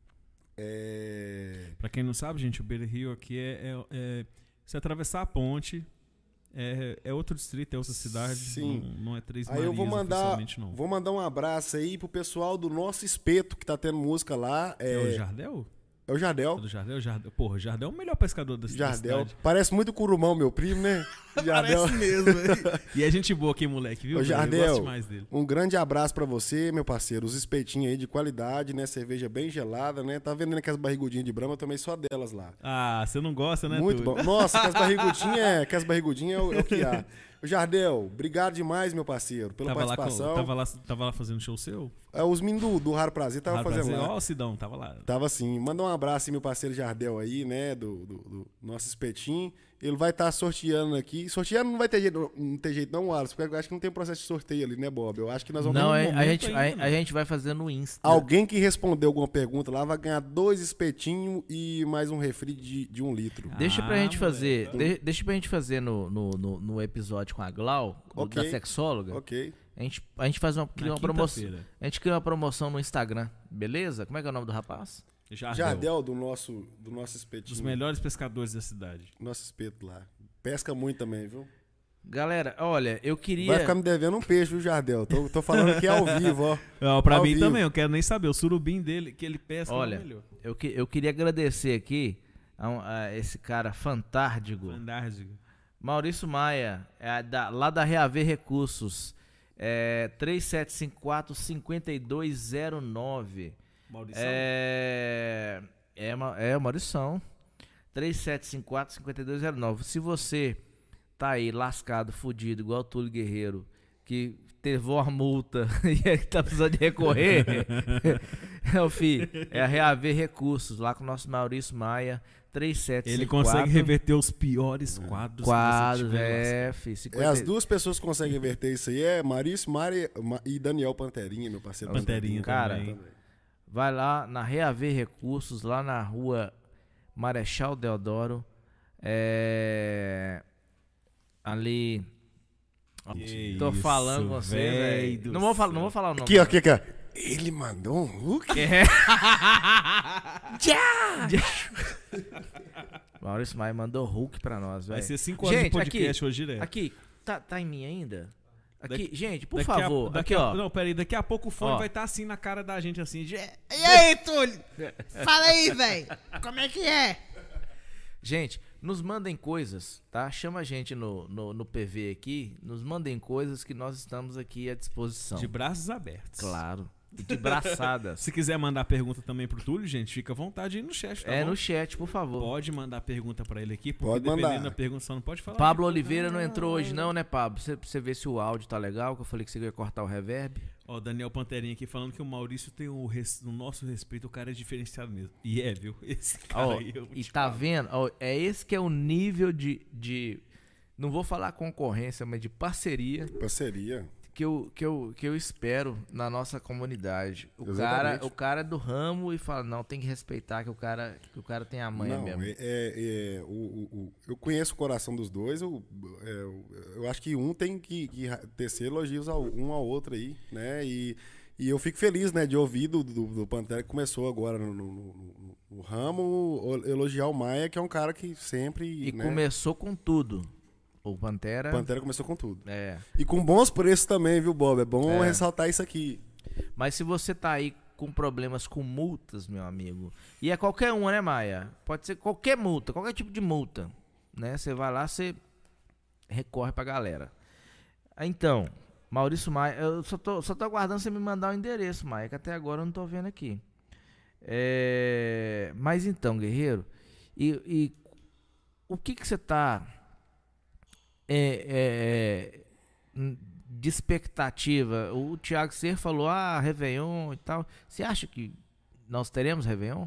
É... Pra quem não sabe, gente, o Beira Rio aqui é, é, é- você atravessar a ponte, é, é outro distrito, é outra cidade. Sim. Não, não é Três Aí eu vou Marias mandar, oficialmente, não. vou mandar um abraço aí pro pessoal do nosso espeto que tá tendo música lá. É, o É, Jardel? é o Jardel. É do Jardel? Jardel? Porra, o Jardel é o melhor pescador da, da Jardel. cidade. Parece muito o Curumão, meu primo, né? Jardel. Parece mesmo. velho. E é gente boa aqui, moleque, viu? Ô, velho? Eu Jardel, gosto demais dele. um grande abraço pra você, meu parceiro. Os espetinhos aí de qualidade, né? Cerveja bem gelada, né? Tá vendendo aquelas barrigudinhas de Brahma, eu tomei só delas lá. Ah, você não gosta, né, Muito Túlio? bom. Nossa, aquelas barrigudinhas é, aquelas barrigudinhas é, o, é o que há. Ô, Jardel, obrigado demais, meu parceiro, pela Tava lá, com- participação. tava, lá, tava lá fazendo show seu? É, os meninos do, do Raro Prazer estavam Ah, fazendo prazer. lá. Ó, o Sidão, tava lá. Tava assim. Manda um abraço aí, meu parceiro Jardel aí, né? Do, do, do nosso espetinho. Ele vai estar sorteando aqui. Sorteando não vai ter jeito, não tem jeito não, Wallace, porque eu acho que não tem processo de sorteio ali, né, Bob? Eu acho que nós vamos... Não, no é- a, momento gente, ainda, a, né? a gente vai fazer no Insta. Alguém que responder alguma pergunta lá vai ganhar dois espetinhos e mais um refri de, de um litro. Deixa pra Ah, gente fazer, moleque. de- deixa pra gente fazer no, no, no, no episódio com a Glau, o Ok. da sexóloga. Ok. A gente, a gente faz uma, cria Na uma promoção. quinta-feira. A gente cria uma promoção no Instagram, beleza? Como é que é o nome do rapaz? Jardel. Jardel do nosso, do nosso espetinho. Dos melhores pescadores da cidade. Nosso espeto lá. Pesca muito também, viu? Galera, olha, eu queria. Vai ficar me devendo um peixe, viu, Jardel? Tô, tô falando aqui ao vivo, ó. Ó, pra Ao mim vivo. também, eu quero nem saber. O surubim dele, que ele pesca, Olha, é o melhor. Eu, que, eu queria agradecer aqui a, um- a esse cara fantástico, Fandárdigo. Maurício Maia, é da- lá da Reaver Recursos, é, três sete cinco quatro, cinco dois zero nove. Maurício. É, é, Ma- é Maurição. três sete cinco quatro, cinco dois zero nove. Se você tá aí lascado, fudido, igual o Túlio Guerreiro, que teve uma multa e é que tá precisando de recorrer, é o filho, é a Reaver Recursos, lá com o nosso Maurício Maia, três sete Ele cinco quatro. consegue reverter os piores quadros. Quadros, que você tiver é, filho. É, cinquenta as duas pessoas que conseguem inverter isso aí é Marício, Mari Ma- e Daniel Panterinha, meu parceiro. Panterinha Cara, também. Vai lá na Reaver Recursos, lá na rua Marechal Deodoro. É. Ali. Que Tô isso, falando com você, véi velho. do Não vou, falar, não céu. vou falar o nome. Aqui, ó, aqui, aqui, ó. Ele mandou um hook? É. Maurício Maia mandou Hulk pra nós, velho. Vai ser cinco horas de Gente, podcast hoje direto. Aqui, tá, tá em mim ainda? Aqui, Daqui- gente, por Daqui a- favor. daqui aqui, a- ó. Não, peraí, daqui a pouco o fone Ó. vai estar assim na cara da gente, assim. de- E aí, Túlio? Fala aí, velho. Como é que é? Gente, nos mandem coisas, tá? Chama a gente no, no, no P V aqui. Nos mandem coisas que nós estamos aqui à disposição. De braços abertos. Claro. E de braçadas. Se quiser mandar pergunta também pro Túlio, gente, fica à vontade aí no chat, tá é bom? no chat, por favor. Pode mandar pergunta pra ele aqui, porque Pode dependendo mandar. da pergunta só não pode falar. Pablo Oliveira não entrou hoje não, né, Pablo? Você, você vê se o áudio tá legal, que eu falei que você ia cortar o reverb. Ó, Daniel Panterinha aqui falando que o Maurício tem o, res... o nosso respeito, o cara é diferenciado mesmo. E é, viu? Esse cara Ó, aí, eu vou e te tá falar. vendo? Ó, é esse que é o nível de, de... Não vou falar concorrência, mas de parceria Parceria. que eu, que eu, que eu espero na nossa comunidade. O cara, Exatamente. o cara é do ramo e fala, não, tem que respeitar que o cara, que o cara tem a manha Não, mesmo. é, é- é, o, o- o- eu conheço o coração dos dois. Eu, é, eu, eu acho que um tem que, que tecer elogios ao, um ao outro aí, né? E, E eu fico feliz, né, de ouvir do, do, do Pantera que começou agora no, no, no, no ramo, elogiar o Maia, que é um cara que sempre... E né, começou com tudo. O Pantera... o Pantera começou com tudo. É. E com bons preços também, viu, Bob? É bom É. ressaltar isso aqui. Mas se você tá aí com problemas com multas, meu amigo, e é qualquer uma, né, Maia? Pode ser qualquer multa, qualquer tipo de multa, né? Você vai lá, você recorre pra galera. Então, Maurício Maia, eu só tô, só tô aguardando você me mandar o endereço, Maia, que até agora eu não tô vendo aqui. É, mas então, guerreiro, e, e o que que você tá é, é, de expectativa? O Thiago Ser falou, ah, Réveillon e tal. Você acha que nós teremos Réveillon?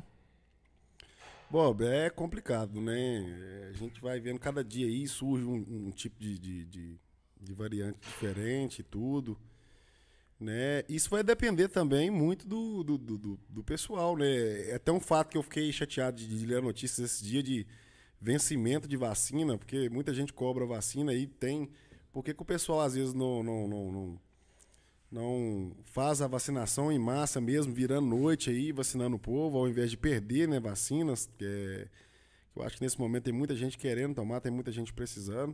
Bob, é complicado, né? A gente vai vendo cada dia aí, surge um, um tipo de, de, de, de variante diferente e tudo, né? Isso vai depender também muito do, do, do, do pessoal, né? É até um fato que eu fiquei chateado de, de ler notícias esse dia de vencimento de vacina, porque muita gente cobra vacina e tem... Por que que o pessoal às vezes não, não, não, não, não faz a vacinação em massa mesmo, virando noite aí, vacinando o povo, ao invés de perder, né, vacinas? Que é, eu acho que nesse momento tem muita gente querendo tomar, tem muita gente precisando.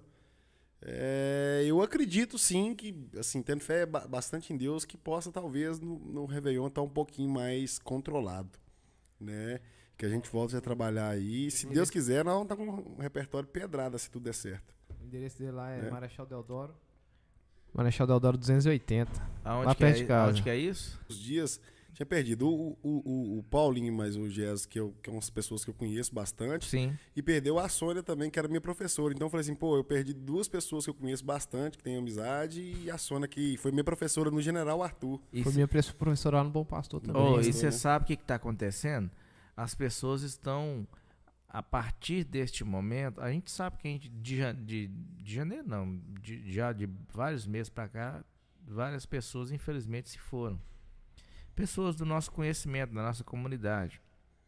É, eu acredito sim que, assim, tendo fé bastante em Deus, que possa talvez no, no Réveillon estar um pouquinho mais controlado, né? Que a gente volte a trabalhar aí. Se Deus quiser, nós vamos estar com um repertório pedrada se tudo der certo. O endereço dele lá é, É. Marechal Deodoro. Marechal Deodoro duzentos e oitenta. Aonde Lá que é, perto de casa. Aonde que é isso? Os dias, tinha perdido o, o, o, o Paulinho, mas o Gés, que, eu, que é umas pessoas que eu conheço bastante, Sim. e perdeu a Sônia também, que era minha professora. Então eu falei assim, pô, eu perdi duas pessoas que eu conheço bastante, que tenho amizade, e a Sônia, que foi minha professora no General Arthur. E Foi cê- minha pre- professora lá no Bom Pastor também. Oh, Bem, e você né? sabe o que está acontecendo? As pessoas estão, a partir deste momento, a gente sabe que a gente, de, ja- de, de janeiro não, de, já de vários meses para cá, várias pessoas infelizmente se foram. Pessoas do nosso conhecimento, da nossa comunidade.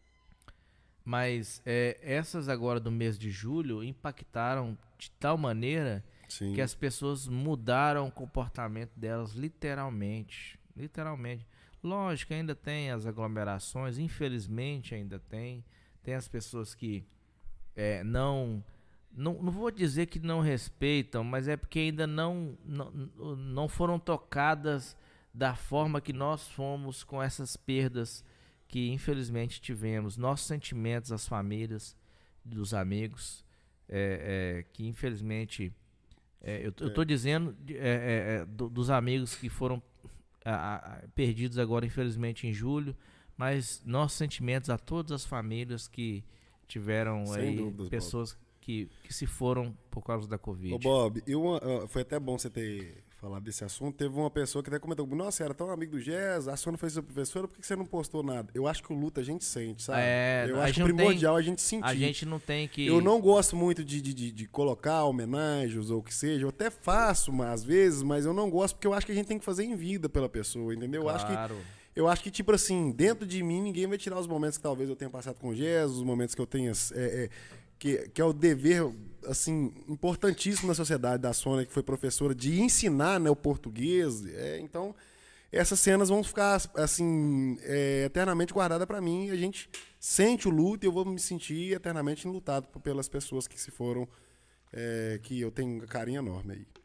Mas é, essas agora do mês de julho impactaram de tal maneira Sim. que as pessoas mudaram o comportamento delas literalmente, literalmente. Lógico, ainda tem as aglomerações, infelizmente ainda tem, tem as pessoas que é, não, não, não vou dizer que não respeitam, mas é porque ainda não, não, não foram tocadas da forma que nós fomos com essas perdas que infelizmente tivemos. Nossos sentimentos, as famílias, dos amigos, é, é, que infelizmente... É, eu, eu tô dizendo de- é, é, é, do- dos amigos que foram a- a- perdidos agora, infelizmente, em julho, mas nossos sentimentos a todas as famílias que tiveram Sem aí dúvidas, pessoas que, que se foram por causa da Covid. Ô, Bob, eu, ah, foi até bom você ter falado desse assunto. Teve uma pessoa que até comentou, nossa, era tão amigo do Gés, a Sônia foi sua professora, por que você não postou nada? Eu acho que o luto a gente sente, sabe? É, eu a acho gente não primordial a gente sentir. A gente não tem que... Eu não gosto muito de, de, de, de colocar homenagens ou o que seja. Eu até faço, mas, às vezes, mas eu não gosto porque eu acho que a gente tem que fazer em vida pela pessoa, entendeu? Eu acho que Claro. eu acho que, tipo assim, dentro de mim, ninguém vai tirar os momentos que talvez eu tenha passado com Jesus, os momentos que eu tenha. É, é, que, que é o dever, assim, importantíssimo na sociedade da Sônia, que foi professora, de ensinar, né, o português. É, então, essas cenas vão ficar, assim, é, eternamente guardadas pra mim. A gente sente o luto e eu vou me sentir eternamente enlutado p- pelas pessoas que se foram, é, que eu tenho um carinho enorme aí.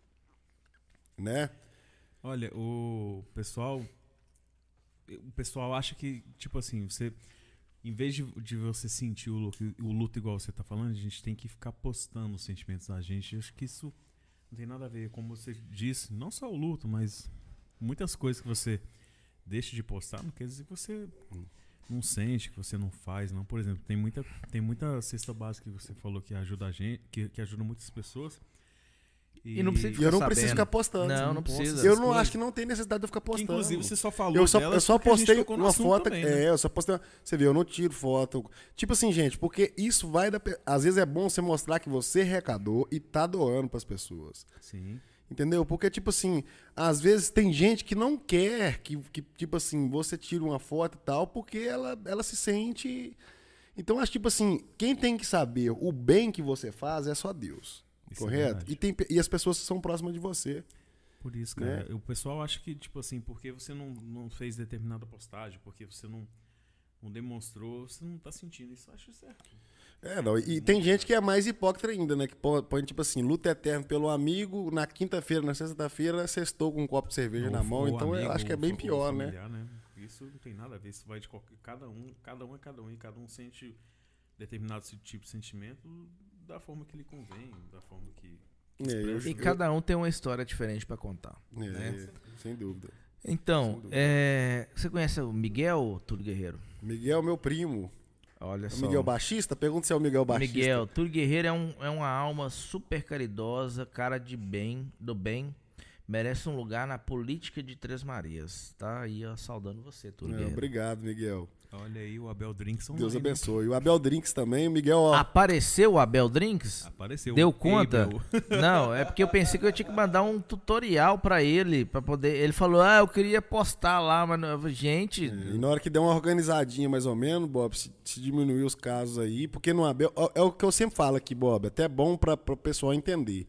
Né? Olha, o pessoal. O pessoal acha que, tipo assim, você. Em vez de, de você sentir o luto, o luto igual você tá falando, a gente tem que ficar postando os sentimentos da gente. Eu acho que isso não tem nada a ver, como você disse, não só o luto, mas muitas coisas que você deixa de postar, não quer dizer que você não sente, que você não faz, não. Por exemplo, tem muita, tem muita cesta básica que você falou que ajuda a gente, que, que ajuda muitas pessoas. E não precisa E ficar eu não sabendo. preciso ficar postando. Não, não posso. precisa. Eu Essas não coisas. acho que não tem necessidade de eu ficar Que, postando. inclusive, você só falou Eu só, delas eu só porque a gente postei tocou no uma assunto foto. também, né? É, eu só postei. Uma, você vê, eu não tiro foto. Tipo assim, gente, porque isso vai da. pe- Às vezes é bom você mostrar que você arrecadou e tá doando pras pessoas. Sim. Entendeu? Porque, tipo assim, às vezes tem gente que não quer que, que tipo assim, você tire uma foto e tal, porque ela, ela se sente. Então, acho, tipo assim, quem tem que saber o bem que você faz é só Deus. Isso é correto? verdade. e, tem, pe- e as pessoas que são próximas de você. Por isso, cara. Né? O pessoal acha que, tipo assim, porque você não, não fez determinada postagem, porque você não, não demonstrou, você não tá sentindo. Isso eu acho certo. É, não. E tem gente que é mais hipócrita ainda, né? Que põe, põe, tipo assim, luta eterna pelo amigo, na quinta-feira, na sexta-feira, sextou com um copo de cerveja Ou- na mão. ou Então eu amigo, acho que é ou bem fa- ou pior, né? familiar, né? Isso não tem nada a ver. Isso vai de qualquer. Cada um, cada um é cada um, e cada um sente determinado tipo de sentimento da forma que lhe convém, da forma que. É, eu- E cada um tem uma história diferente pra contar. É, né? sem dúvida. Então, Sem dúvida. é, você conhece o Miguel Túlio Guerreiro? Miguel, meu primo. Olha É o só. Miguel Baixista? Pergunta se é o Miguel Baixista. Miguel Túlio Guerreiro é, um, é uma alma super caridosa, cara de bem, do bem. Merece um lugar na política de Três Marias. Tá aí, ó, saudando você, Túlio É, Guerreiro. obrigado, Miguel. Olha aí, o Abel Drinks online. Deus né? abençoe. E o Abel Drinks também. O Miguel, ó. Apareceu o Abel Drinks? Apareceu. Deu o conta? Abel. Não, é porque eu pensei que eu tinha que mandar um tutorial pra ele, pra poder. Ele falou, ah, eu queria postar lá, mas não- gente, E na hora que der uma organizadinha, mais ou menos, Bob, se, se diminuir os casos aí, porque no Abel. ó, É o que eu sempre falo aqui, Bob, até é bom para o pessoal entender.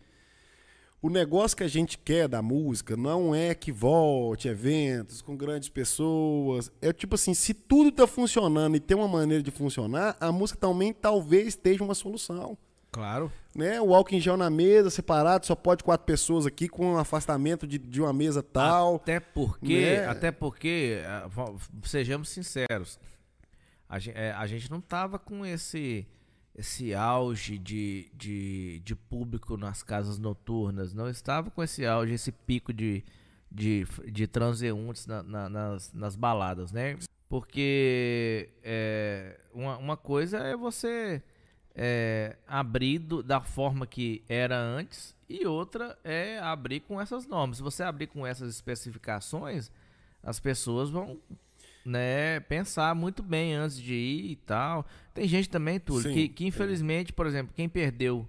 O negócio que a gente quer da música não é que volte eventos com grandes pessoas. É tipo assim, se tudo tá funcionando e tem uma maneira de funcionar, a música também talvez esteja uma solução. claro. Né? O álcool em gel na mesa, separado, só pode quatro pessoas aqui com um afastamento de, de uma mesa tal. Até porque, né? até porque, ah, va- sejamos sinceros, a gente, a gente não tava com esse esse auge de, de, de público nas casas noturnas, não estava com esse auge, esse pico de, de, de transeuntes na- na- nas, nas baladas, né? Porque é, uma, uma coisa é você é, abrir do- da forma que era antes e outra é abrir com essas normas. Se você abrir com essas especificações, as pessoas vão, né, pensar muito bem antes de ir e tal. Tem gente também, Túlio, Sim, que, que infelizmente, por exemplo, quem perdeu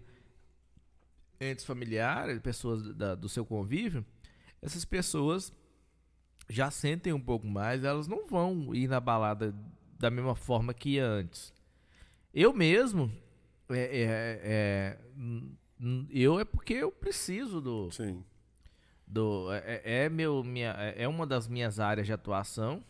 entes familiares, pessoas da- do seu convívio, essas pessoas já sentem um pouco mais, elas não vão ir na balada da mesma forma que ia antes. Eu mesmo, é, é, é, n- n- eu é porque eu preciso do, Sim. do é, é meu minha é uma das minhas áreas de atuação.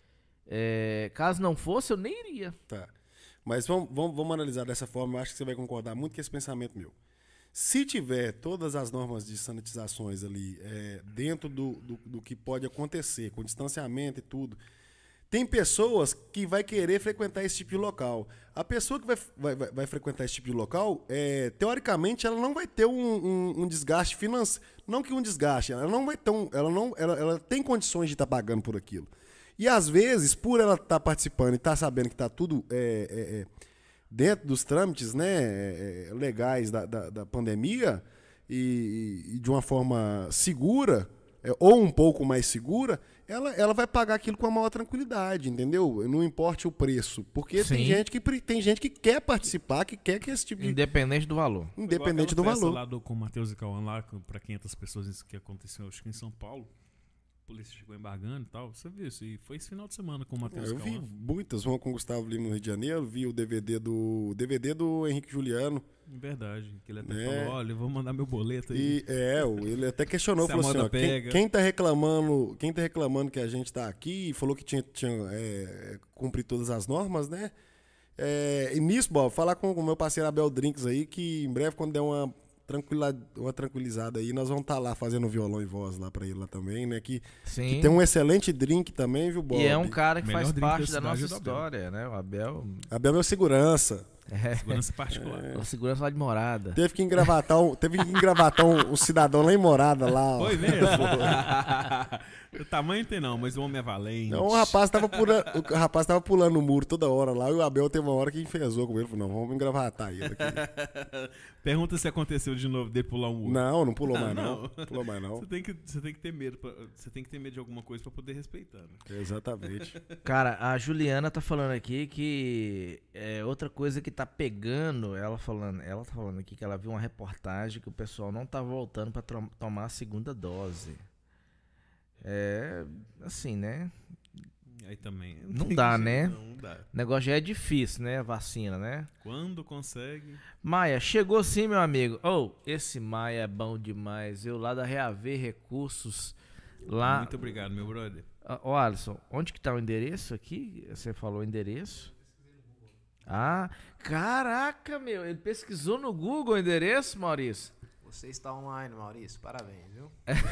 É, caso não fosse, eu nem iria. Tá. Mas vamos, vamos, vamos analisar dessa forma. Eu acho que você vai concordar muito com esse pensamento meu. Se tiver todas as normas de sanitizações ali é, dentro do, do, do que pode acontecer, com distanciamento e tudo, tem pessoas que vai querer frequentar esse tipo de local. A pessoa que vai, vai, vai, vai frequentar esse tipo de local, é, teoricamente, ela não vai ter um, um, um desgaste financeiro. Não que um desgaste, ela não vai ter um, ela não, ela, ela tem condições de estar pagando por aquilo. E às vezes, por ela estar participando e estar sabendo que está tudo é, é, é, dentro dos trâmites, né, é, é, legais da, da, da pandemia e, e de uma forma segura, é, ou um pouco mais segura, ela, ela vai pagar aquilo com a maior tranquilidade, entendeu? Não importa o preço. Porque tem Sim. gente, que, pre- tem gente que quer participar, que quer que esse tipo de. Independente do valor. Independente do Igual aquela festa valor. lá do, com o Matheus e Cauã lá, para quinhentas pessoas, isso que aconteceu, acho que em São Paulo. A polícia chegou embargando e tal. Você viu isso? E foi esse final de semana com o Matheus e Eu vi Cauã. muitas, vão com o Gustavo Lima no Rio de Janeiro, vi o D V D do. D V D do Henrique Juliano. Verdade. Que ele até Né? falou, olha, eu vou mandar meu boleto aí. E é, o- ele até questionou, Se a falou assim, moda ó, quem, pega. quem tá reclamando, quem tá reclamando que a gente tá aqui, falou que tinha, tinha é, cumprir todas as normas, né? É, e nisso, Bob, falar com o meu parceiro Abel Drinks aí, que em breve, quando der uma, tranquila, uma tranquilizada aí, nós vamos estar lá fazendo violão e voz lá pra ele lá também, né? Que, Sim. que tem um excelente drink também, viu, Bob? E é um cara que Melhor faz drink parte da da nossa cidade é do Abel. história, né? O Abel Abel é meu segurança. é Segurança particular. o segurança lá de Morada. Teve que engravatar um, teve que engravatar um, um cidadão lá em Morada lá, ó. Foi mesmo? O tamanho tem não, mas o homem é valente. Então, o rapaz tava pulando, o rapaz tava pulando o muro toda hora lá, e o Abel teve uma hora que enfesou com ele, falou, não, vamos engravatar ele aqui. Pergunta se aconteceu de novo de pular um muro. Não, não pulou mais Não, não. não. Pulou mais não. Você tem que, você tem que ter medo. pra- Você tem que ter medo de alguma coisa pra poder respeitar. Né? Exatamente. Cara, a Juliana tá falando aqui que é outra coisa que tá pegando, ela falando, ela tá falando aqui que ela viu uma reportagem que o pessoal não tá voltando pra trom- tomar a segunda dose. É, assim, né? Aí também. Não tem dá, jeito, né? Não dá. O negócio já é difícil, né? Vacina, né? Quando consegue. Maia, chegou sim, meu amigo. Oh, esse Maia é bom demais. Eu lá da Reaver Recursos. Lá. Muito obrigado, meu brother. Ô, Alisson, onde que tá o endereço aqui? Você falou o endereço? Ah, caraca, meu. Ele pesquisou no Google o endereço, Maurício? Você está online, Maurício. Parabéns, viu?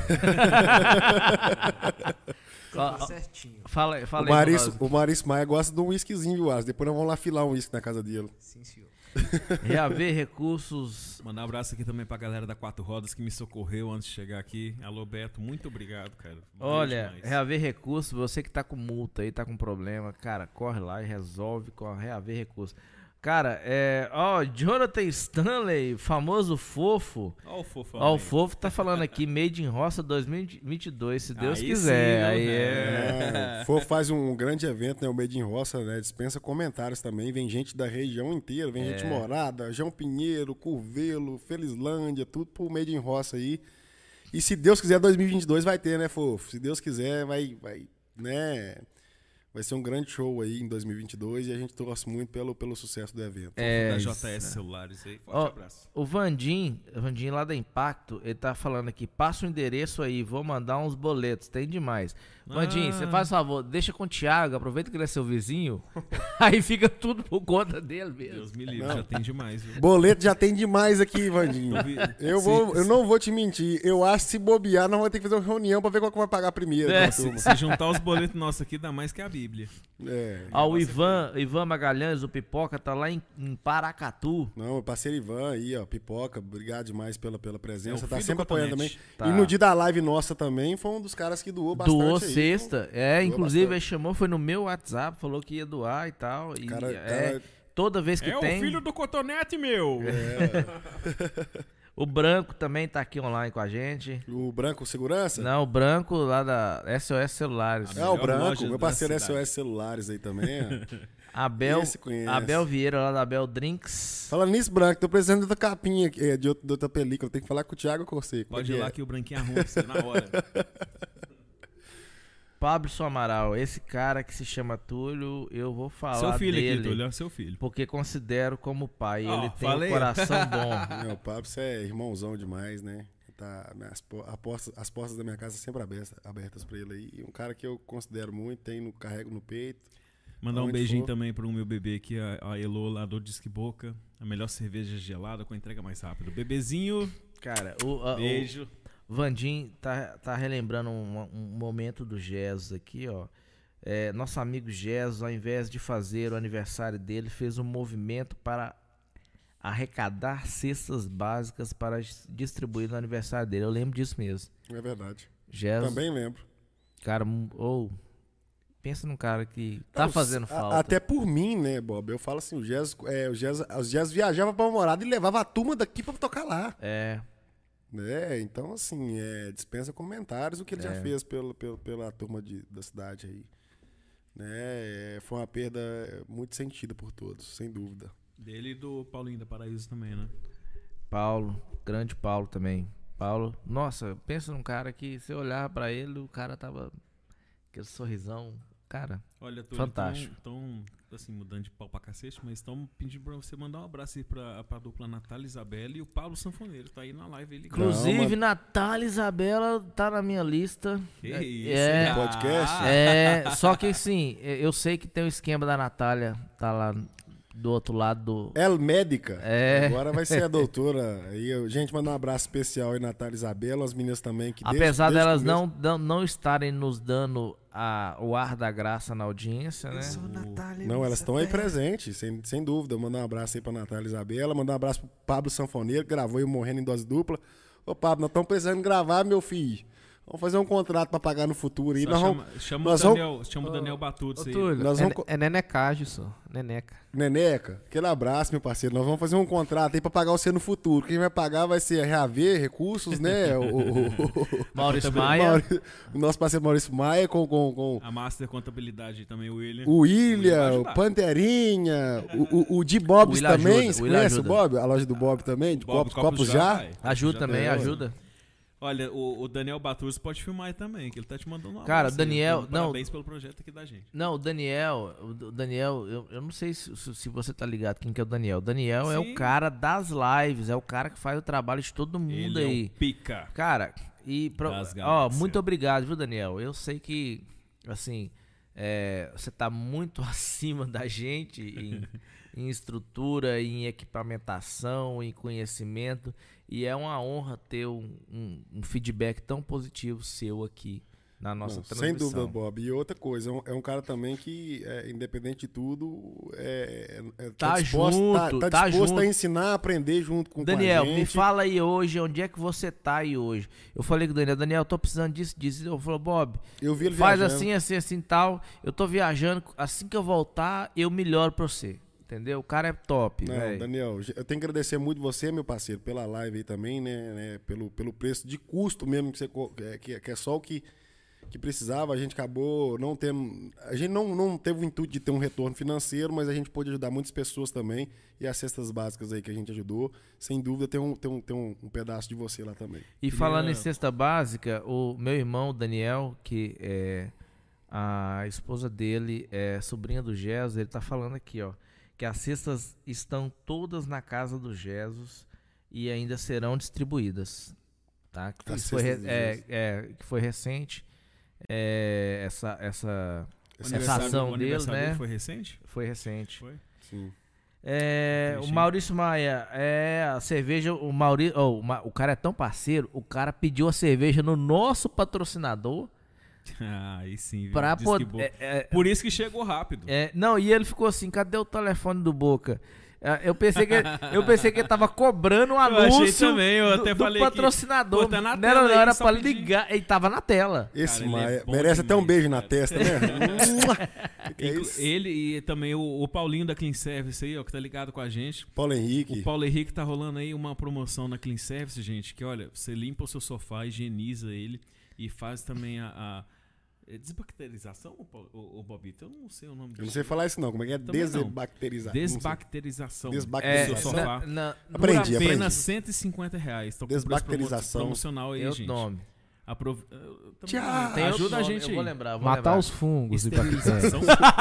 Ó, ó, certinho. Fala, fala O aí, Maurício, Ronaldo. o Maurício Maia gosta de um whiskyzinho, viu, Alisson? Depois nós vamos lá filar um whisky na casa dele. Sim, senhor. Reaver Recursos. Mandar um abraço aqui também pra galera da Quatro Rodas que me socorreu antes de chegar aqui. Alô, Beto, muito obrigado, cara. Valeu Olha, demais. Reaver Recursos, você que tá com multa aí, tá com problema, cara, corre lá e resolve com a Reaver Recursos. Cara, é. Ó, Jonathan Stanley, famoso fofo. Ó o fofo. Ó, o aí. fofo tá falando aqui, Made in Roça dois mil e vinte e dois, se Deus Aí quiser. sim, aí né? é. É, o Fofo faz um grande evento, né? O Made in Roça, né? Dispensa comentários também. Vem gente da região inteira, vem gente morada, João Pinheiro, Curvelo, Felizlândia, tudo pro Made in Roça aí. E se Deus quiser, dois mil e vinte e dois vai ter, né, Fofo? Se Deus quiser, vai, vai, né? Vai ser um grande show aí em dois mil e vinte e dois e a gente torce muito pelo, pelo sucesso do evento. É, Da isso, J S né? Celulares aí. Forte Ó, abraço. o Vandim, o Vandim lá da Impacto, ele tá falando aqui, passa o endereço aí, vou mandar uns boletos, tem demais. Vandim, Ah. você faz um favor, deixa com o Thiago, aproveita que ele é seu vizinho, aí fica tudo por conta dele mesmo. Deus me livre, Não. já tem demais, viu? Boleto já tem demais aqui, Vandinho. Eu vi- Eu, se- vou, eu não vou te mentir. Eu acho que se bobear, nós vamos ter que fazer uma reunião pra ver qual que vai pagar primeiro. É, da Se, turma. se juntar os boletos nossos aqui, dá mais que a Bíblia. É. Ó, o Ivan, Ivan Magalhães, o Pipoca, tá lá em, em Paracatu. Não, meu parceiro Ivan aí, ó, Pipoca, obrigado demais pela, pela É presença. o Tá filho sempre do apoiando também. Cotonete. Tá. E no dia da live nossa também, foi um dos caras que doou bastante. Doou aí. sexta. É, Doou inclusive bastante. ele chamou, foi no meu WhatsApp, falou que ia doar e tal. E Cara, é, cara- toda vez que É tem. o filho do Cotonete, meu! O Branco também tá aqui online com a gente. O Branco Segurança? Não, o Branco lá da S O S Celulares. A É, o melhor Branco, loja meu da parceiro cidade. S O S Celulares aí também. ó. Abel, Esse conhece. Abel Vieira lá da Abel Drinks. Falando nisso, Branco, tô precisando de outra capinha, aqui, é, de, outra, de outra película. Tem que falar com o Thiago Corseco. Pode ir lá que o Branquinho arruma pra você na hora. Pablo Amaral, esse cara que se chama Túlio, eu vou falar Seu filho dele. aqui, Túlio, é seu filho. Porque considero como pai. Ó, Ele tem falei. um coração bom. Meu, o Pablo, você é irmãozão demais, né? Tá, as, po- a porta- as portas da minha casa sempre abertas, abertas pra ele aí. E um cara que eu considero muito, tenho, carrego no peito. Mandar um Aonde beijinho for. também pro meu bebê aqui, a, a Elo lá do Disque Boca. A melhor cerveja gelada com entrega mais rápida. Bebezinho, Cara, o, a- o beijo. Vandim tá, tá relembrando um, um momento do Jesus aqui, ó. É, nosso amigo Jesus, ao invés de fazer o aniversário dele, fez um movimento para arrecadar cestas básicas para dis- distribuir no aniversário dele. Eu lembro disso mesmo. É verdade. Jesus, Também lembro. cara, um- ou pensa num cara que tá Não, fazendo a- falta. Até por mim, né, Bob? Eu falo assim, o Jazz, é, o Jazz, os Jazz viajava pra Morada e levava a turma daqui pra tocar lá. É, É, então assim, é, dispensa comentários o que ele É. já fez pelo, pelo- pela turma de- da cidade aí. Né, é, foi uma perda muito sentida por todos, sem dúvida. Dele e do Paulinho da Paraíso também, né? Paulo, grande Paulo também. Paulo, nossa, pensa num cara que se eu olhar pra ele, o cara tava aquele sorrisão, cara. Olha, Túlio, Fantástico. Estão, assim, mudando de pau pra cacete, mas estão pedindo pra você mandar um abraço aí pra, pra dupla Natália Isabela e o Paulo Sanfoneiro. Tá aí na live ele. Inclusive, mas- Natália Isabela tá na minha lista. Que é, isso, é, hein? Podcast? Ah, é, só que assim, eu sei que tem o esquema da Natália, tá lá do outro lado do. El Médica. É. Agora vai ser a doutora. Aí, eu- gente, manda um abraço especial aí, Natália Isabela, as meninas também. Que desde- Apesar desde o delas começo- não, não, não estarem nos dando a, o ar da graça na audiência, né? Não, elas estão aí presentes, sem, sem dúvida. Mandar um abraço aí pra Natália Isabela, mandar um abraço pro Pablo Sanfoneiro, que gravou aí o Morrendo em Dose Dupla. Ô, Pablo, nós estamos precisando gravar, meu filho. Vamos fazer um contrato pra pagar no futuro aí. só Nós chama, vamos... chama, nós o Daniel, chama o Daniel Batutos Ô, aí. Túlio, Nós é, vamos co- é nenecagem só. Neneca. Neneca, aquele abraço, meu parceiro. Nós vamos fazer um contrato aí pra pagar você no futuro. Quem vai pagar vai ser a Reaver, Recursos, né? O, o- o- Maurício Também- Maia. Mauri- o nosso parceiro Maurício Maia com, com, com A Master Contabilidade também, o William. o William, vai o ajudar. Panterinha, o, o, o de Bob's O William também. ajuda, Você o William conhece ajuda. o Bob? A loja do Bob também? De Bob, copos, copos já? vai. Ajuda Já também, tem. ajuda. Olha, o, o Daniel Baturz pode filmar aí também, que ele tá te mandando um Cara, abraço aí, Daniel, dando não- Parabéns pelo projeto aqui da gente. Não, o Daniel, o Daniel, eu, eu não sei se, se- se você tá ligado quem que é o Daniel. O Daniel é Sim. o cara das lives, é o cara que faz o trabalho de todo mundo Ele aí. é o pica. Cara, e pro- Das ó, galáxias. muito obrigado, viu, Daniel? Eu sei que, assim, é, você tá muito acima da gente em, em estrutura, em equipamentação, em conhecimento, e é uma honra ter um, um- um feedback tão positivo seu aqui na nossa Não, sem transmissão. dúvida, Bob. E outra coisa, é um, é um cara também que, é, independente de tudo, é, é- Tá disposto, junto, tá, tá disposto junto. a ensinar, a aprender junto com, Daniel, com a gente. me fala aí hoje, onde é que você tá aí hoje? Eu falei com o Daniel, Daniel, eu tô precisando disso, disso. Eu falei, Bob, Eu vi ele faz viajando. assim, assim, assim, tal. Eu tô viajando, assim que eu voltar, eu melhoro pra você. Entendeu? O cara é top, Não, velho. Daniel, eu tenho que agradecer muito você, meu parceiro, pela live aí também, né? né, pelo, pelo preço de custo mesmo, que, você, co- é, que, que é só o que, que precisava. A gente acabou não tendo. A gente não, não teve o intuito de ter um retorno financeiro, mas a gente pôde ajudar muitas pessoas também. E as cestas básicas aí que a gente ajudou, sem dúvida, tem um, tem um, tem um, um pedaço de você lá também. E falando em cesta básica, o meu irmão, o Daniel, que é a esposa dele, é sobrinha do Jesus, ele tá falando aqui, ó, que as cestas estão todas na casa do Jesus e ainda serão distribuídas, tá? Que As isso foi, cestas re- do é, Jesus. é, que foi recente, é, essa, essa, O essa aniversário- ação o dele, aniversário né? dele foi recente? Foi recente. Foi. Sim. É, o Entendi. Maurício Maia, é a cerveja, o Maurício, oh, o Ma- o cara é tão parceiro, o cara pediu a cerveja no nosso patrocinador Ah, aí sim, viu? pra Diz que poder. boa. É, é, Por isso que chegou rápido. é, não, e ele ficou assim, cadê o telefone do Boca? É, Eu pensei que, eu pensei que ele tava cobrando um achei anúncio também, eu do, até do falei que- patrocinador. Pô, tá na não era, tela não, aí, era só pra pedir. ligar, ele tava na tela. Esse Cara, ele é Maia bom merece até um demais, beijo na cara. testa, né? Que é Inclu- isso? Ele e também o, o Paulinho da Clean Service aí, ó, que tá ligado com a gente. Paulo Henrique. O Paulo Henrique tá rolando aí uma promoção na Clean Service, gente, que olha, você limpa o seu sofá, higieniza ele e faz também a, a- é desbacterização, o, Paulo- o, o Bobito? Eu não sei o nome Eu não disso. sei falar isso não, como é que é? Também não. Desbacterizar. não sei. Desbacterização. Desbacterização. do seu sofá. na- na- Aprendi, Por apenas aprendi. cento e cinquenta reais. Tô com preço Desbacterização. promo- promocional aí, é gente. outro nome. Aprov... eu também Tchau. não- Tem outro Ajuda a nome, gente eu aí. vou lembrar, vou Matar lembrar. os fungos e bactérias. Esterilização.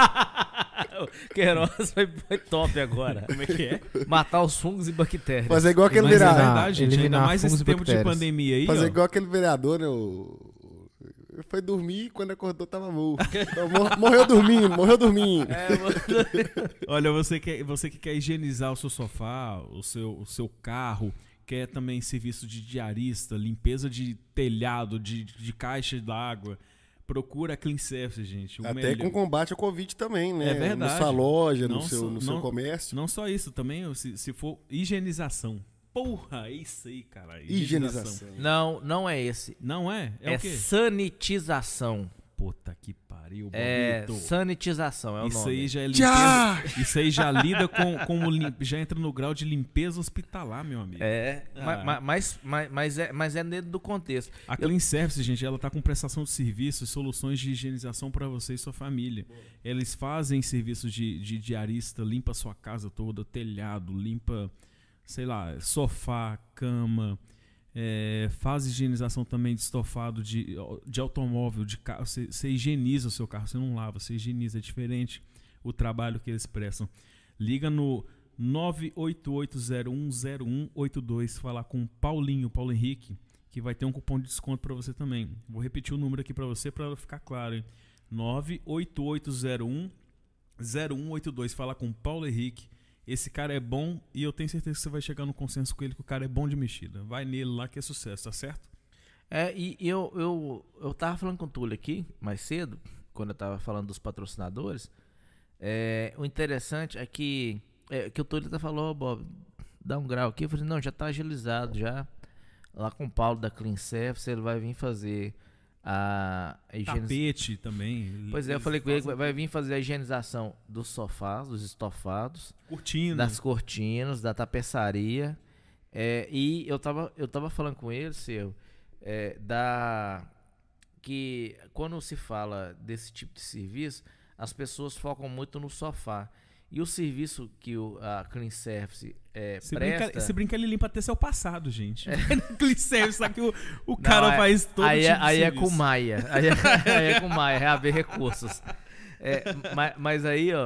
Queiroz foi, foi top agora. Como é que é? Matar os fungos e bactérias. Fazer igual aquele Mas é vereador. verdade, gente. Ainda eliminar mais fungos esse e tempo de bactérias. pandemia aí, Fazer ó. igual aquele vereador, né? O... Foi dormir e quando acordou tava morto. Então, mor- morreu dormindo, morreu dormindo. É, mano. Olha, você que, você que quer higienizar o seu sofá, o seu, o seu carro, quer também serviço de diarista, limpeza de telhado, de, de caixa d'água, procura a Clean Service, gente. O Até melhor. com combate ao Covid também, né? É verdade. Na sua loja, no Não seu, só- no seu não- comércio. Não só isso, também, se, se for higienização. Porra, é isso aí, cara. Higienização. Não, não é esse. Não é? É, É, o quê? sanitização. Puta que pariu, É bonito. sanitização, é o Isso nome. aí já é Tchá! limpeza. Isso aí já lida com, com o lim- já entra no grau de limpeza hospitalar, meu amigo. É, Ah. ma- ma- mas, mas, mas, é, mas é dentro do contexto. A Clean Service, gente, ela tá com prestação de serviços, soluções de higienização para você e sua família. Eles fazem serviços de, de diarista, limpa a sua casa toda, telhado, limpa, sei lá, sofá, cama, é, faz higienização também de estofado, de, de automóvel, de carro. Você, você higieniza o seu carro, você não lava, você higieniza. É diferente o trabalho que eles prestam. Liga no nove oito oito zero um zero um oito dois, falar com o Paulinho, Paulo Henrique, que vai ter um cupom de desconto para você também. Vou repetir o número aqui para você para ficar claro, hein? nove oito oito zero um zero um oito dois, fala com o Paulo Henrique. Esse cara é bom e eu tenho certeza que você vai chegar no consenso com ele que o cara é bom de mexida. Vai nele lá que é sucesso, tá certo? É, e eu, eu, eu tava falando com o Túlio aqui, mais cedo, quando eu tava falando dos patrocinadores. É, o interessante é que, é, que o Túlio até falou, "Ô, Bob, dá um grau aqui." Eu falei, não, já tá agilizado já. Lá com o Paulo da Clean Service, ele vai vir fazer a, a higienização. Tapete também. Pois é, eu Eles falei com ele que fazem vai vai vir fazer a higienização dos sofás, dos estofados, Cortina. das cortinas, da tapeçaria. É, e eu tava, eu tava falando com ele, seu, é, da que quando se fala desse tipo de serviço, as pessoas focam muito no sofá. E o serviço que o, a Clean Service é, Se presta... brinca, se brinca, ele limpa até seu passado, gente. Clean Service, só que o, o cara Não, faz todo aí, tipo é, de aí é serviço. com Maia. Aí é, aí é com Maia, reaver recursos. É, mas, mas aí, ó,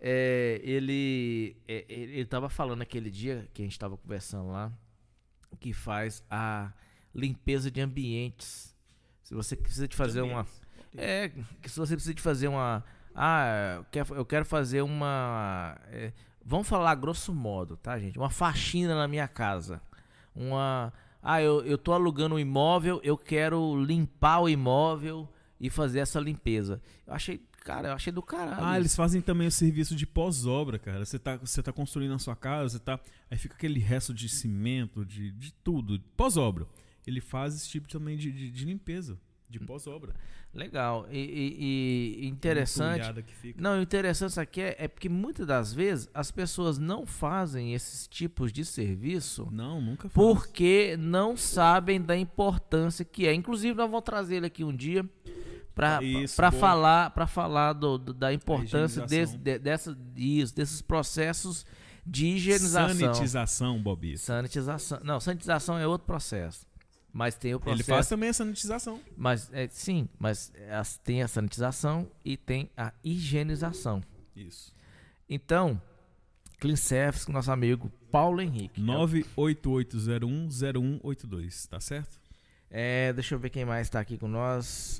é, ele, é, ele tava falando aquele dia que a gente tava conversando lá, que faz a limpeza de ambientes. Se você precisa de fazer uma... É, que se você precisa de fazer uma... Ah, eu quero, eu quero fazer uma... É, vamos falar grosso modo, tá, gente? Uma faxina na minha casa. Uma... Ah, eu, eu tô alugando um imóvel, eu quero limpar o imóvel e fazer essa limpeza. Eu achei, cara, eu achei do caralho. Ah, isso. eles fazem também o serviço de pós-obra, cara. Você tá, você tá construindo a sua casa, você tá, aí fica aquele resto de cimento, de, de tudo. Pós-obra. Ele faz esse tipo também de, de, de limpeza, de pós-obra. Legal. E, e- e interessante... Entulhada que fica. Não, o interessante isso aqui é, é porque muitas das vezes as pessoas não fazem esses tipos de serviço Não, nunca faz. porque não sabem da importância que é. Inclusive, nós vamos trazer ele aqui um dia para Isso, para boa. falar, para falar do, do- da importância higienização. desse, de- dessa, isso, desses processos de higienização. Sanitização, Bobi. Sanitização. Não, sanitização é outro processo. Mas tem o processo. Ele faz também a sanitização. Mas, é, sim, mas as- tem a sanitização e tem a higienização. Isso. Então, Clean Service com nosso amigo Paulo Henrique. nove oito oito zero um zero um oito dois, tá certo? É, deixa eu ver quem mais tá aqui com nós.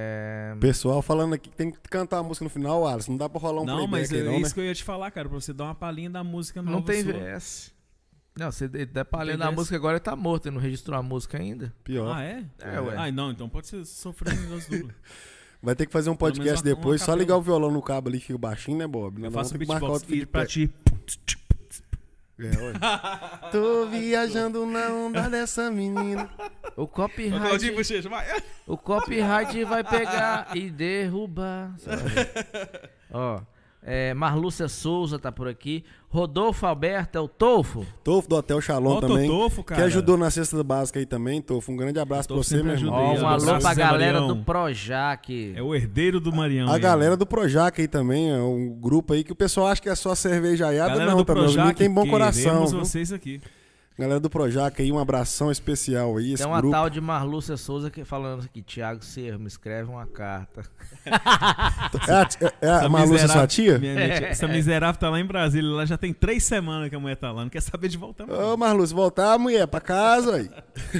É, Pessoal falando aqui que tem que cantar a música no final, Alisson. Não dá pra rolar um não, mas playback é aí, não, isso né? que eu ia te falar, cara, pra você dar uma palhinha da música nova não tem sua. verso. Não, se ele der pra ler tem na verso. música agora, ele tá morto. Ele não registrou a música ainda. Pior. Ah, é? É, ué. Ah, não, então pode ser sofrendo das duplas. Vai ter que fazer um Pelo menos podcast uma- depois, uma só capela. ligar o violão no cabo ali que fica baixinho, né, Bob? Não, Eu não, faço tem que marcar beatbox outro e pra feedback. ti. É, ué. Tô viajando na onda dessa menina. O Ô, Claudinho, copyright, bochecha, vai. o copyright vai pegar e derrubar. sabe? Ó, é, Marlúcia Souza tá por aqui. Rodolfo Alberto é o Tofo. Tofo do Hotel Shalom Ó, também. Totofo, cara. Que ajudou na cesta básica aí também, Tofo. Um grande abraço pra Tofo você, meu sempre irmão. Ó, Ajuda um aí, alô abraço, pra Zé galera Marião. do Projac. É o herdeiro do Marião. A aí, galera ó. do Projac aí também, é um grupo aí que o pessoal acha que é só cervejaiada. Galera Não, do também. Os Projac, meninos tem bom coração. queremos Viu? vocês aqui. Galera do Projac aí, um abração especial aí. Esse Tem uma grupo. tal de Marlúcia Souza que falando aqui, Thiago Serra, me escreve uma carta. É a, é a Essa Marlúcia, miserável- sua tia? minha- minha tia- Essa miserável tá lá em Brasília. Lá já tem três semanas que a mulher tá lá. Não quer saber de voltar, não. Ô, Marlúcia, voltar, mulher, pra casa aí.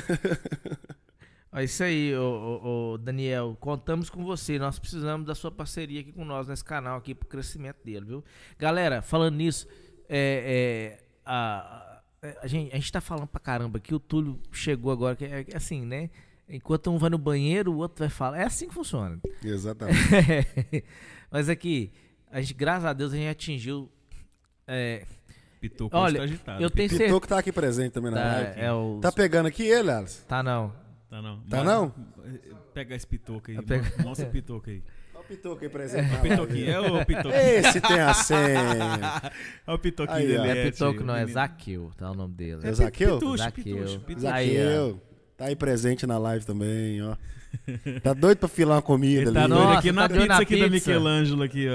É isso aí, ô, ô, ô, Daniel. Contamos com você. Nós precisamos da sua parceria aqui com nós nesse canal aqui pro crescimento dele, viu? Galera, falando nisso, é, é, a, a, gente, a gente tá falando pra caramba que o Túlio chegou agora, que é, é assim, né? Enquanto um vai no banheiro, o outro vai falar. É assim que funciona. Exatamente. Mas aqui, a gente, graças a Deus, a gente atingiu. É, Pitoco Olha, tá agitado. eu tenho certeza. Pitoco tá aqui presente também na Tá, live. é o, Tá pegando aqui ele, Alisson? tá não. Tá não. Tá Mas- não? Pega esse pitoco aí. Pega- Mo- Mostra o pitoco aí. Olha o Pitoco aí presente. na Pitoquinho. É live. o pitoquinho. Esse tem a senha. É o pitoquinho Aí, ó. dele. Não é tio, Pitoco, não, é menino. Zaqueu, tá o nome dele. É Zaqueu? Pitucho, Zaqueu. pitucho, pitucho. Aí, ó. Zaqueu. Tá aí presente na live também, ó. Tá doido pra filar uma comida Ele ali. tá né? doido Nossa, aqui tá na doido pizza na aqui da pizza. Michelangelo aqui,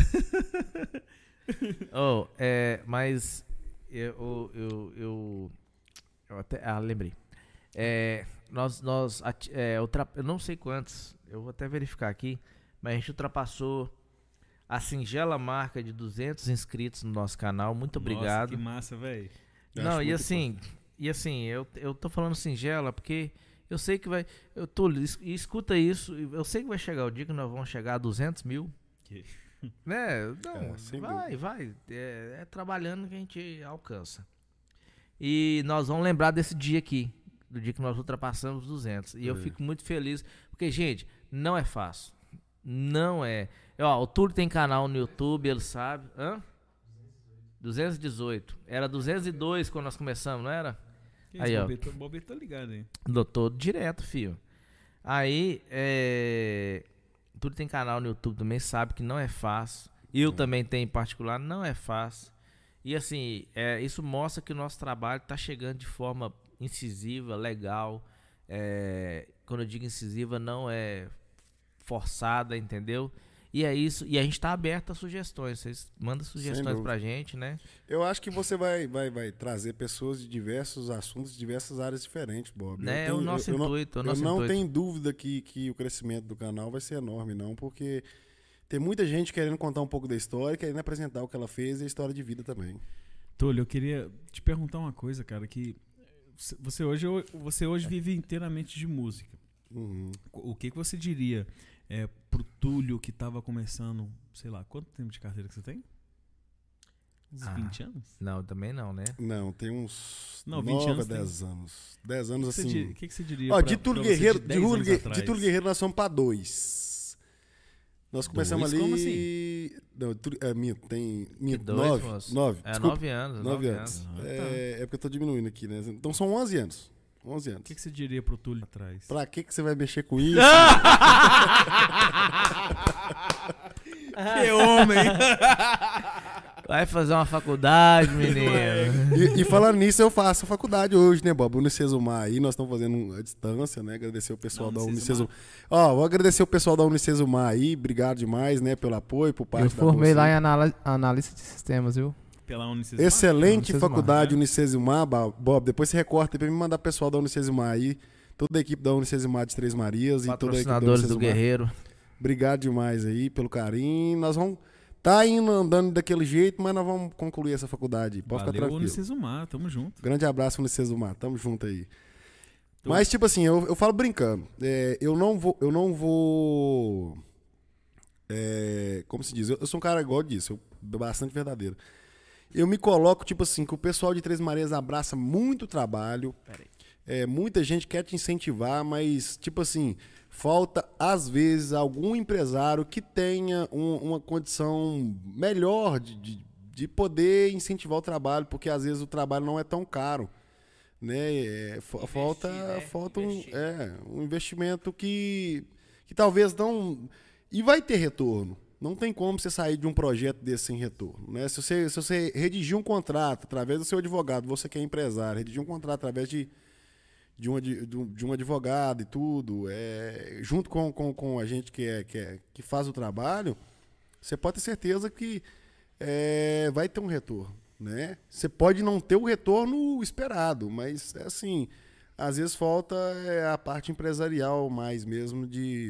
ó. Oh, é, mas eu, eu, eu, eu até, ah, lembrei. É, nós, nós, ati- é, ultra- eu não sei quantos, eu vou até verificar aqui, mas a gente ultrapassou a singela marca de duzentos inscritos no nosso canal. Muito obrigado. Nossa, que massa, velho. Eu Não, acho e muito assim, e assim, eu, eu tô falando singela porque eu sei que vai, eu tô, es- escuta isso, eu sei que vai chegar o dia que nós vamos chegar a duzentos mil. Que- Né? Não, É, sem vai, vai. É, é trabalhando que a gente alcança. E nós vamos lembrar desse dia aqui, do dia que nós ultrapassamos os duzentos. E eu É. fico muito feliz, porque, gente, não é fácil. Não é. Ó, o Túlio tem canal no YouTube, ele sabe. Hã? duzentos e dezoito. Era duzentos e dois quando nós começamos, não era? Que Aí, esse ó. Bobito, Bobito tá ligado aí. Doutor direto, filho. Aí, é... Tudo tem canal no YouTube também, sabe que não é fácil. Eu também tenho em particular, não é fácil. E assim, é, isso mostra que o nosso trabalho está chegando de forma incisiva, legal. É, quando eu digo incisiva, não é forçada, entendeu? E é isso. E a gente tá aberto a sugestões. Vocês mandam sugestões dúvida. pra gente, né? Eu acho que você vai, vai, vai trazer pessoas de diversos assuntos, de diversas áreas diferentes, Bob. Eu Né, é o tenho- nosso eu, eu não- intuito. é o Eu nosso não intuito. tenho dúvida que, que o crescimento do canal vai ser enorme, não, porque tem muita gente querendo contar um pouco da história, querendo apresentar o que ela fez e a história de vida também. Túlio, eu queria te perguntar uma coisa, cara, que você hoje, você hoje vive inteiramente de música. Uhum. O que, que você diria é, pro Túlio que tava começando, sei lá, quanto tempo de carreira que você tem? Uns Ah. vinte anos? Não, também não, né? Não, tem uns Não, vinte nove a anos tem. dez anos. dez O anos que, que, assim. você, di- que, que você diria Ó, pra, de Túlio pra você Guerreiro, de de, dez Túlio anos Guerre- atrás? de Túlio Guerreiro nós somos pra dois. Nós começamos Dois? ali. Como assim? Não, Túlio- é, minto, tem. Minto, dois, nove. moço? Nove. É, Desculpa. nove anos. Nove Nove anos. anos. Ah, tá. É, é porque eu tô diminuindo aqui, né? Então são onze anos. onze O anos. que, que você diria pro Túlio atrás? Pra que, que você vai mexer com isso? Que homem! Vai fazer uma faculdade, menino. e, e falando nisso, eu faço a faculdade hoje, né, Bob? Unicesumar aí, nós estamos fazendo a distância, né? Agradecer o pessoal Da da Unicesumar. Unicesumar. Ó, vou agradecer o pessoal da Unicesumar aí, obrigado demais, né, pelo apoio, por parte Eu da formei você. lá em anala- analista de sistemas, viu? Pela Unicesumar? Excelente Unicesumar, faculdade né? Unicesumar, Ba- Bob. Depois você recorta aí pra me mandar o pessoal da Unicesumar aí, toda a equipe da Unicesumar de Três Marias e toda a equipe da Patrocinadores do Unicesumar. Guerreiro. Obrigado demais aí pelo carinho. Nós vamos tá indo andando daquele jeito, mas nós vamos concluir essa faculdade. Pode Valeu, ficar tranquilo. Unicesumar, tamo junto. Grande abraço, Unicesumar. Tamo junto aí. Tô- Mas, tipo assim, eu, eu falo brincando. É, eu não vou. Eu não vou. É, como se diz? Eu, eu sou um cara igual disso, eu, bastante verdadeiro. Eu me coloco, tipo assim, que o pessoal de Três Marias abraça muito trabalho. É, muita gente quer te incentivar, mas, tipo assim, falta, às vezes, algum empresário que tenha um- uma condição melhor de, de, de poder incentivar o trabalho, porque às vezes o trabalho não é tão caro. Né? É, fa- falta né? falta um, Investir. é, um investimento que, que talvez não. E vai ter retorno. Não tem como você sair de um projeto desse sem retorno. Né? Se, você, se você redigir um contrato através do seu advogado, você que é empresário, redigir um contrato através de, de, um, ad- de um- de um advogado e tudo, é, junto com, com, com a gente que, é, que, é, que faz o trabalho, você pode ter certeza que é, vai ter um retorno. Né? Você pode não ter o retorno esperado, mas é assim, às vezes falta é, a parte empresarial mais mesmo de,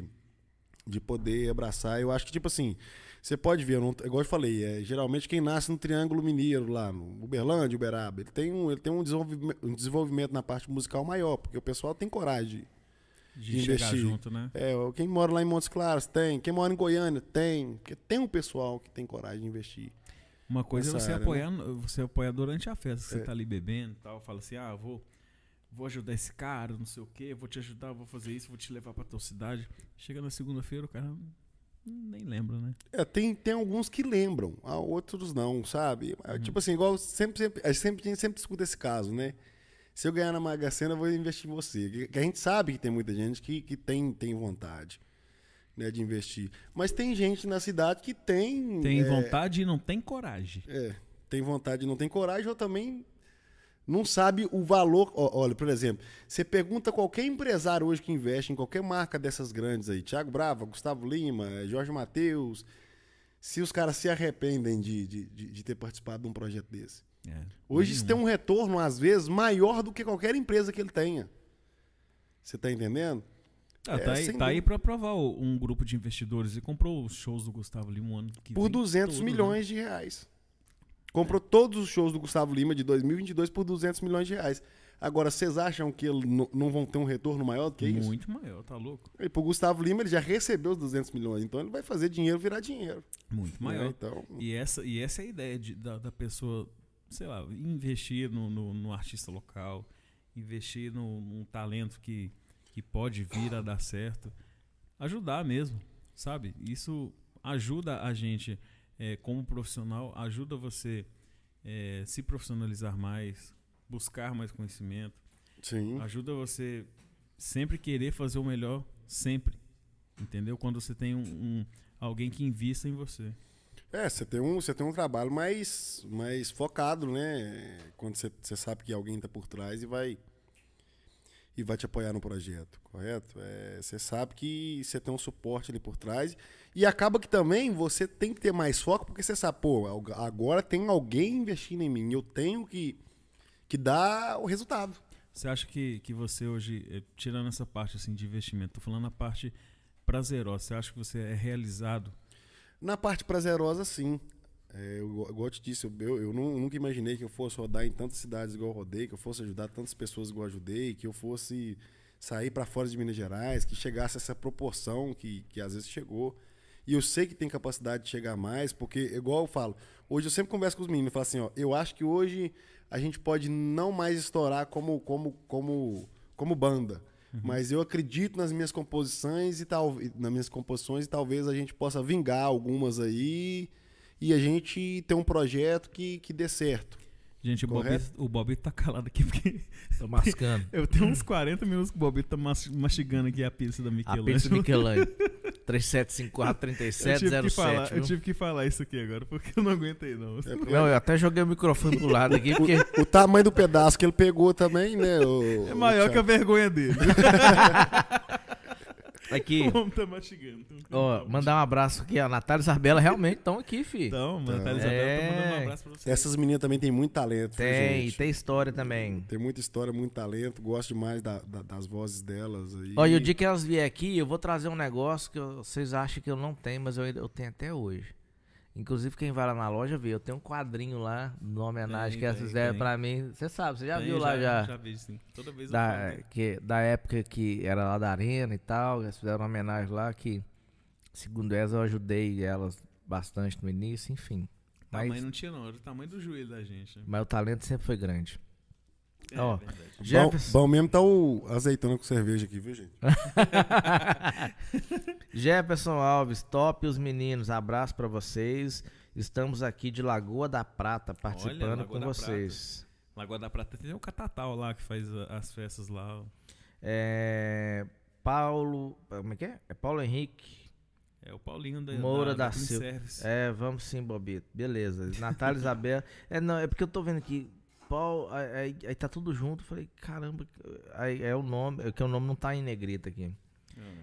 de poder abraçar. Eu acho que, tipo assim, você pode ver, eu não, igual eu falei, é, geralmente quem nasce no Triângulo Mineiro, lá no Uberlândia, Uberaba, ele tem, um, ele tem um, desenvolvimento, um desenvolvimento na parte musical maior, porque o pessoal tem coragem de, De de chegar investir. junto, né? É, quem mora lá em Montes Claros tem, quem mora em Goiânia tem, porque tem um pessoal que tem coragem de investir. Uma coisa é Essa você área, apoiar, você apoiar durante a festa, você É. tá ali bebendo e tal, fala assim, ah, vou, vou ajudar esse cara, não sei o quê, vou te ajudar, vou fazer isso, vou te levar pra tua cidade. Chega na segunda-feira, o cara nem lembra, né? É, tem, tem alguns que lembram, há outros não, sabe? É, Uhum. Tipo assim, igual sempre, sempre, a gente sempre, a gente sempre escuta esse caso, né? Se eu ganhar na Mega Sena, eu vou investir em você. Que, que a gente sabe que tem muita gente que, que tem, tem vontade, né, de investir. Mas tem gente na cidade que tem... Tem é, vontade e não tem coragem. É, tem vontade e não tem coragem, ou também não sabe o valor. Ó, olha, por exemplo, você pergunta qualquer empresário hoje que investe em qualquer marca dessas grandes aí, Thiago Brava, Gustavo Lima, Jorge Mateus, se os caras se arrependem de, de, de, de ter participado de um projeto desse. É, Hoje isso tem nenhum. um retorno, às vezes, maior do que qualquer empresa que ele tenha. Você tá entendendo? Ah, é, tá aí, sem tá aí dúvida. pra provar o- um grupo de investidores e comprou os shows do Gustavo Lima um ano que Por vem duzentos todo, né? milhões de reais. Comprou todos os shows do Gustavo Lima de dois mil e vinte e dois por duzentos milhões de reais. Agora, vocês acham que ele n- não vão ter um retorno maior do que isso? Muito maior, tá louco? E pro Gustavo Lima, ele já recebeu os duzentos milhões, então ele vai fazer dinheiro virar dinheiro. Muito né? maior. Então, E essa, e essa é a ideia de- da, da pessoa, sei lá, investir no, no, no artista local, investir no, num talento que, que pode vir a dar certo, ajudar mesmo, sabe? Isso ajuda a gente, é, como profissional, ajuda você é, se profissionalizar mais, buscar mais conhecimento, sim. ajuda você sempre querer fazer o melhor, sempre, entendeu? Quando você tem um, um- alguém que invista em você. É, você tem um, você tem um trabalho mais, mais focado, né? Quando você, você sabe que alguém tá por trás e vai... e vai te apoiar no projeto, correto? É, você sabe que você tem um suporte ali por trás e acaba que também você tem que ter mais foco porque você sabe, pô, agora tem alguém investindo em mim, eu tenho que, que dar o resultado. Você acha que, que você hoje, tirando essa parte assim, de investimento, tô falando a parte prazerosa, você acha que você é realizado? Na parte prazerosa, sim. É, eu, igual eu te disse, eu, eu não, nunca imaginei que eu fosse rodar em tantas cidades igual eu rodei, que eu fosse ajudar tantas pessoas igual eu ajudei, que eu fosse sair para fora de Minas Gerais, que chegasse a essa proporção que, que às vezes chegou. E eu sei que tem capacidade de chegar mais, porque, igual eu falo, hoje eu sempre converso com os meninos, eu falo assim, ó, eu acho que hoje a gente pode não mais estourar como, como, como, como banda, uhum. mas eu acredito nas minhas composições e tal, nas minhas composições e talvez a gente possa vingar algumas aí e a gente ter um projeto que, que dê certo. Gente, o Bob, o Bob tá calado aqui porque... Tô mascando. Eu tenho uns quarenta minutos que o Bob tá mastigando aqui a pizza da Michelangelo. A pizza Michelangelo. três sete cinco quatro, três sete zero sete. Eu tive que falar isso aqui agora, porque eu não aguentei, não. É, não, eu até joguei o microfone pro lado aqui, porque... O, o tamanho do pedaço que ele pegou também, né? O, é maior que a vergonha dele. Aqui. Como tá mastigando. Ó, mandar um abraço aqui. A Natália e Isabela realmente estão aqui, filho. Então, a Natália e Isabela é... tá mandando um abraço pra vocês. Essas meninas também têm muito talento. Tem, gente. tem história também. Tem muita história, muito talento. Gosto demais da, da, das vozes delas. Aí. Ó, e o dia que elas vier aqui, eu vou trazer um negócio que eu, vocês acham que eu não tenho, mas eu, eu tenho até hoje. Inclusive, quem vai lá na loja vê, eu tenho um quadrinho lá, numa homenagem tem, que elas tem, fizeram tem. pra mim. Você sabe, você já tem, viu lá já? Já vi, sim. Toda vez da, eu falo. Que, da época que era lá da Arena e tal, elas fizeram uma homenagem lá que, segundo elas, eu ajudei elas bastante no início, enfim. O tamanho não tinha não, era o tamanho do joelho da gente. Né? Mas o talento sempre foi grande. É, ó, é Jefferson... bom, bom mesmo tá o azeitona com cerveja aqui, viu, gente? Jefferson Alves, top os meninos, abraço pra vocês. Estamos aqui de Lagoa da Prata participando Olha, com vocês. Prata. Lagoa da Prata tem o Catatal lá que faz as festas lá. É, Paulo, como é que é? É Paulo Henrique. É o Paulinho da Moura da, da, da Silva. É, vamos sim, Bobito. Beleza. Natália Isabela. É, não, é porque eu tô vendo aqui. Paul, aí, aí tá tudo junto. Falei, caramba, aí é o nome, é que o nome não tá em negrita aqui. Hum.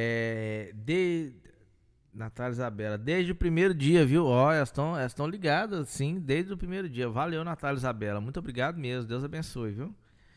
É. De. Natália Isabela, desde o primeiro dia, viu? Ó, elas estão elas estão ligadas, sim, desde o primeiro dia. Valeu, Natália Isabela. Muito obrigado mesmo. Deus abençoe, viu?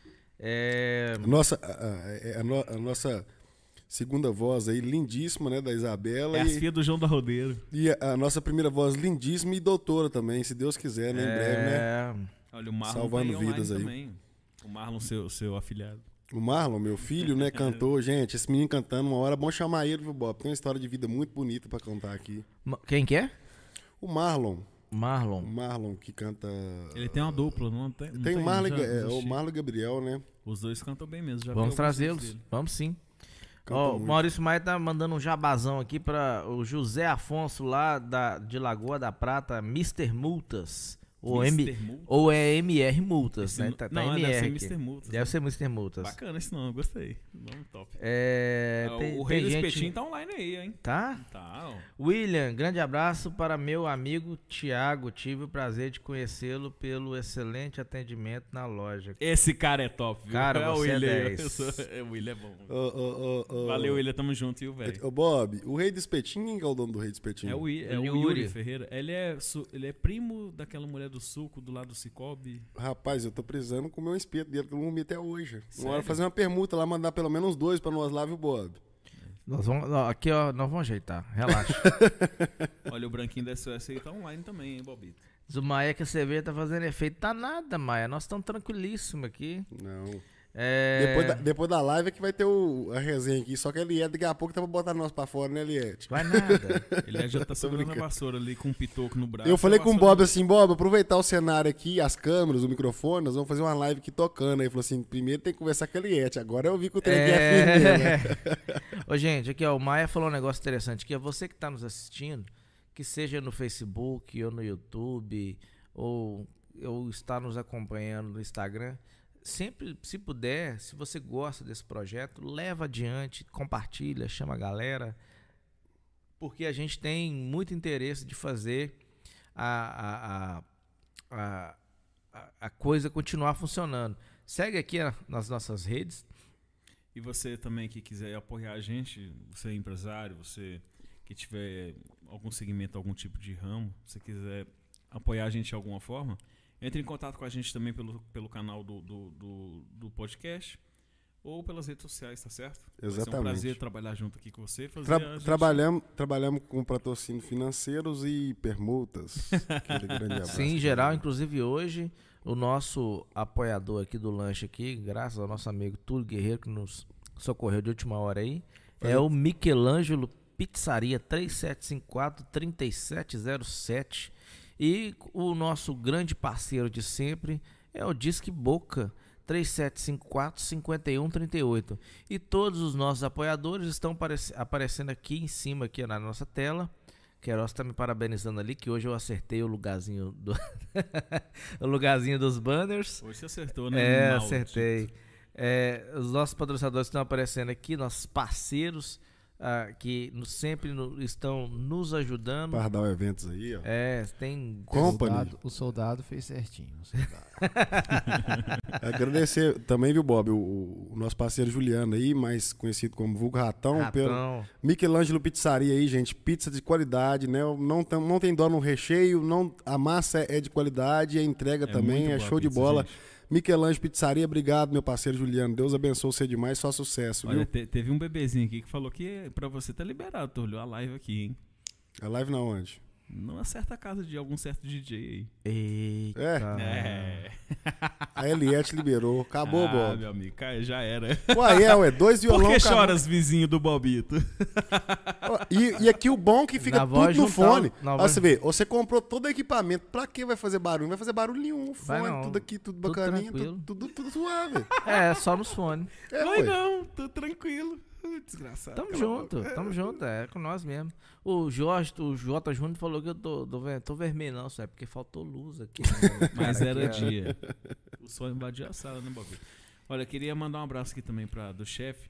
É... Nossa, a, a, a, no, a nossa segunda voz aí, lindíssima, né, da Isabela. É a filha do João da Rodeiro. E a, a nossa primeira voz, lindíssima e doutora também, se Deus quiser, né, em é... breve, né? Olha, o Marlon salvando vidas aí. Também. O Marlon, seu, seu afilhado. O Marlon, meu filho, né, cantou. Gente, esse menino cantando uma hora, é bom chamar ele, viu, Bob? Tem uma história de vida muito bonita pra contar aqui. Quem que é? O Marlon. Marlon. O Marlon que canta... Ele tem uma dupla, não tem? Não tem, tem Marlon, já, é, o Marlon e Gabriel, né? Os dois cantam bem mesmo. Já Vamos trazê-los, vamos sim. Ó, o Maurício Maia tá mandando um jabazão aqui para o José Afonso lá da, de Lagoa da Prata, mister Multas. Ou, M, ou é M R Multas, esse né? Tá, tá não, M R deve ser aqui. mister Multas. Deve né? ser mister Multas. Bacana esse nome, gostei. Nome top. É, é, tem, o Rei tem do gente... Espetinho tá online aí, hein? Tá? Tá. Ó. William, grande abraço para meu amigo Tiago. Tive o prazer de conhecê-lo pelo excelente atendimento na loja. Esse cara é top, viu? Cara, é você o William. é dez. Sou... O William é bom. Oh, oh, oh, oh. Valeu, William. Tamo junto, viu, velho? Ô, Bob, o Rei do Espetinho, quem é o dono do Rei do Espetinho? É o, I, é o Yuri. Yuri Ferreira. Ele é, ele é primo daquela mulher do suco do lado do Cicobi. Rapaz, eu tô precisando comer um espeto dele que eu não comi até hoje. Sério? Uma hora fazer uma permuta lá, mandar pelo menos dois pra nós lá, viu, Bob? Nós vamos, ó, aqui, ó, nós vamos ajeitar. Relaxa. Olha, o branquinho da S O S aí tá online também, hein, Bobito? Diz o Maia que a cerveja tá fazendo efeito. Tá nada, Maia. Nós estamos tranquilíssimos aqui. Não. É... Depois, da, depois da live é que vai ter o, a resenha aqui. Só que a Eliette daqui a pouco tá pra botar nós pra fora, né, Eliette? Vai nada. Ele já tá segurando a vassoura ali com um pitoco no braço. Eu falei com o Bob assim, Bob, aproveitar o cenário aqui, as câmeras, o microfone, nós vamos fazer uma live aqui tocando. Aí ele falou assim, primeiro tem que conversar com a Eliette. Agora eu vi que o trem é firme, né? Ô, gente, aqui ó, o Maia falou um negócio interessante, que é você que tá nos assistindo, que seja no Facebook ou no YouTube, ou, ou está nos acompanhando no Instagram, sempre, se puder, se você gosta desse projeto, leva adiante, compartilha, chama a galera, porque a gente tem muito interesse de fazer a, a, a, a, a coisa continuar funcionando. Segue aqui a, nas nossas redes, E você também que quiser apoiar a gente, você é empresário, você que tiver algum segmento, algum tipo de ramo, se quiser apoiar a gente de alguma forma, entre em contato com a gente também pelo, pelo canal do, do, do, do podcast ou pelas redes sociais, tá certo? Exatamente. Vai ser um prazer trabalhar junto aqui com você. Fazer Tra a gente... trabalhamos, trabalhamos com patrocínio financeiros e permutas. Aquele grande abraço. Sim, em geral, inclusive hoje, o nosso apoiador aqui do lanche aqui, graças ao nosso amigo Túlio Guerreiro, que nos socorreu de última hora aí, Foi. é o Michelangelo Pizzaria três sete cinco quatro, três sete zero sete. E o nosso grande parceiro de sempre é o Disque Boca três sete cinco quatro, cinco um três oito. E todos os nossos apoiadores estão aparecendo aqui em cima, aqui na nossa tela. Queiroz está me parabenizando ali, que hoje eu acertei o lugarzinho do o lugarzinho dos banners. Hoje você acertou, né? É, Maldito. acertei. É, os nossos patrocinadores estão aparecendo aqui, nossos parceiros ah, que no, sempre no, estão nos ajudando. Pardal Eventos aí, ó. É, tem... Company. O soldado, o soldado fez certinho. O soldado. Agradecer também, viu, Bob, o, o nosso parceiro Juliano aí, mais conhecido como Vulgo Ratão, Ratão. pelo Michelangelo Pizzaria aí, gente, pizza de qualidade, né? Não, tam, não tem dó no recheio, não, a massa é de qualidade, a entrega É também muito é boa show a de pizza, bola. gente. Michelangelo Pizzaria, obrigado, meu parceiro Juliano. Deus abençoe você demais, só sucesso, Olha, viu? te, teve um bebezinho aqui que falou que pra você tá liberado, tu olhou a live aqui, hein? A live na onde? Numa certa casa de algum certo D J aí. Eita. É. A Eliette liberou. Acabou, ah, Bob. meu amigo, cara, já era. Ué, é, ué, dois violão. Por que acabou. choras, vizinho do Bobito? E, e aqui o bom é que fica Na tudo voz no juntar fone. o- na Ó, voz- você vê, você comprou todo o equipamento. Pra que vai fazer barulho? Não vai fazer barulho nenhum. O Vai fone, não. tudo aqui, tudo Tudo bacaninho, tranquilo. tudo, tudo, tudo suave. É, só nos fones. É, Vai ué. não, tô tranquilo. Desgraçado. Tamo cala a junto, boca. tamo junto, é com nós mesmo. O Jorge, o Jota Júnior falou que eu tô, tô, ver- tô vermelho, não, só é porque faltou luz aqui. Né? Mas Cara, era aqui é- dia. O sol invadiu a sala, né, Bobito? Olha, eu queria mandar um abraço aqui também pra, do chefe.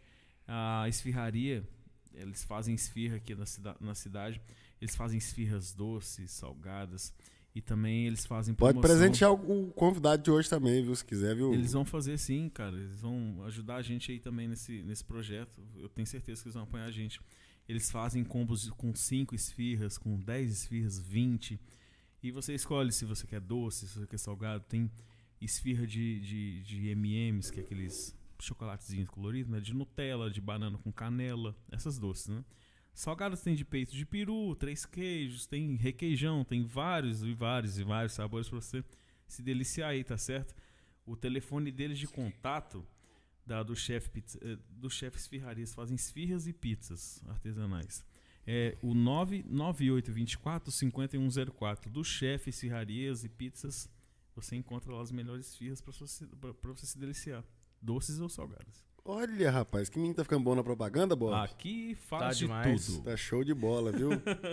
A esfirraria, eles fazem esfirra aqui na, cida, na cidade. Eles fazem esfirras doces, salgadas. E também eles fazem Pode promoção. presentear o, o convidado de hoje também, viu? Se quiser, viu? Eles vão fazer sim, cara. Eles vão ajudar a gente aí também nesse, nesse projeto. Eu tenho certeza que eles vão apoiar a gente. Eles fazem combos com cinco esfirras, com dez esfirras, vinte. E você escolhe se você quer doce, se você quer salgado. Tem esfirra de, de, de M e M's, que é aqueles chocolatezinhos coloridos, né? De Nutella, de banana com canela. Essas doces, né? Salgados tem de peito de peru, três queijos, tem requeijão, tem vários e vários e vários sabores pra você se deliciar aí, tá certo? O telefone deles de contato da, do chefe pizza, do chefe esfirrarias, fazem esfirras e pizzas artesanais. É o nove nove oito dois quatro, cinco um zero quatro. Do chefe esfirrarias e pizzas, você encontra lá as melhores esfirras pra você, pra, pra você se deliciar, doces ou salgadas. Olha, rapaz, que menino tá ficando bom na propaganda, Bob. Aqui faz Tá de demais. tudo. Tá show de bola, viu?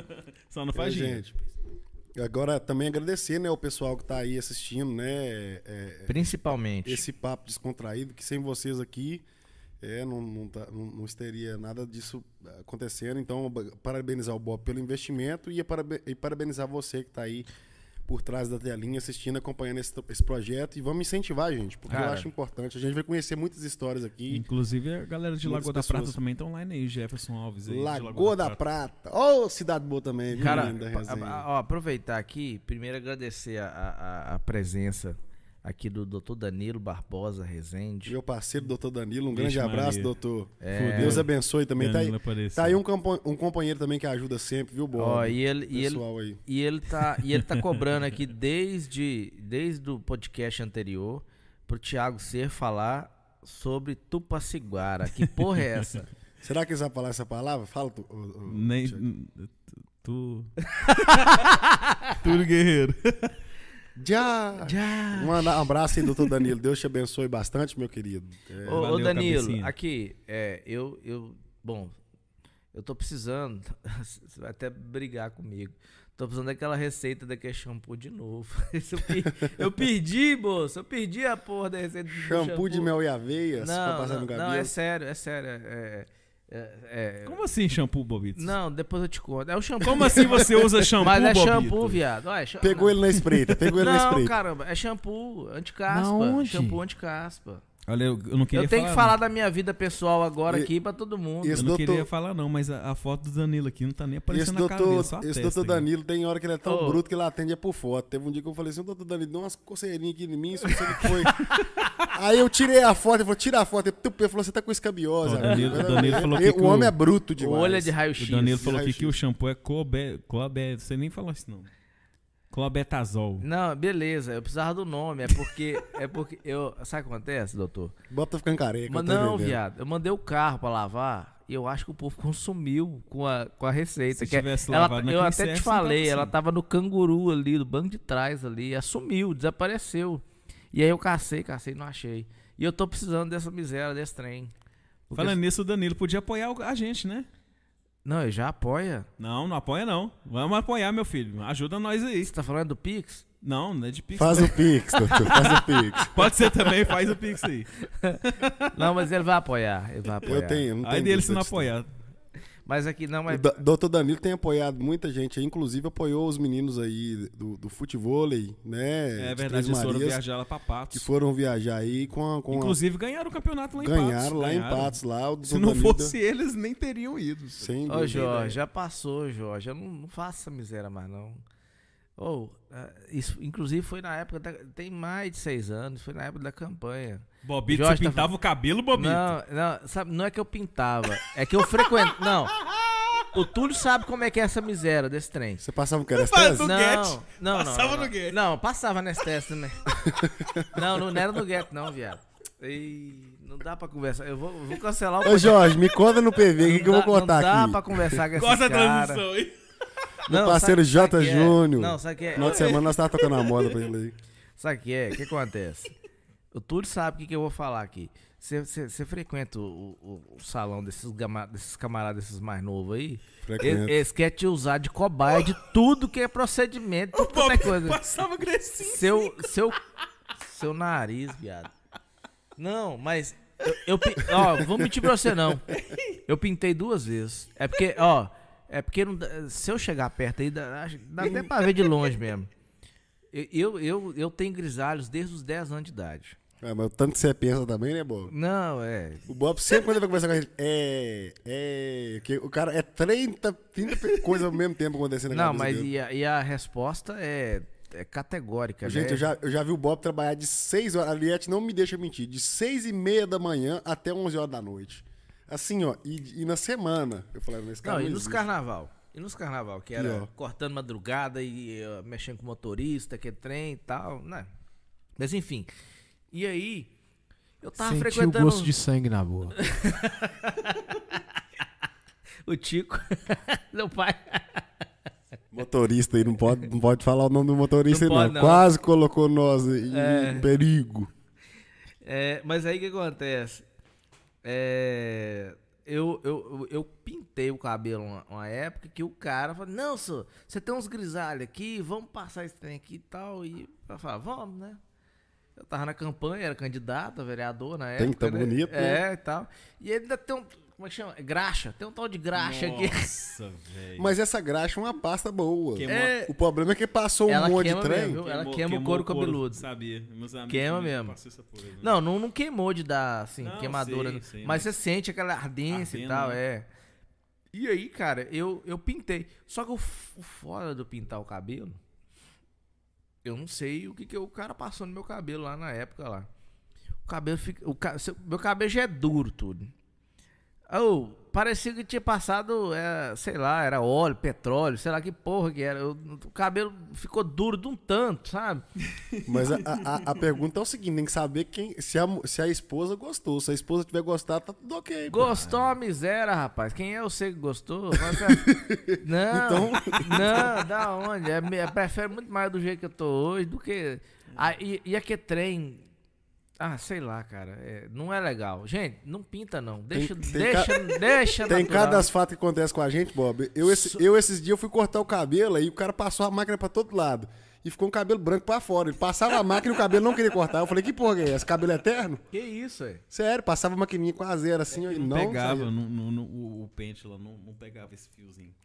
Só não faz É, dinheiro. gente. Agora, também agradecer, né, o pessoal que tá aí assistindo, né? é, é, Principalmente. esse papo descontraído, que sem vocês aqui é, não, não, tá, não, não teria nada disso acontecendo. Então, ba- parabenizar o Bob pelo investimento e, parabe- e parabenizar você que tá aí por trás da telinha, assistindo, acompanhando esse, esse projeto. E vamos incentivar, gente, porque eu Cara. acho importante. A gente vai conhecer muitas histórias aqui. Inclusive a galera de Muitas Lagoa da Prata pessoas. também tá online aí, Jefferson Alves aí. de Lagoa da Prata. Ô, cidade boa também, viu? Cara, Linda pa- resenha. a- ó, aproveitar aqui, primeiro agradecer a, a, a presença aqui do doutor Danilo Barbosa Rezende. Meu parceiro, doutor Danilo, um Vixe, grande abraço, Maria. doutor. É, Deus abençoe também. Tá aí, Danilo apareceu. tá aí um, campo- um companheiro também que ajuda sempre, viu, Bob? ó, e ele, e ele, Pessoal aí. e ele tá, e ele tá cobrando aqui desde, desde o podcast anterior pro Thiago Ser falar sobre Tupaciguara. Que porra é essa? Será que eles vão falar essa palavra? Fala, tu. ô, ô, Nem, Thiago. n- tu. Tudo guerreiro. Já. Já. Um ana- abraço aí, doutor Danilo. Deus te abençoe bastante, meu querido. É, Ô, ô, Valeu, Danilo, cabecinha. aqui, é, eu, eu, bom, eu tô precisando, você vai até brigar comigo, tô precisando daquela receita daquele shampoo de novo. Isso eu, per- eu perdi, moço, eu perdi a porra da receita do shampoo, de mel e aveia, pra Não, passar não, no cabelo. não, é sério, é sério, é, é, é- Como assim shampoo, Bobito? não, depois eu te conto, é o shampoo. Como assim você usa shampoo, Mas é Bobito? shampoo, viado. Ó, é Pegou ele na espreita, pegou ele na Não, espreita. caramba, é shampoo anti-caspa, Na onde? shampoo anti-caspa. Olha, eu, eu não queria Eu tenho falar, que falar não. da minha vida pessoal agora E- aqui pra todo mundo. Esse Eu não doutor- queria falar não, mas a, a foto do Danilo aqui não tá nem E esse aparecendo na cara doutor, dele, só a esse testa doutor aqui. Danilo tem hora que ele é tão Ô. bruto que ele atende é por foto. Teve um dia que eu falei assim, doutor Danilo, deu umas coceirinhas aqui em mim, isso não sei o que foi. Aí eu tirei a foto, ele falou, tira a foto. Ele tup, ele falou, você tá com escabiose. Ó, o Danilo- amigo. o Danilo Ele- falou ele- que que o homem o- é bruto O demais. olho é de O raio-x. Danilo falou aqui raio-x. que o shampoo é Clobe, Clobe, você nem falou isso não. Clobetazol. Não, beleza, eu precisava do nome, é porque, é porque eu, sabe o que acontece, doutor? Bota ficando careca. Mas eu tô não, entendendo. viado, eu mandei o carro pra lavar e eu acho que o povo consumiu com a, com a receita. Se que é- tivesse ela, lavado eu naquele até te excesso, não tava falei, ela assim. tava no canguru ali, do banco de trás ali, assumiu, desapareceu. E aí eu cacei, cacei, não achei. E eu tô precisando dessa miséria, desse trem. Porque- Falando nisso, o Danilo podia apoiar o- a gente, né? Não, ele já apoia. Não, não apoia não. Vamos apoiar, meu filho. Ajuda nós aí. Você tá falando do Pix? Não, não é de Pix. Faz não. o Pix, doutor, faz o Pix. Pode ser também, faz o Pix aí. Não, mas ele vai apoiar, ele vai apoiar. Eu tenho, não Aí tenho dele se dúvida não disso. apoiar. Mas aqui, não, O mas... da- doutor Danilo tem apoiado muita gente aí, inclusive apoiou os meninos aí do, do futevôlei, né? É de verdade, Três eles foram Marias, viajar lá pra Patos. que foram viajar aí com a... Com a- Inclusive ganharam o campeonato lá em Patos. ganharam lá Ganharam. em Patos, lá. O doutor Se não Danilo fosse eles, nem teriam ido. Sem Ô, dúvida. Jorge, já passou, Jorge. Eu não, não faço essa miséria mais, não. Ô, ah, isso, inclusive, foi na época da... Tem mais de seis anos, foi na época da campanha. Bobito, Jorge você tá pintava o cabelo, Bobito? Não, não, sabe, não é que eu pintava, é que eu frequento... Não, o Túlio sabe como é que é essa miséria desse trem. Você passava o que era Faz tese? no Não, Guete. não, não. Passava não, no não. Guete. Não, passava nesse teste também. Não, não, não era no Guete, não, viado. Ih, não dá pra conversar. Eu vou, vou cancelar o Ô, Jorge, me conta no P V o que, que eu vou Não dá- contar Não dá aqui. pra conversar com esses Gosta da caras. transmissão aí. Não, parceiro sabe- sabe J. que é? Júnior. Não, sabe o que é? Final de semana nós tava tocando a moda pra ele aí. Sabe o que é? O que acontece? O Túlio sabe o que, que eu vou falar aqui. Você- Você você frequenta o, o- o salão desses, gama- desses camaradas, desses mais novos aí? Frequento. Eles, eles querem te usar de cobaia de tudo que é procedimento, tudo quanto é coisa. Passava grecinho. Seu, seu, seu nariz, viado. Não, mas eu, eu pi- ó, vou mentir pra você não. Eu pintei duas vezes. É porque, ó, é porque não dá- se eu chegar perto aí, dá, acho- dá até pra ver de longe mesmo. Eu, eu, eu, eu tenho grisalhos desde os dez anos de idade. Ah, mas o tanto que você pensa também, né, Bob? Não, é. O Bob sempre quando ele vai conversar com a gente, é, é, que o cara é trinta, trinta coisas ao mesmo tempo acontecendo na Não, cabeça mas dele. e a, e a resposta é, é categórica, Gente, né? eu já, eu já vi o Bob trabalhar de seis horas, a Liette não me deixa mentir, de seis e meia da manhã até onze horas da noite. Assim, ó, e, e na semana, eu falei, nesse cara Não, não e nos existe. carnaval. E nos carnaval, que era ó. cortando madrugada e uh, mexendo com motorista, que é trem e tal, né? Mas enfim. E aí, eu tava Sentiu o frequentando gosto de sangue na boca. o Tico, meu pai. Motorista aí, não pode, não pode falar o nome do motorista Não aí, pode, não. não. Quase colocou nós em, É. em perigo. É, mas aí o que acontece? É, eu, eu, eu pintei o cabelo uma, uma época que o cara falou, não, senhor, você tem uns grisalhos aqui, vamos passar esse trem aqui e tal. E eu falei, vamos, né? Eu tava na campanha, era candidato a vereador na época. Tem que tá né? bonito, né? É, e tal. E ele ainda tem um, como é que chama? Graxa, tem um tal de graxa aqui. Nossa, velho. Mas essa graxa é uma pasta boa. Queimou É, O problema é que passou um Ela monte de queima trem. mesmo, viu? Ela Queimou- queima o queimou couro cabeludo. Sabia. Meus amigos Queima também mesmo. passam essa porra aí, né? Não, não, não queimou de dar, assim, Não, queimadura. sei, sei, mas mas- você sente aquela ardência e Ardendo, tal, né? é. E aí, cara, eu, eu pintei. Só que o, f- o foda de eu pintar o cabelo, eu não sei o que, que o cara passou no meu cabelo lá na época lá. O cabelo fica. O, ca- seu- meu cabelo já é duro tudo. Oh, parecia que tinha passado, é, sei lá, era óleo, petróleo, sei lá que porra que era. Eu- o cabelo ficou duro de um tanto, sabe? Mas a, a, a pergunta é o seguinte: tem que saber quem, se, a, se a esposa gostou. Se a esposa tiver gostado, tá tudo ok. pô. Gostou uma miséria, rapaz. Quem é você que gostou? Mas, é- não, não, da onde? É, me- é, prefere muito mais do jeito que eu tô hoje do que. Ah, e, e aquele trem. Ah, sei lá, cara. é, não é legal. Gente, não pinta não. Deixa, tem deixa, ca- deixa Tem natural. cada fato que acontece com a gente, Bob. Eu, esse- eu esses dias eu fui cortar o cabelo aí o cara passou a máquina pra todo lado. E ficou um cabelo branco pra fora. Ele passava a máquina e o cabelo não queria cortar. Eu falei, que porra que é essa? Cabelo eterno? Que isso, é? Sério, passava a maquininha com a zero assim, ó, e Não, não pegava saía. no, no- no- o, o pente lá, não, não pegava esse fiozinho.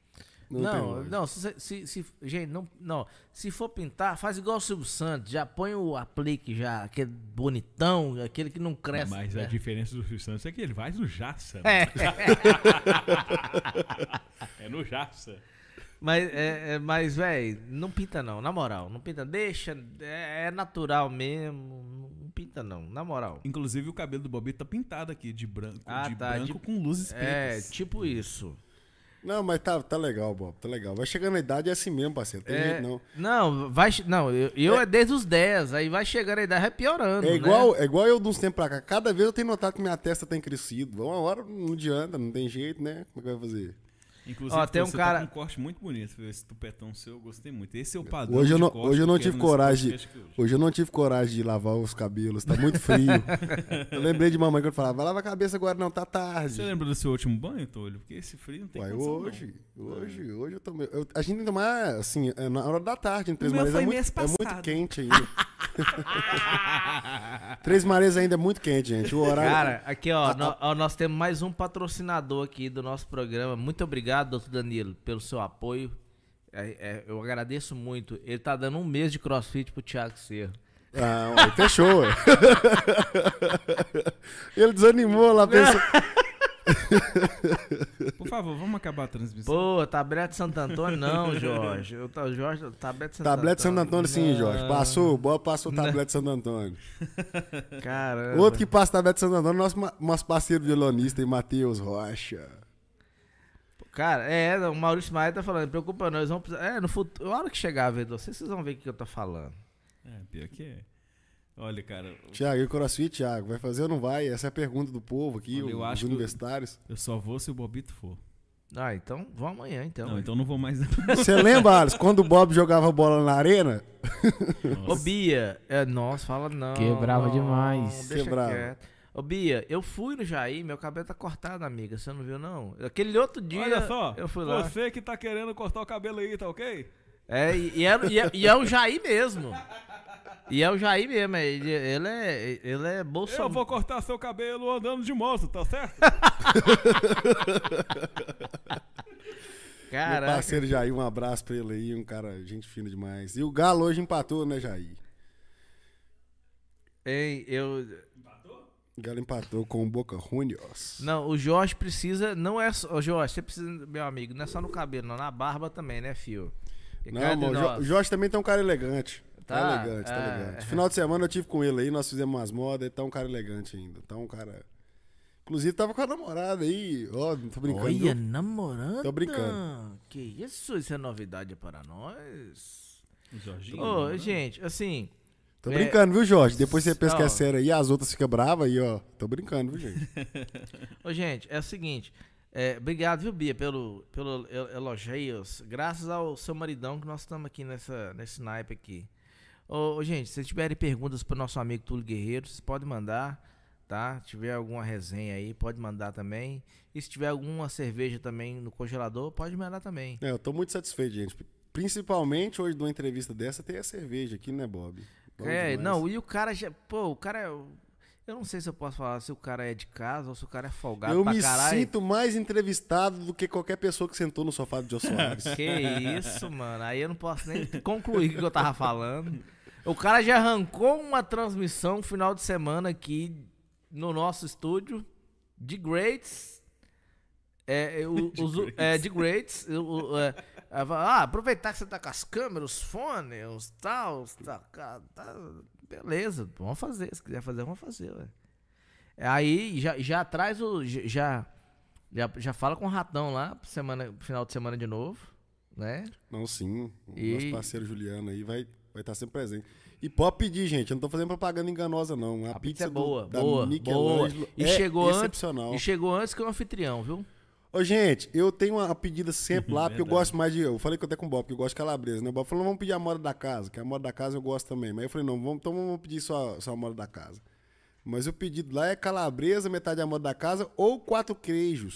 Não, Não, tem não, lógica. se, se, se- gente, não, não. Se for pintar, faz igual o Silvio Santos, já põe o aplique já, aquele bonitão, aquele que não cresce. Mas né? a diferença do Silvio Santos é que ele vai no Jaça. É. É no Jaça. Mas, é, é, mas velho, não pinta não, na moral, não pinta, deixa, é, é natural mesmo, não pinta não, na moral. Inclusive o cabelo do Bobito tá pintado aqui de branco, Ah, de tá, branco de- com luzes É, pretas. tipo isso. Não, mas tá, tá legal, Bob, tá legal. Vai chegando a idade, é assim mesmo, parceiro. Tem É, jeito não. Não, vai, che- não, eu, eu é. desde os dez, aí vai chegando a idade, vai piorando, É né? igual, é igual eu de uns tempos pra cá. Cada vez eu tenho notado que minha testa tem crescido. Uma hora não adianta, não tem jeito, né? Como é que vai fazer? Inclusive, Ó, tem um você cara- tá com um corte muito bonito. Esse tupetão seu, eu gostei muito. Esse é o padrão Hoje eu de não, corte hoje eu não que eu tive quero nesse coragem. podcast aqui hoje. Hoje eu não tive coragem de lavar os cabelos, tá muito frio. Eu lembrei de mamãe quando falava, vai lavar a cabeça agora, não, tá tarde. Você lembra do seu último banho, Tolho? Porque esse frio não tem Uai, condição, hoje, hoje, hoje eu tomei. Eu, a gente tem que tomar, assim, é na hora da tarde, em Três meu Marias. É foi muito, mês é muito passado. quente ainda. Três Marias ainda é muito quente, gente. O horário. Cara, aqui ó, nó- ó, nós temos mais um patrocinador aqui do nosso programa. Muito obrigado, doutor Danilo, pelo seu apoio. É, é, eu agradeço muito. Ele tá dando um mês de crossfit pro Thiago Serra. Ah, ué, fechou, ué. Ele desanimou lá, pensou. Por favor, vamos acabar a transmissão. Pô, Tablete de Santo Antônio não, Jorge. Eu, tá- Jorge, Tablete de Santo Tablete de Santo Antônio, sim, Não. Jorge. Passou, o Bob passou o tablete de Santo Antônio. Caramba. Outro que passa tablete de Santo Antônio, nosso, ma- nosso parceiro violonista, aí, Matheus Rocha. Cara, é, o Maurício Maia tá falando, preocupa não, nós vamos precisar. É, no futuro, a hora que chegar a vez de vocês, vocês vão ver o que eu tô falando. É, pior que é. Olha, cara, Tiago, e o CrossFit, Tiago, vai fazer ou não vai? Essa é a pergunta do povo aqui, Olha, eu os acho que- universitários. eu só vou se o Bobito for. Ah, então vamos amanhã, então. Não, então não vou mais. Você lembra, Alisson, quando o Bob jogava bola na arena? Ô, Bia, é, nossa, fala não. Quebrava não, demais. Deixa Quebrava. quieto. Ô, Bia, eu fui no Jair, meu cabelo tá cortado, amiga, você não viu, não? Aquele outro dia, Olha só, eu fui lá. você que tá querendo cortar o cabelo aí, tá ok? É, e, e, é, e, é, e é o Jair mesmo. E é o Jair mesmo, ele, ele é, ele é Eu Bolsonaro. vou cortar seu cabelo andando de moto, tá certo? Meu Caraca. parceiro Jair, um abraço pra ele aí, um cara, gente fina demais. E o Galo hoje empatou, né, Jair? Ei, eu... O Galo empatou com o Boca Juniors. Não, o Jorge precisa, não é só, ô Jorge, você precisa, meu amigo, não é só no cabelo, não, na barba também, né, fio? E Não, cada mano, o de Jo- nós- o Jorge também tá um cara elegante. Tá, Tá, elegante, tá é. elegante. Final de semana eu tive com ele aí, nós fizemos umas modas, ele tá um cara elegante ainda. Tá um cara. Inclusive tava com a namorada aí, ó, não tô brincando. Olha, viu? namorando. Tô brincando. Que isso, isso é novidade para nós. O Jorginho. Ô, né? gente, assim, Tô É. brincando, viu, Jorge? Depois você pensa que Ó. é sério aí, as outras ficam bravas aí, ó. Tô brincando, viu, gente? ô, gente, é o seguinte, é, obrigado, viu, Bia, pelo, pelo el- elogios, graças ao seu maridão que nós estamos aqui nessa, nesse naipe aqui. Ô, ô, gente, se tiverem perguntas para o nosso amigo Túlio Guerreiro, vocês podem mandar, tá? Se tiver alguma resenha aí, pode mandar também. E se tiver alguma cerveja também no congelador, pode mandar também. É, eu tô muito satisfeito, gente. Principalmente hoje de uma entrevista dessa, tem a cerveja aqui, né, Bob? Bom É, demais. não, e o cara já, pô, o cara é, eu não sei se eu posso falar se o cara é de casa ou se o cara é folgado Eu pra me caralho. sinto mais entrevistado do que qualquer pessoa que sentou no sofá do Jô Soares. Que isso, mano, aí eu não posso nem concluir o que eu tava falando. O cara já arrancou uma transmissão final de semana aqui no nosso estúdio de Greats. É, é, o- De os- Greats. é, de Greats. o- o- é, ah, aproveitar que você tá com as câmeras, os fones, os tal, tá, tá, beleza, vamos fazer. Se quiser fazer, vamos fazer, ué. Aí já, já traz o. Já, já, já fala com o Ratão lá, semana, final de semana de novo, né? Não, sim. O E- nosso parceiro Juliano aí vai vai estar sempre presente. E pode pedir, gente. Eu não tô fazendo propaganda enganosa, não. A, A pizza, pizza é do- boa, da boa, Michelangelo boa. E é chegou antes- excepcional. E chegou antes que o anfitrião, viu? Ô, gente, eu tenho uma pedida sempre lá, porque eu Verdade. gosto mais de... Eu falei que eu até com o Bob, porque eu gosto de calabresa, né? O Bob falou, não, vamos pedir a moda da casa, que a moda da casa eu gosto também. Mas eu falei, não, vamos, então vamos pedir só, só a moda da casa. Mas o pedido lá é calabresa, metade da moda da casa, ou quatro queijos.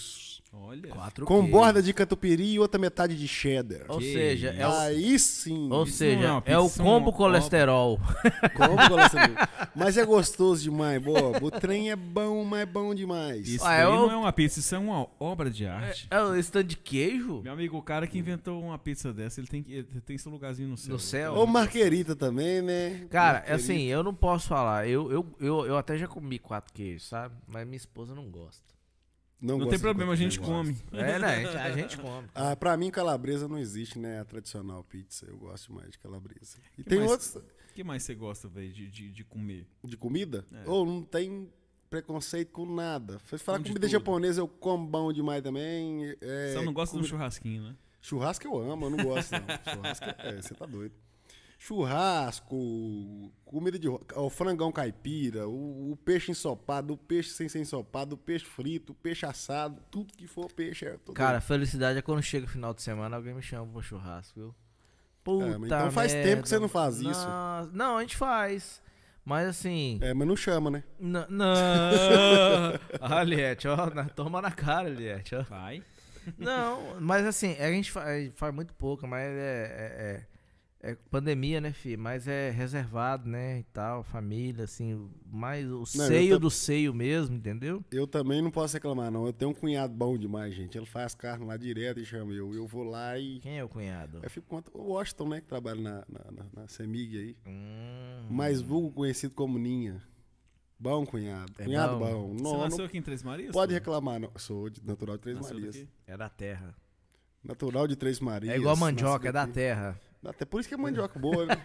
Olha. Quatro Com queijos. borda de catupiry e outra metade de cheddar. Ou Que seja, é o, Aí sim. ou Isso seja, não é uma é o pizza, combo uma colesterol. Como colesterol. Mas é gostoso demais, Bob. O trem é bom, mas é bom demais. Isso Ah, aí é o- não é uma pizza, isso é uma obra de arte. É o stand de queijo Meu amigo, o cara que inventou uma pizza dessa, ele tem, que, ele tem seu lugarzinho no céu. no céu. Ou marquerita também, né? Cara, Marquerita. assim, eu não posso falar. Eu, eu, eu, eu até já comi quatro queijos, sabe? Mas minha esposa não gosta. Não gosto tem de problema, a qualquer gente negócio. come. É, né? A gente, a gente come. Ah, pra mim, calabresa não existe, né? A tradicional pizza. Eu gosto mais de calabresa. E Que tem mais? outros O que mais você gosta, velho, de, de, de comer? de comida? É. Ou não tem preconceito com nada. Se falar Como de comida tudo. japonesa, eu como bom demais também. É, Você não gosta comida- de um churrasquinho, né? Churrasco eu amo, eu não gosto não. Churrasco é, você tá doido. Churrasco, comida de ro- o frangão caipira, o, o peixe ensopado, o peixe sem ser ensopado, o peixe frito, o peixe assado, tudo que for peixe é todo. Cara, felicidade é quando chega o final de semana, alguém me chama pro churrasco, viu? Puta É, mas então faz merda. tempo que você não faz isso. Não, não, a gente faz. Mas assim. É, mas não chama, né? Não. não. Ah, Liette, ó. na- Toma na cara, Liette, ó. Vai. Não, mas assim, a gente faz, faz muito pouco, mas é, é, é- é pandemia, né, filho? Mas é reservado, né, e tal, família, assim, mais o eu seio tam- do seio mesmo, entendeu? Eu também não posso reclamar, não. Eu tenho um cunhado bom demais, gente. Ele faz carne lá direto e chama eu. Eu vou lá e. Quem é o cunhado? Eu fico com o Washington, né? Que trabalha na, na, na, na Semig aí. Hum, Mais vulgo conhecido como Ninha. Bom cunhado. É Cunhado bom? bom. Você Não, nasceu não aqui em Três Marias? pode pô? reclamar, não. Sou de natural de Três Nasceu Marias. daqui? é da terra. Natural de Três Marias. É igual mandioca, nascido é da aqui. terra. Até por isso que é mandioca boa, né?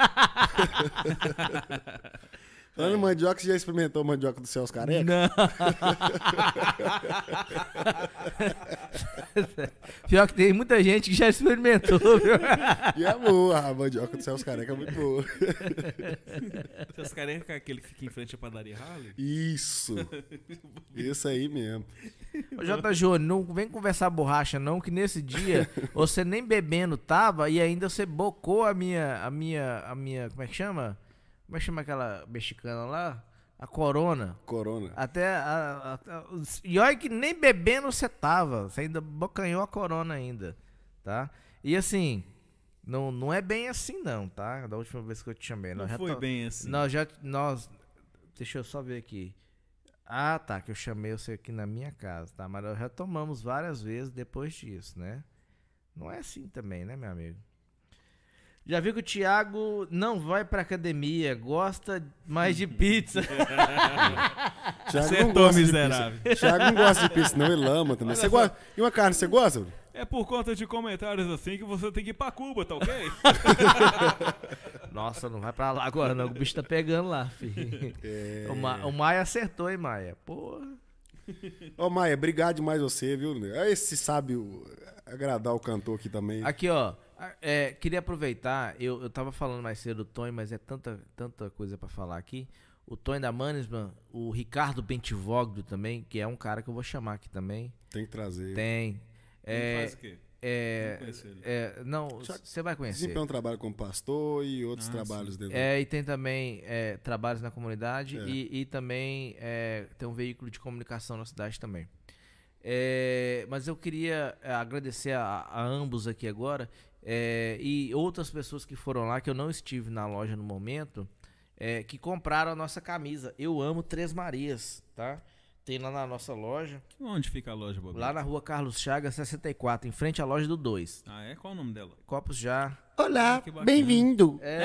Falando em mandioca, você já experimentou mandioca do Celso Careca? Não. Pior que tem muita gente que já experimentou, viu? E é boa, a mandioca do Celso Careca é muito boa. Seus carecas é aquele que fica em frente à padaria Harley? Isso. Isso aí mesmo. Ô, J. Júnior, não vem conversar borracha não, que nesse dia você nem bebendo tava e ainda você bocou a minha, a minha, a minha, como é que chama? Como é que chama aquela mexicana lá? A Corona. Corona. Até a, a, a, os- e olha que nem bebendo você tava, você ainda bocanhou a Corona ainda, tá? E assim, não, não é bem assim não, tá? Da última vez que eu te chamei. Não nós já foi to- bem assim. Nós já, nós, deixa eu só ver aqui. Ah, tá, que eu chamei você aqui na minha casa, tá? Mas nós já tomamos várias vezes depois disso, né? Não é assim também, né, meu amigo? Já viu que o Thiago não vai pra academia, gosta mais de pizza. Thiago não Acertou, gosta de miserável. pizza. Thiago não gosta de pizza, não. Ele lama também. Você gosta? E uma carne, você gosta? Bruno? É por conta de comentários assim que você tem que ir pra Cuba, tá ok? Nossa, não vai pra lá agora não, que o bicho tá pegando lá, filho. O, Ma- o Maia acertou, hein, Maia? Porra. Ô, Maia, obrigado demais você, viu? Esse sabe o- agradar o cantor aqui também. Aqui, ó. é, queria aproveitar, eu, eu tava falando mais cedo do Tonho, mas é tanta, tanta coisa pra falar aqui. O Tonho da Mannesman, o Ricardo Bentivoglio também, que é um cara que eu vou chamar aqui também. Tem que trazer. Tem. Ele É, faz o quê? é, Não conheço ele. é, não, você vai conhecer. Desempenha um trabalho como pastor e outros Ah, trabalhos dentro. É, e tem também é, trabalhos na comunidade É. e, e também é, tem um veículo de comunicação na cidade também. É, mas eu queria é, agradecer a, a ambos aqui agora é, e outras pessoas que foram lá, que eu não estive na loja no momento, é, que compraram a nossa camisa. Eu amo Três Marias, tá? Tem lá na nossa loja, Onde fica a loja, Bob? lá na rua Carlos Chagas, sessenta e quatro, em frente à loja do dois. Ah, é? Qual o nome dela? Copos já. Olá, que bacana. bem-vindo. É,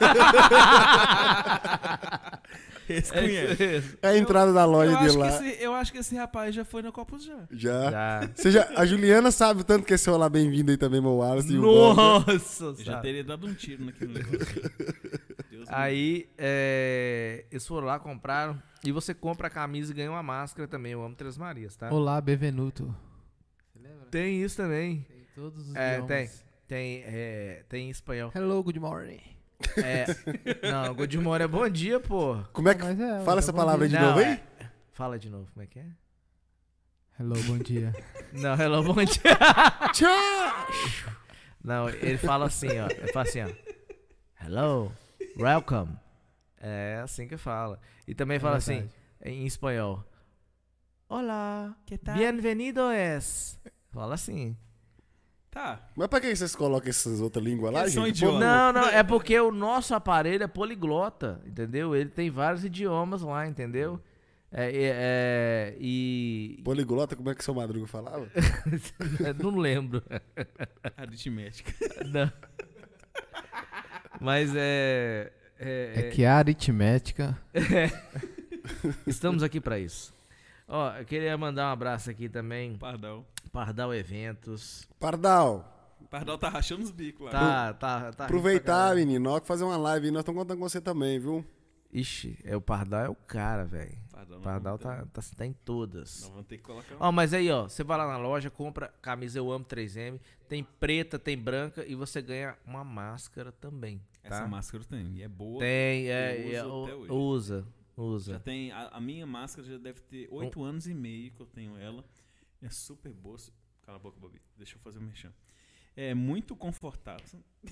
Esse é conhece. isso mesmo. É a entrada da loja Eu dele acho, que lá. esse, eu acho que esse rapaz já foi na Copos já. Já. Já. Você já. A Juliana sabe o tanto que esse Olá, bem-vindo aí também, meu Wallace. e o Bob. Nossa, Eu já sabe? teria dado um tiro naquele negócio. Deus me Aí, é, eles foram lá, compraram. E você compra a camisa e ganha uma máscara também. Eu amo Três Marias, tá? Olá, Bevenuto. Você lembra? Tem isso também. Tem todos os É, idiomas. tem. Tem, é, tem em espanhol. Hello, good morning. É, não, good morning é bom dia, pô. Como é que. Mas é, Fala é essa bom palavra aí de dia. Não, novo aí? é- Fala de novo, como é que é? Hello, bom dia. Não, hello, bom dia. Tchau! Não, ele fala assim, ó. Ele fala assim, ó. Hello, welcome. É assim que fala. E também fala assim, verdade. em espanhol. Olá, Que tal? bienvenido es. Fala assim. Tá. Mas pra que vocês colocam essas outras línguas lá, Eles são gente? idiotas. Não, não, é porque o nosso aparelho é poliglota, entendeu? Ele tem vários idiomas lá, entendeu? É, é, é, e... Poliglota, como é que seu Madruga falava? Não lembro. Aritmética. Não. Mas é... É, É que a aritmética... Estamos aqui pra isso. Ó, eu queria mandar um abraço aqui também. Pardal. Pardal Eventos. Pardal, Pardal tá rachando os bicos lá. Tá, tá, tá. aproveitar, menino. Ó, que fazer uma live aí, nós estamos contando com você também, viu? Ixi, é, o Pardal é o cara, velho. Pardal, O nós Pardal vamos tá, tá, tá em todas. Nós vamos ter que colocar um... Ó, mas aí, ó, você vai lá na loja, compra camisa Eu Amo três M, tem preta, tem branca e você ganha uma máscara também, tá? Essa máscara tem. E é boa. Tem, é, Eu é, uso o- até hoje. usa, Já usa. tem... A, a minha máscara já deve ter oito anos e meio que eu tenho ela. É super boa. su- Cala a boca, Bobby. Deixa eu fazer o um merchan. É muito confortável.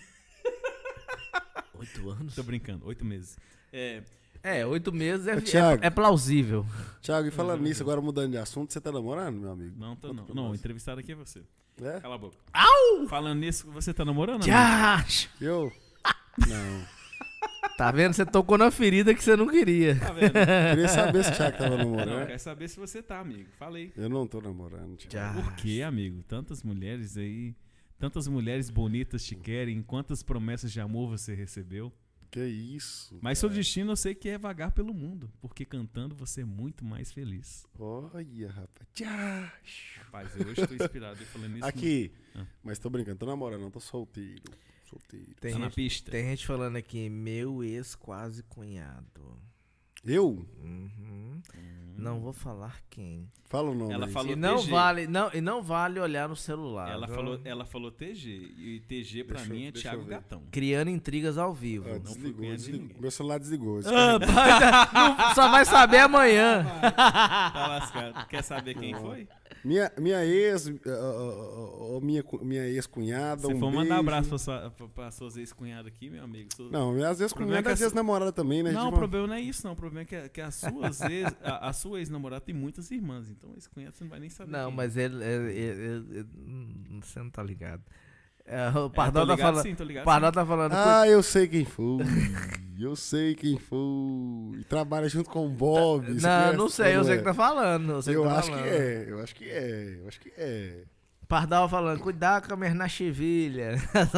Oito anos? Tô brincando. Oito meses. É... É, oito meses é, Ô, Thiago. é, é plausível. Thiago, e falando nisso, agora mudando de assunto, você tá namorando, meu amigo? Não, tô Conta não. pra Não, o nós. entrevistado aqui é você. É? Cala a boca. Au! Falando nisso, você tá namorando? amigo? Já! Eu? Não. Tá vendo? Você tocou na ferida que você não queria. Tá vendo? Queria saber se o Thiago tava Não, namorando. quer saber se você tá, amigo. Falei. Eu não tô namorando, Thiago. Já. Por que, amigo? Tantas mulheres aí, tantas mulheres bonitas te querem, quantas promessas de amor você recebeu. Que isso? Mas seu destino eu sei que é vagar pelo mundo, porque cantando você é muito mais feliz. Olha, rapaz. Tchau. Rapaz, eu hoje tô inspirado eu falando isso. Aqui. Ah. Mas tô brincando, tô namorando, não, tô solteiro. Solteiro. Tem Tá na gente, pista. tem gente falando aqui, meu ex quase cunhado. Eu? Uhum. Não vou falar quem. Fala o nome Ela aí. falou E não T G. vale, não, e não vale olhar no celular. Ela viu? falou, ela falou T G, e T G pra Deixa eu- mim é deixa Thiago eu ver. Gatão. Criando intrigas ao vivo. Ah, fui desligou, cunhado de desligou. ninguém. Meu celular desligou. Ah, vai- não- só vai saber amanhã. Tá lascado. Quer saber quem foi? Minha, minha ex, uh, uh, uh, minha, cu- minha ex-cunhada, Se um for beijo. mandar abraço pra, sua, pra, pra suas ex-cunhadas aqui, meu amigo. sou- Não, minhas problema é ex-cunhadas que e a as su- ex-namoradas também, né? Não, o Tipo, problema não é isso, não. O problema é que, que as suas ex, a, a sua ex-namorada tem muitas irmãs, então esse cunhado você não vai nem saber. Não, quem é. mas ele, ele- ele- ele- hum, você não tá ligado. É, o É, tô Pardal tá ligado falando. sim, tô ligado Pardal sim. tá falando. Ah, eu sei quem foi. Eu sei quem foi. E trabalha junto com o Bob. Você não, conhece não sei, eu ou sei é? que tá falando. Eu, sei Eu que tá acho que falando. é, eu acho que é, eu acho que é. Pardal falando, cuidado com a minha nachivilha.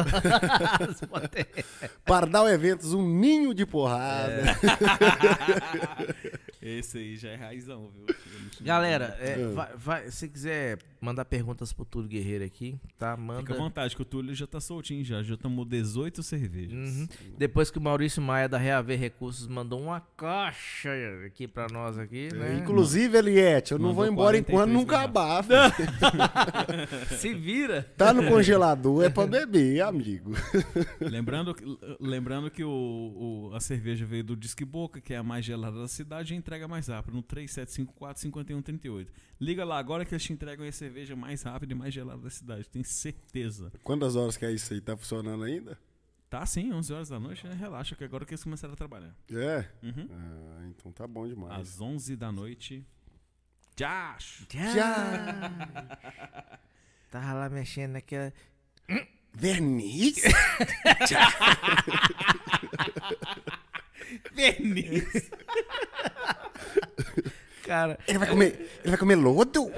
Pardal Eventos, um ninho de porrada. Esse aí já é raizão, viu? Galera, é, É. vai, vai- se quiser mandar perguntas pro Túlio Guerreiro aqui, tá? Manda. Fica à vontade, que o Túlio já tá soltinho já. Já tomou dezoito cervejas. Uhum. Depois que o Maurício Maia da Reaver Recursos mandou uma caixa aqui pra nós aqui, né? Inclusive, Eliette, eu não Mandou vou embora quarenta e enquanto três não acabar. filho. Se vira. Tá no congelador, é pra beber, amigo. Lembrando, que- lembrando que o, o- a cerveja veio do Disque Boca, que é a mais gelada da cidade, e entrega mais rápido, no três sete cinco quatro, cinco um três oito. Liga lá agora que eles te entregam a cerveja mais rápida e mais gelada da cidade, tenho certeza. Quantas horas que é isso aí? Tá funcionando ainda? Tá sim, onze horas da noite, né? Relaxa, que agora que eles começaram a trabalhar. É? Uhum. Ah, então tá bom demais. Às onze da noite. Já! Já. Tava lá mexendo naquela. Verniz? Verniz! Cara, Ele vai comer, ele vai comer lodo?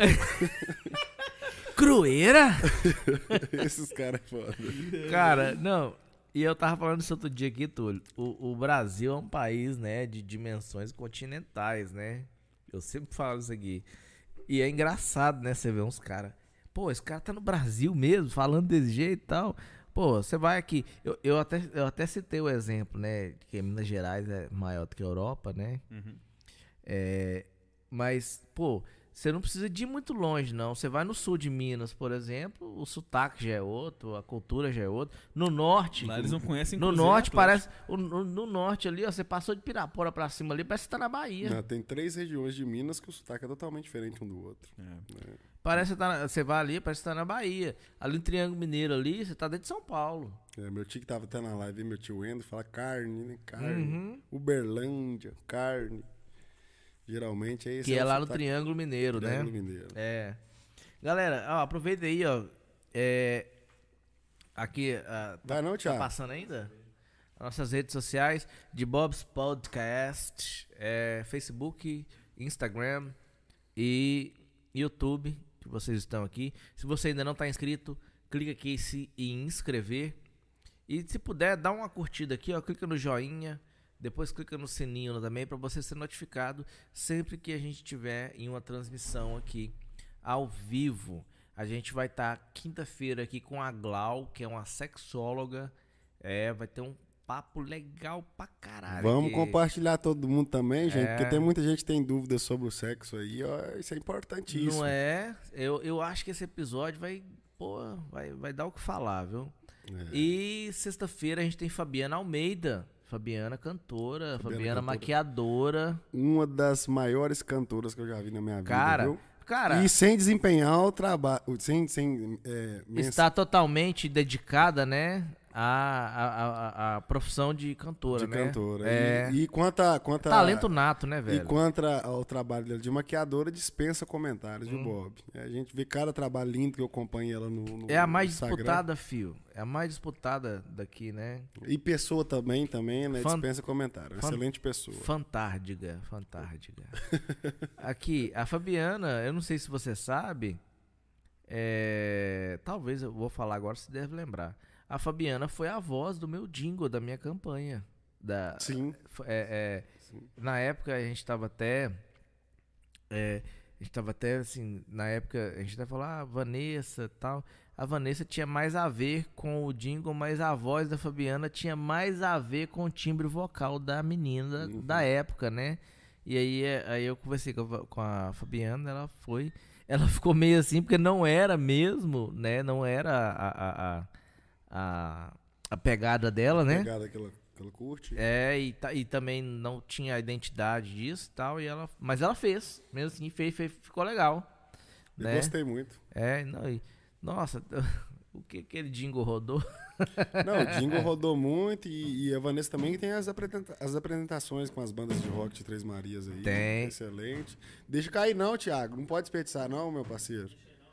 crueira? Esses caras é foda. Cara, não. E eu tava falando isso outro dia aqui, Túlio. O, o Brasil é um país, né, de dimensões continentais, né? Eu sempre falo isso aqui. E é engraçado, né, você ver uns caras. Pô, esse cara tá no Brasil mesmo, falando desse jeito e tal. Pô, você vai aqui. Eu, eu, até, eu até citei o exemplo, né, que Minas Gerais é maior do que a Europa, né? Uhum. É, mas, pô, você não precisa de ir muito longe, não. Você vai no sul de Minas, por exemplo, o sotaque já é outro, a cultura já é outra. No norte, Lá eles não conhecem no Cruzeiro norte Atlético. parece, o- no, no norte ali, ó, você passou de Pirapora pra cima ali, parece que tá na Bahia. Não, tem três regiões de Minas que o sotaque é totalmente diferente um do outro. É. Parece que tá na- você vai ali, parece que tá na Bahia. Ali no Triângulo Mineiro ali, você tá dentro de São Paulo. É, meu tio que tava até na live, meu tio Endo, fala carne, né? Carne. Uhum. Uberlândia, carne. Geralmente é esse. Que é o lá no sotaque- Triângulo Mineiro, Triângulo né? Mineiro. É. Galera, ó, aproveita aí, ó. É, aqui, ah, Vai não, tá Thiago? passando ainda? Nossas redes sociais, de Bob's Podcast, é, Facebook, Instagram e YouTube, que vocês estão aqui. Se você ainda não está inscrito, clica aqui em inscrever. E se puder, dá uma curtida aqui, ó, clica no joinha, depois clica no sininho também para você ser notificado sempre que a gente tiver em uma transmissão aqui ao vivo. A gente vai estar tá quinta-feira aqui com a Glau, que é uma sexóloga. É, vai ter um papo legal pra caralho. Vamos que... compartilhar todo mundo também, gente, É. porque tem muita gente que tem dúvidas sobre o sexo aí, ó, isso é importantíssimo. Não é? Eu, eu acho que esse episódio vai, pô, vai, vai dar o que falar, viu? É. E sexta-feira a gente tem Fabiana Almeida. Fabiana cantora, Fabiana, Fabiana cantora. maquiadora. Uma das maiores cantoras que eu já vi na minha vida, Cara, viu? cara, E sem desempenhar o trabalho, sem, sem é, mens- está totalmente dedicada, né? A, a, a, a profissão de cantora, de né? cantora. É. E, e quanto, a, quanto a- Talento nato, né, E velho? quanto a- ao trabalho dela de maquiadora, dispensa comentários, Hum. viu, Bob? É, a gente vê cada trabalho lindo que eu acompanho ela no, no É a mais Instagram. disputada, fio. É a mais disputada daqui, né? E pessoa também, também, né? Fan- Dispensa comentário. fan- Excelente pessoa. Fantárdiga, fantárdiga. Aqui, a Fabiana, eu não sei se você sabe, é, talvez eu vou falar agora, você deve lembrar. A Fabiana foi a voz do meu jingle da minha campanha. Da, Sim. é, é, na época a gente tava até. é, a gente tava até assim. Na época a gente até falou, ah, Vanessa e tal. A Vanessa tinha mais a ver com o jingle, mas a voz da Fabiana tinha mais a ver com o timbre vocal da menina Uhum. da época, né? E aí, é, aí eu conversei com a, com a Fabiana, ela foi. Ela ficou meio assim, porque não era mesmo, né? Não era a, a, a, a, a pegada dela, né? Pegada que ela, que ela curte. É, e, ta- e também não tinha a identidade disso e tal, e ela, mas ela fez, mesmo assim, fez, fez ficou legal. Eu Né? gostei muito. É, não, e- nossa, o que aquele jingle rodou? Não, o Dingo rodou muito e, e a Vanessa também tem as, apresenta- as apresentações com as bandas de rock de Três Marias aí. Tem. Excelente. Deixa cair não, Thiago. Não pode desperdiçar não, meu parceiro.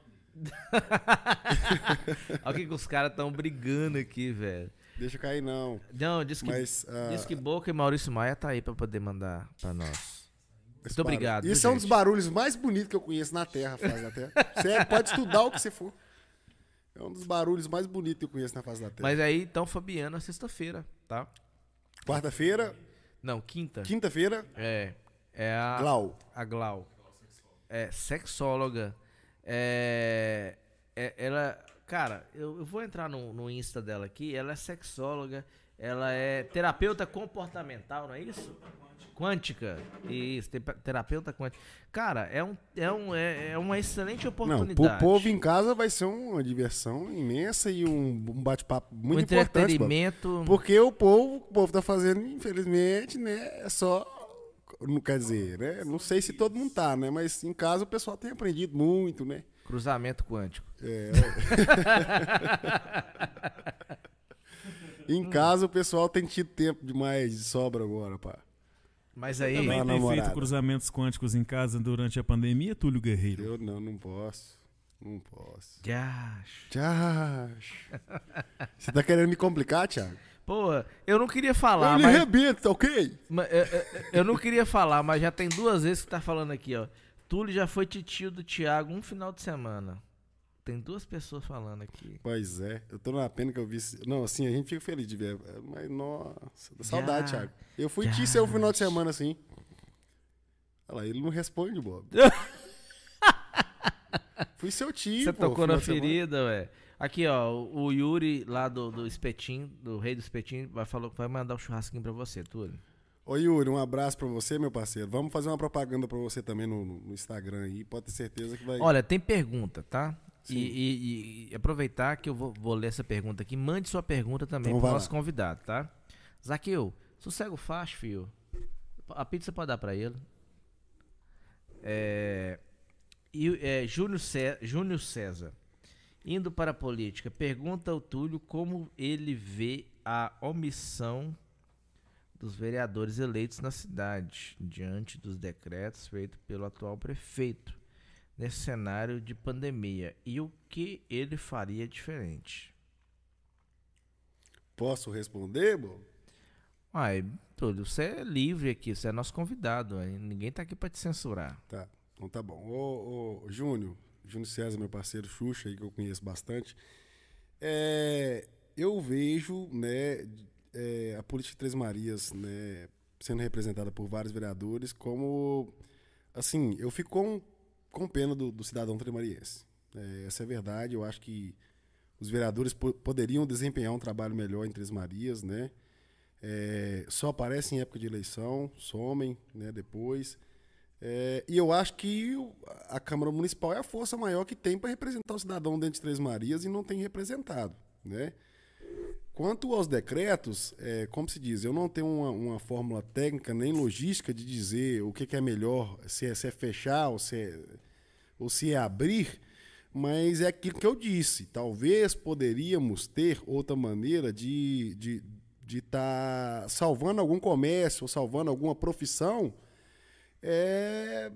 Olha o que, que os caras estão brigando aqui, velho. Deixa cair não. Não, diz que, Mas, ah, diz que Boca e Maurício Maia tá aí pra poder mandar pra nós. esse Muito obrigado, barulho. Isso viu, é um dos gente? barulhos mais bonitos que eu conheço na Terra, face da Terra. Sério, pode estudar o que você for. É um dos barulhos mais bonitos que eu conheço na face da Terra. Mas aí, então, Fabiana, sexta-feira, tá? Quarta-feira, Não, quinta. quinta-feira, É, é a... Glau. A Glau. É sexóloga. É, é- ela, cara, eu, eu vou entrar no, no Insta dela aqui. Ela é sexóloga, ela é terapeuta comportamental, não é isso? Quântica. Isso, te- terapeuta quântica. Cara, é, um, é, um, é, é uma excelente Não, oportunidade. pro povo em casa vai ser uma diversão imensa e um, um bate-papo um muito importante. Bob. entretenimento. Porque o povo, o povo tá fazendo, infelizmente, né? É só. Não quer dizer, né? Não sei se todo mundo tá, né? Mas em casa o pessoal tem aprendido muito, né? Cruzamento quântico. É. Em casa o pessoal tem tido tempo demais de sobra agora, pá. Mas aí. Também Uma tem namorada. feito cruzamentos quânticos em casa durante a pandemia, Túlio Guerreiro. Eu não, não posso. Não posso. Já. Tchau. Você tá querendo me complicar, Thiago? Pô, eu não queria falar, eu lhe mas. arrebento, tá ok? Mas, é, é, eu não queria falar, mas já tem duas vezes que tá falando aqui, ó. Túlio já foi titio do Thiago um final de semana. Tem duas pessoas falando aqui. Pois é, eu tô na pena que eu vi. Não, assim, a gente fica feliz de ver. Mas, nossa, dá saudade, Já. Thiago. Eu fui Já. tio seu final de semana, assim. Olha lá, ele não responde, Bob. Fui seu tio, Você pô, tocou final na de semana. ferida, ué. Aqui, ó, o Yuri lá do, do Espetinho, do Rei do Espetinho, vai, falou que vai mandar um churrasquinho pra você, Túlio. Ô Yuri, um abraço pra você, meu parceiro. Vamos fazer uma propaganda pra você também no, no Instagram aí. Pode ter certeza que vai. Olha, tem pergunta, tá? E, Sim. e- e aproveitar que eu vou, vou ler essa pergunta aqui. Mande sua pergunta também Então pro vai nosso lá. convidado, tá? Zaqueu, sossega o facho, filho. A pizza pode dar pra ele. É, e, é, Júnior Cé- Júnior César, indo para a política, pergunta ao Túlio como ele vê a omissão dos vereadores eleitos na cidade, diante dos decretos feitos pelo atual prefeito. nesse cenário de pandemia e o que ele faria diferente? Posso responder, bom? Uai, Túlio, você é livre aqui, você é nosso convidado, hein? Ninguém tá aqui pra te censurar. Tá, então tá bom. Ô, ô Júnior, Júnior César, meu parceiro Xuxa, aí, que eu conheço bastante, é, eu vejo, né, é, a política de Três Marias, né, sendo representada por vários vereadores como, assim, eu fico com, com pena do, do cidadão tremariense. É, essa é a verdade, eu acho que os vereadores po- poderiam desempenhar um trabalho melhor em Três Marias, né? É, só aparecem em época de eleição, somem, né, depois. É, e eu acho que o- a Câmara Municipal é a força maior que tem para representar o cidadão dentro de Três Marias e não tem representado, né? Quanto aos decretos, é, como se diz, eu não tenho uma, uma fórmula técnica nem logística de dizer o que, que é melhor, se é, se é fechar ou se é, ou se é abrir, mas é aquilo que eu disse. Talvez poderíamos ter outra maneira de estar de, de tá salvando algum comércio ou salvando alguma profissão, é,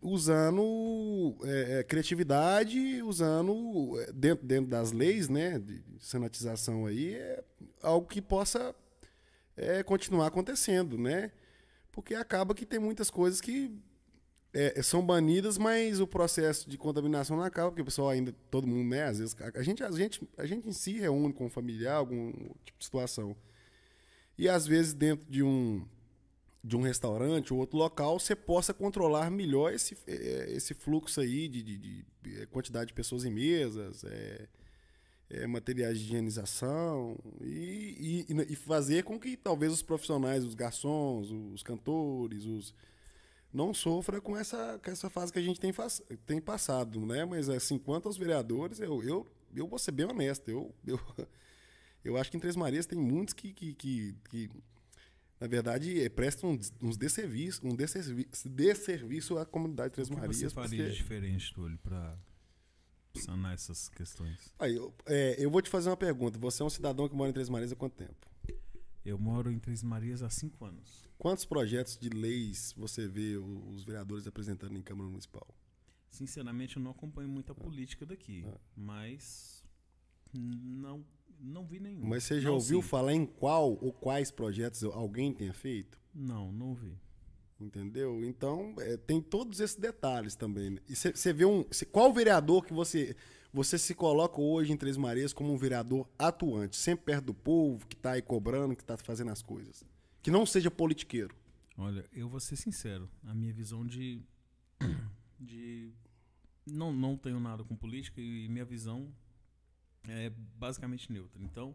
usando é, é, criatividade, usando é, dentro, dentro das leis, né, de sanatização aí, é algo que possa é, continuar acontecendo, né? Porque acaba que tem muitas coisas que é, são banidas, mas o processo de contaminação não acaba, porque o pessoal ainda, todo mundo, né, às vezes, a gente, a gente, a gente em si reúne com um familiar, algum tipo de situação. E às vezes dentro de um de um restaurante ou outro local, você possa controlar melhor esse, esse fluxo aí de, de, de quantidade de pessoas em mesas, é, é, materiais de higienização e, e, e fazer com que talvez os profissionais, os garçons, os cantores, os, não sofram com essa, com essa fase que a gente tem, faz, tem passado, né? Mas assim, quanto aos vereadores, eu, eu, eu vou ser bem honesto, eu, eu, eu acho que em Três Marias tem muitos que, que, que, que na verdade, prestam uns desserviço, um desserviço, desserviço à comunidade de Três O que Marias. você faria porque... de diferente, Túlio, para sanar essas questões? Aí, eu, é, eu vou te fazer uma pergunta. Você é um cidadão que mora em Três Marias há quanto tempo? Eu moro em Três Marias há cinco anos. Quantos projetos de leis você vê os vereadores apresentando em Câmara Municipal? Sinceramente, eu não acompanho muita política daqui, Ah. mas não, não vi nenhum. Mas você já Não, ouviu sim. falar em qual ou quais projetos alguém tenha feito? Não, não vi. Entendeu? Então, é, tem todos esses detalhes também. Né? E você vê um. Cê, qual vereador que você. Você se coloca hoje em Três Marias como um vereador atuante, sempre perto do povo, que está aí cobrando, que está fazendo as coisas. Que não seja politiqueiro. Olha, eu vou ser sincero. A minha visão de. de não, não tenho nada com política e minha visão é basicamente neutra. Então,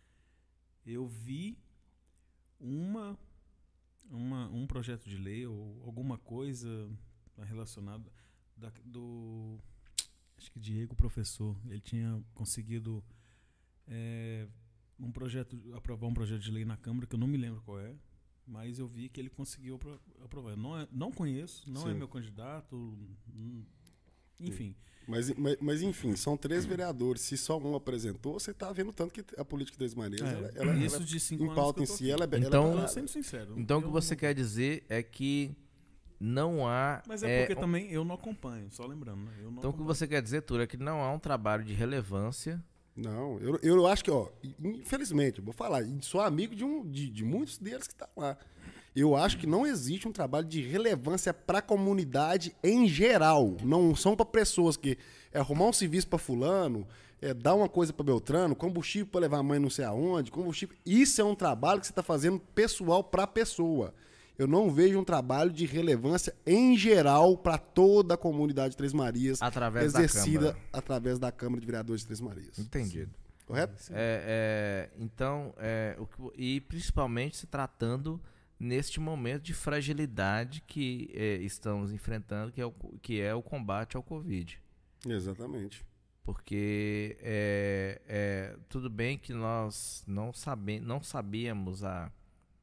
eu vi uma, uma, um projeto de lei ou alguma coisa relacionada da, do. Acho que Diego, professor, ele tinha conseguido é, um projeto, aprovar um projeto de lei na Câmara, que eu não me lembro qual é, mas eu vi que ele conseguiu apro- aprovar. Não, é, não conheço, não Sim. é meu candidato, hum, enfim. Mas, mas, mas, enfim, são três vereadores. Se só um apresentou, você está vendo tanto que a política de Três Marias, É, ela, ela, isso ela, de cinco em anos pauta que eu em tô si, aqui. ela, é- Então- ela Tô é sendo sincero. Então o eu que você não- quer dizer é que não há. Mas é porque também eu não acompanho, só lembrando, né? Eu não Então o que acompanho. você quer dizer, Túlio, é que não há um trabalho de relevância. Não, eu, eu acho que, ó, infelizmente, eu vou falar, e sou amigo de, um, de, de muitos deles que estão lá. Eu acho que não existe um trabalho de relevância para a comunidade em geral. Não são para pessoas que é arrumar um serviço para fulano, é dar uma coisa para Beltrano, combustível para levar a mãe não sei aonde, combustível. Isso é um trabalho que você está fazendo pessoal para pessoa. Eu não vejo um trabalho de relevância em geral para toda a comunidade de Três Marias, Através da exercida Câmara. através da Câmara de Vereadores de Três Marias. Entendido. Correto? É, é, então, é, o que- e principalmente se tratando neste momento de fragilidade que é, estamos enfrentando, que é, o, que é o combate ao Covid. Exatamente. Porque é, é, tudo bem que nós não, sabe, não sabíamos há,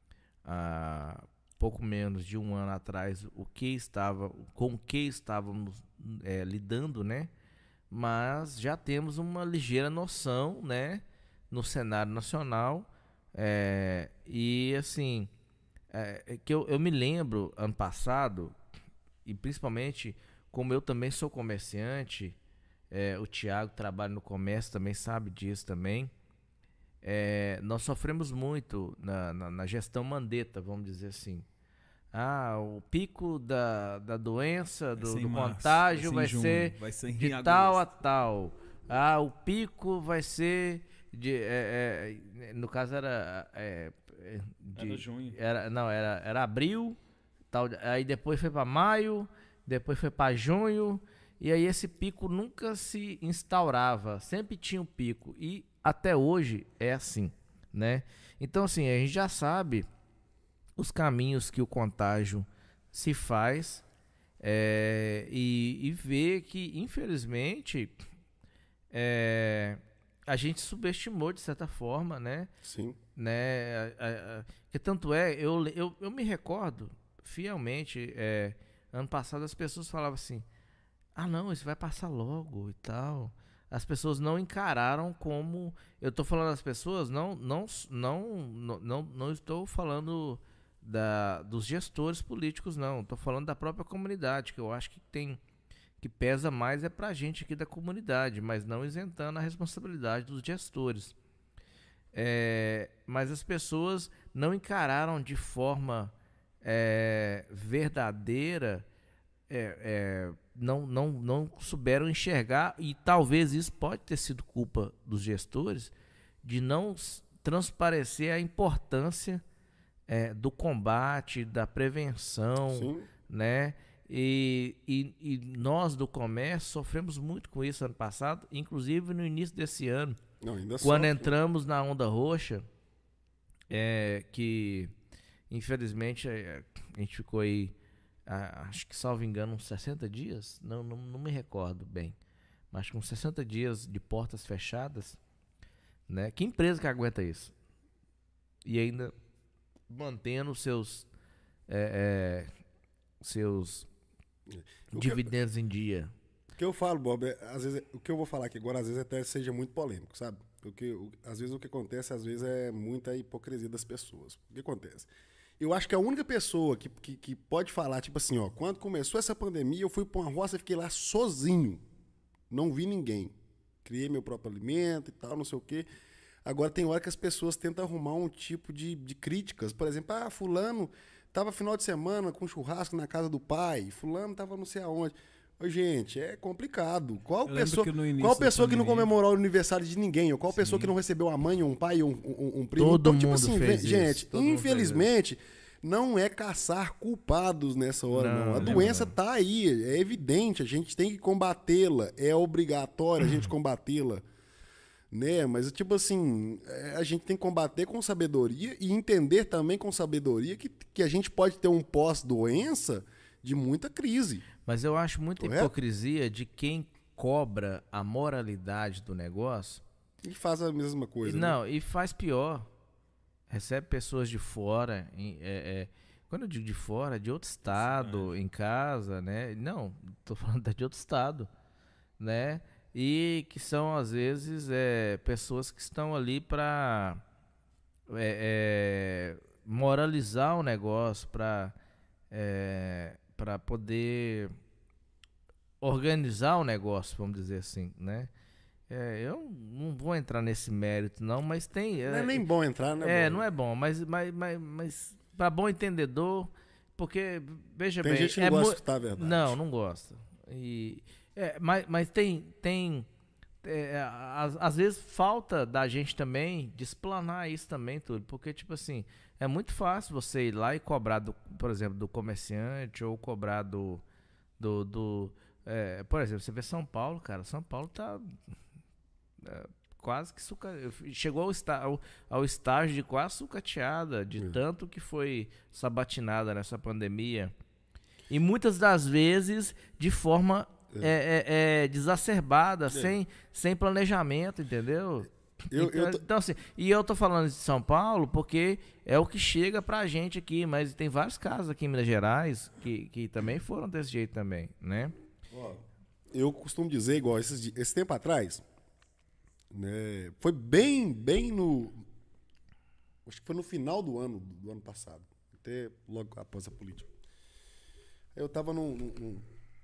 há pouco menos de um ano atrás o que estava, com o que estávamos é, lidando, né? Mas já temos uma ligeira noção, né, no cenário nacional. É, e assim, é, é que eu, eu me lembro ano passado, e principalmente como eu também sou comerciante, é, o Thiago trabalha no comércio, também sabe disso também. É, nós sofremos muito na, na, na gestão Mandetta, vamos dizer assim. Ah, o pico da, da doença, do, do contágio vai ser, vai ser de tal a tal. Ah, o pico vai ser de, é, é, no caso era é, de, era junho. Era, não, era, era abril, tal, aí depois foi para maio, depois foi para junho, e aí esse pico nunca se instaurava, sempre tinha um pico, e até hoje é assim, né? Então assim, a gente já sabe os caminhos que o contágio se faz, é, e, e vê que, infelizmente, é, a gente subestimou de certa forma, né? Sim. Né? A, a, a, que tanto é, eu, eu, eu me recordo fielmente, é, ano passado as pessoas falavam assim, ah não, isso vai passar logo e tal. As pessoas não encararam como... Eu tô falando das pessoas, não, não, não, não, não, não estou falando... Da, dos gestores políticos, não. Estou falando da própria comunidade, que eu acho que tem que pesa mais é pra gente aqui da comunidade, mas não isentando a responsabilidade dos gestores. É, mas as pessoas não encararam de forma é, verdadeira, é, é, não, não, não souberam enxergar, e talvez isso pode ter sido culpa dos gestores, de não transparecer a importância É, do combate, da prevenção, Sim. né? E, e, e nós do comércio sofremos muito com isso ano passado, inclusive no início desse ano, Não, ainda quando sofre. entramos na onda roxa, é, que infelizmente a gente ficou aí, a, acho que salvo engano, uns sessenta dias, não, não, não me recordo bem, mas acho que uns sessenta dias de portas fechadas, né? Que empresa que aguenta isso? E ainda mantendo seus é, é, seus o dividendos eu, em dia. O que eu falo, Bob, é, às vezes, o que eu vou falar aqui agora, às vezes até seja muito polêmico, sabe? Porque o, às vezes o que acontece, às vezes é muita hipocrisia das pessoas. O que acontece? Eu acho que a única pessoa que, que, que pode falar, tipo assim, ó, quando começou essa pandemia, eu fui pra uma roça e fiquei lá sozinho. Não vi ninguém. Criei meu próprio alimento e tal, não sei o quê. Agora tem hora que as pessoas tentam arrumar um tipo de, de críticas. Por exemplo, ah, fulano tava final de semana com churrasco na casa do pai, fulano tava não sei aonde. Ô, gente, é complicado. Qual Eu pessoa, que qual pessoa que não pandemia... comemorou o aniversário de ninguém? Ou qual Sim. pessoa que não recebeu uma mãe, um pai, um, um, um primo? Todo então, mundo tipo assim, fez gente, isso. Todo infelizmente, não é caçar culpados nessa hora, não. Não, A não, doença não. tá aí, é evidente, a gente tem que combatê-la, é obrigatório a gente combatê-la. Né? Mas, tipo assim, a gente tem que combater com sabedoria e entender também com sabedoria que, que a gente pode ter um pós-doença de muita crise. Mas eu acho muita Correto? hipocrisia de quem cobra a moralidade do negócio. E faz a mesma coisa. Não, né? e faz pior. Recebe pessoas de fora, em, é, é, quando eu digo de fora, de outro estado, Sim. em casa, né? Não, tô falando de outro estado, né? E que são, às vezes, é, pessoas que estão ali para é, é, moralizar o negócio, para é, para poder organizar o negócio, vamos dizer assim, né? É, eu não vou entrar nesse mérito, não, mas tem... Não é nem bom entrar, né? É, bom. não é bom, mas, mas, mas, mas para bom entendedor, porque, veja tem bem... Tem gente que é não gosta de escutar a verdade. Não, não gosta. E... É, mas, mas tem, tem é, às, às vezes falta da gente também de explanar isso também, tudo, porque tipo assim, é muito fácil você ir lá e cobrar, do, por exemplo, do comerciante ou cobrar do, do, do é, por exemplo, você vê São Paulo, cara, São Paulo tá é, quase que suca... chegou ao, está, ao, ao estágio de quase sucateada, de uhum. tanto que foi sabatinada nessa pandemia, e muitas das vezes de forma É, é, é desacerbada, é. Sem, sem planejamento, entendeu? Eu, então, eu tô... então, assim, e eu tô falando de São Paulo porque é o que chega pra gente aqui, mas tem vários casos aqui em Minas Gerais que, que também foram desse jeito também, né? Eu costumo dizer, igual, esse, esse tempo atrás, né, foi bem, bem no... Acho que foi no final do ano, do ano passado, até logo após a política. Eu tava num... num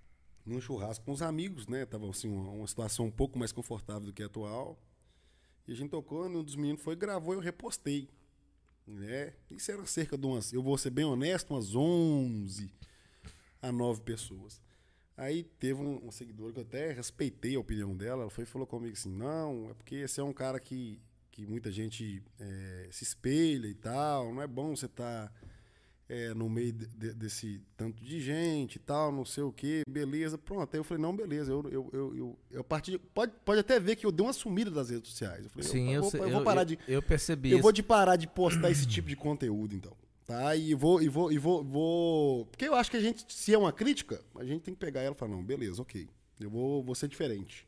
num churrasco com os amigos, né? Tava assim, uma, uma situação um pouco mais confortável do que a atual. E a gente tocou, um dos meninos foi, gravou e eu repostei. Né? Isso era cerca de umas, eu vou ser bem honesto, umas onze a nove pessoas. Aí teve um, uma seguidora que eu até respeitei a opinião dela, ela foi e falou comigo assim, não, é porque esse é um cara que, que muita gente é, se espelha e tal, não é bom você estar... Tá, É, no meio de, de, desse tanto de gente e tal, não sei o que, beleza, pronto. Aí eu falei, não, beleza, eu, eu, eu, eu, eu parti, pode, pode até ver que eu dei uma sumida das redes sociais. Eu falei, Sim, eu, eu, eu, sei, vou, eu eu vou parar eu, de. Eu percebi Eu isso. vou de parar de postar esse tipo de conteúdo, então. Tá? E vou, e vou, e vou, vou. Porque eu acho que a gente, se é uma crítica, a gente tem que pegar ela e falar, não, beleza, ok. Eu vou, vou ser diferente.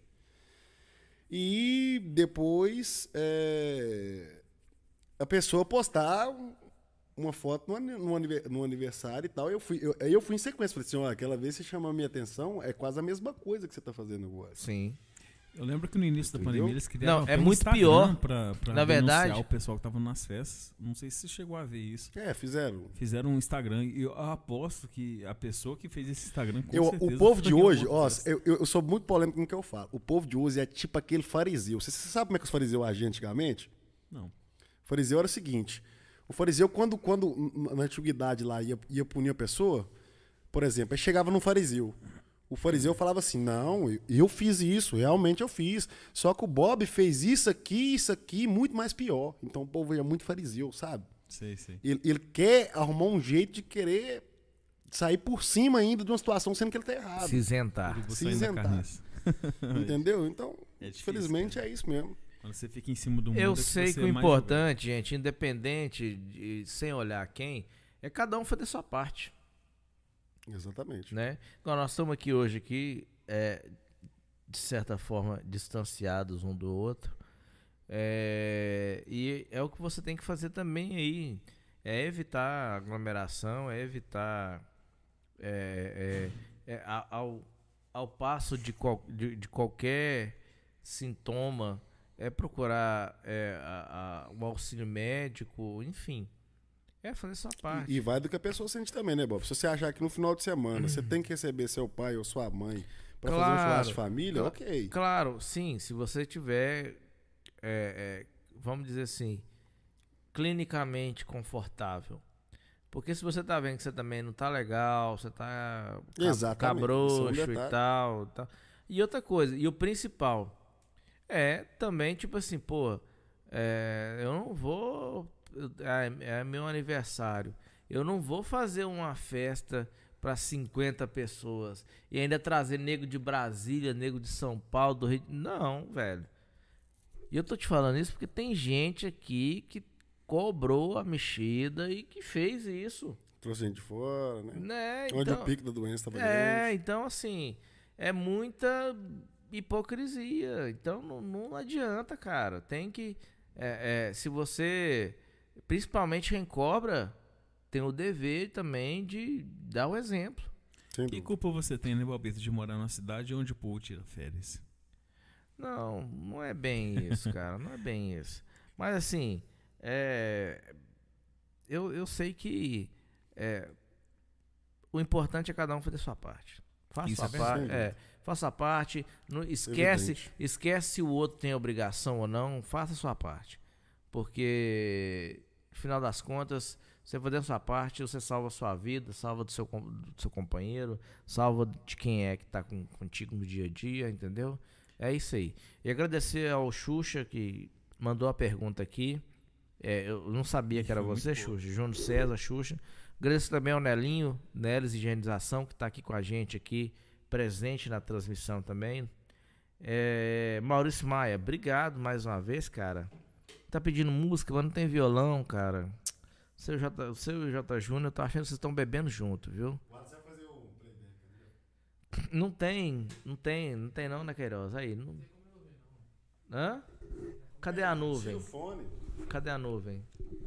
E depois é, a pessoa postar uma foto no, no, no aniversário e tal, eu fui, eu, aí eu fui em sequência, falei assim, ó, aquela vez você chamou a minha atenção, é quase a mesma coisa que você tá fazendo agora. Sim. Eu lembro que no início da Entendeu? pandemia eles criaram Não, até é um muito Instagram pior. pra, pra Na verdade- denunciar o pessoal que tava nas festas. Não sei se você chegou a ver isso. É, fizeram. Fizeram um Instagram e eu aposto que a pessoa que fez esse Instagram com Eu, certeza o povo de foi em hoje, outra ó, festa. eu, eu sou muito polêmico no que eu falo. O povo de hoje é tipo aquele fariseu. Você, você sabe como é que os fariseus agiam antigamente? Não. O fariseu era o seguinte: o fariseu, quando, quando na antiguidade lá ia, ia punir a pessoa, por exemplo, aí chegava num fariseu. O fariseu falava assim: não, eu, eu fiz isso, realmente eu fiz. Só que o Bob fez isso aqui, isso aqui, muito mais pior. Então o povo é muito fariseu, sabe? Sei, sei. Ele, ele quer arrumar um jeito de querer sair por cima ainda de uma situação, sendo que ele tá errado. Se isentar. Urubu se saindo da isentar. carniça. Entendeu? Então, É difícil, infelizmente cara. é isso mesmo. Quando você fica em cima do mundo. Eu é que sei você que o é mais importante, gente, independente, de, sem olhar quem, é cada um fazer sua parte, Exatamente. né? Então, nós estamos aqui hoje, aqui, é, de certa forma, distanciados um do outro. É, e é o que você tem que fazer também aí. É evitar aglomeração, é evitar... É, é, é, a- ao, ao passo de, qual, de, de qualquer sintoma, é procurar é, a, a, um auxílio médico, enfim. É fazer sua parte. E, e vai do que a pessoa sente também, né, Bob? Se você achar que no final de semana você tem que receber seu pai ou sua mãe pra fazer um Claro. churrasco de família, Cla- ok. Claro, sim, se você tiver, é, é, vamos dizer assim, clinicamente confortável. Porque se você tá vendo que você também não tá legal, você tá ca- Exatamente, cabroxo isso é um e detalhe. tal, tal. E outra coisa, e o principal, é também, tipo assim, pô, é, eu não vou, eu- é, é meu aniversário, eu não vou fazer uma festa para cinquenta pessoas e ainda trazer nego de Brasília, nego de São Paulo, do Rio. Não, velho. E eu tô te falando isso porque tem gente aqui que cobrou a mexida e que fez isso, Trouxe gente de fora, né? né? Onde Então, o pico da doença tava é, grande. então assim, é muita hipocrisia. Então não, não adianta, cara. Tem que, é, é, se você, principalmente quem cobra, tem o dever também de dar o exemplo. Sem Que dúvida. culpa você tem, né, Balbito, de morar numa cidade onde o povo tira férias? Não, não é bem isso, cara. Não é bem isso. Mas assim, é, eu, eu sei que é, o importante é cada um fazer sua parte. Faça Isso sua é verdade. parte. É, faça a parte. Não, esquece, Evidente. esquece se o outro tem obrigação ou não. Faça a sua parte. Porque, no final das contas, você fazendo a sua parte, você salva a sua vida, salva do seu, com- do seu companheiro, salva de quem é que tá com, contigo no dia a dia, entendeu? É isso aí. E agradecer ao Xuxa que mandou a pergunta aqui. É, eu não sabia que era Foi você, muito boa. Xuxa. Júnior César, Xuxa. Agradeço também ao Nelinho, Neles Higienização, que está aqui com a gente aqui, presente na transmissão também. É, Maurício Maia, obrigado mais uma vez, cara. Tá pedindo música, mas não tem violão, cara. Seu J, seu J Júnior, eu tô achando que vocês estão bebendo junto, viu? Não tem, não tem, não tem não, né, Queiroz? Aí, não... Hã? Cadê a nuvem? O fone. Cadê a nuvem?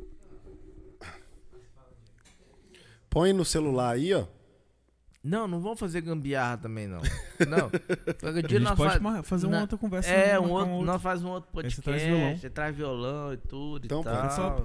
Põe no celular aí, ó. Não, não vamos fazer gambiarra também, não. Não. Qualquer A dia gente nós pode fa- mar- fazer uma na- outra conversa. É, marcar um outro, outro. nós faz um outro Aí você podcast, traz violão. você traz violão e tudo Então, e pode tal. ser.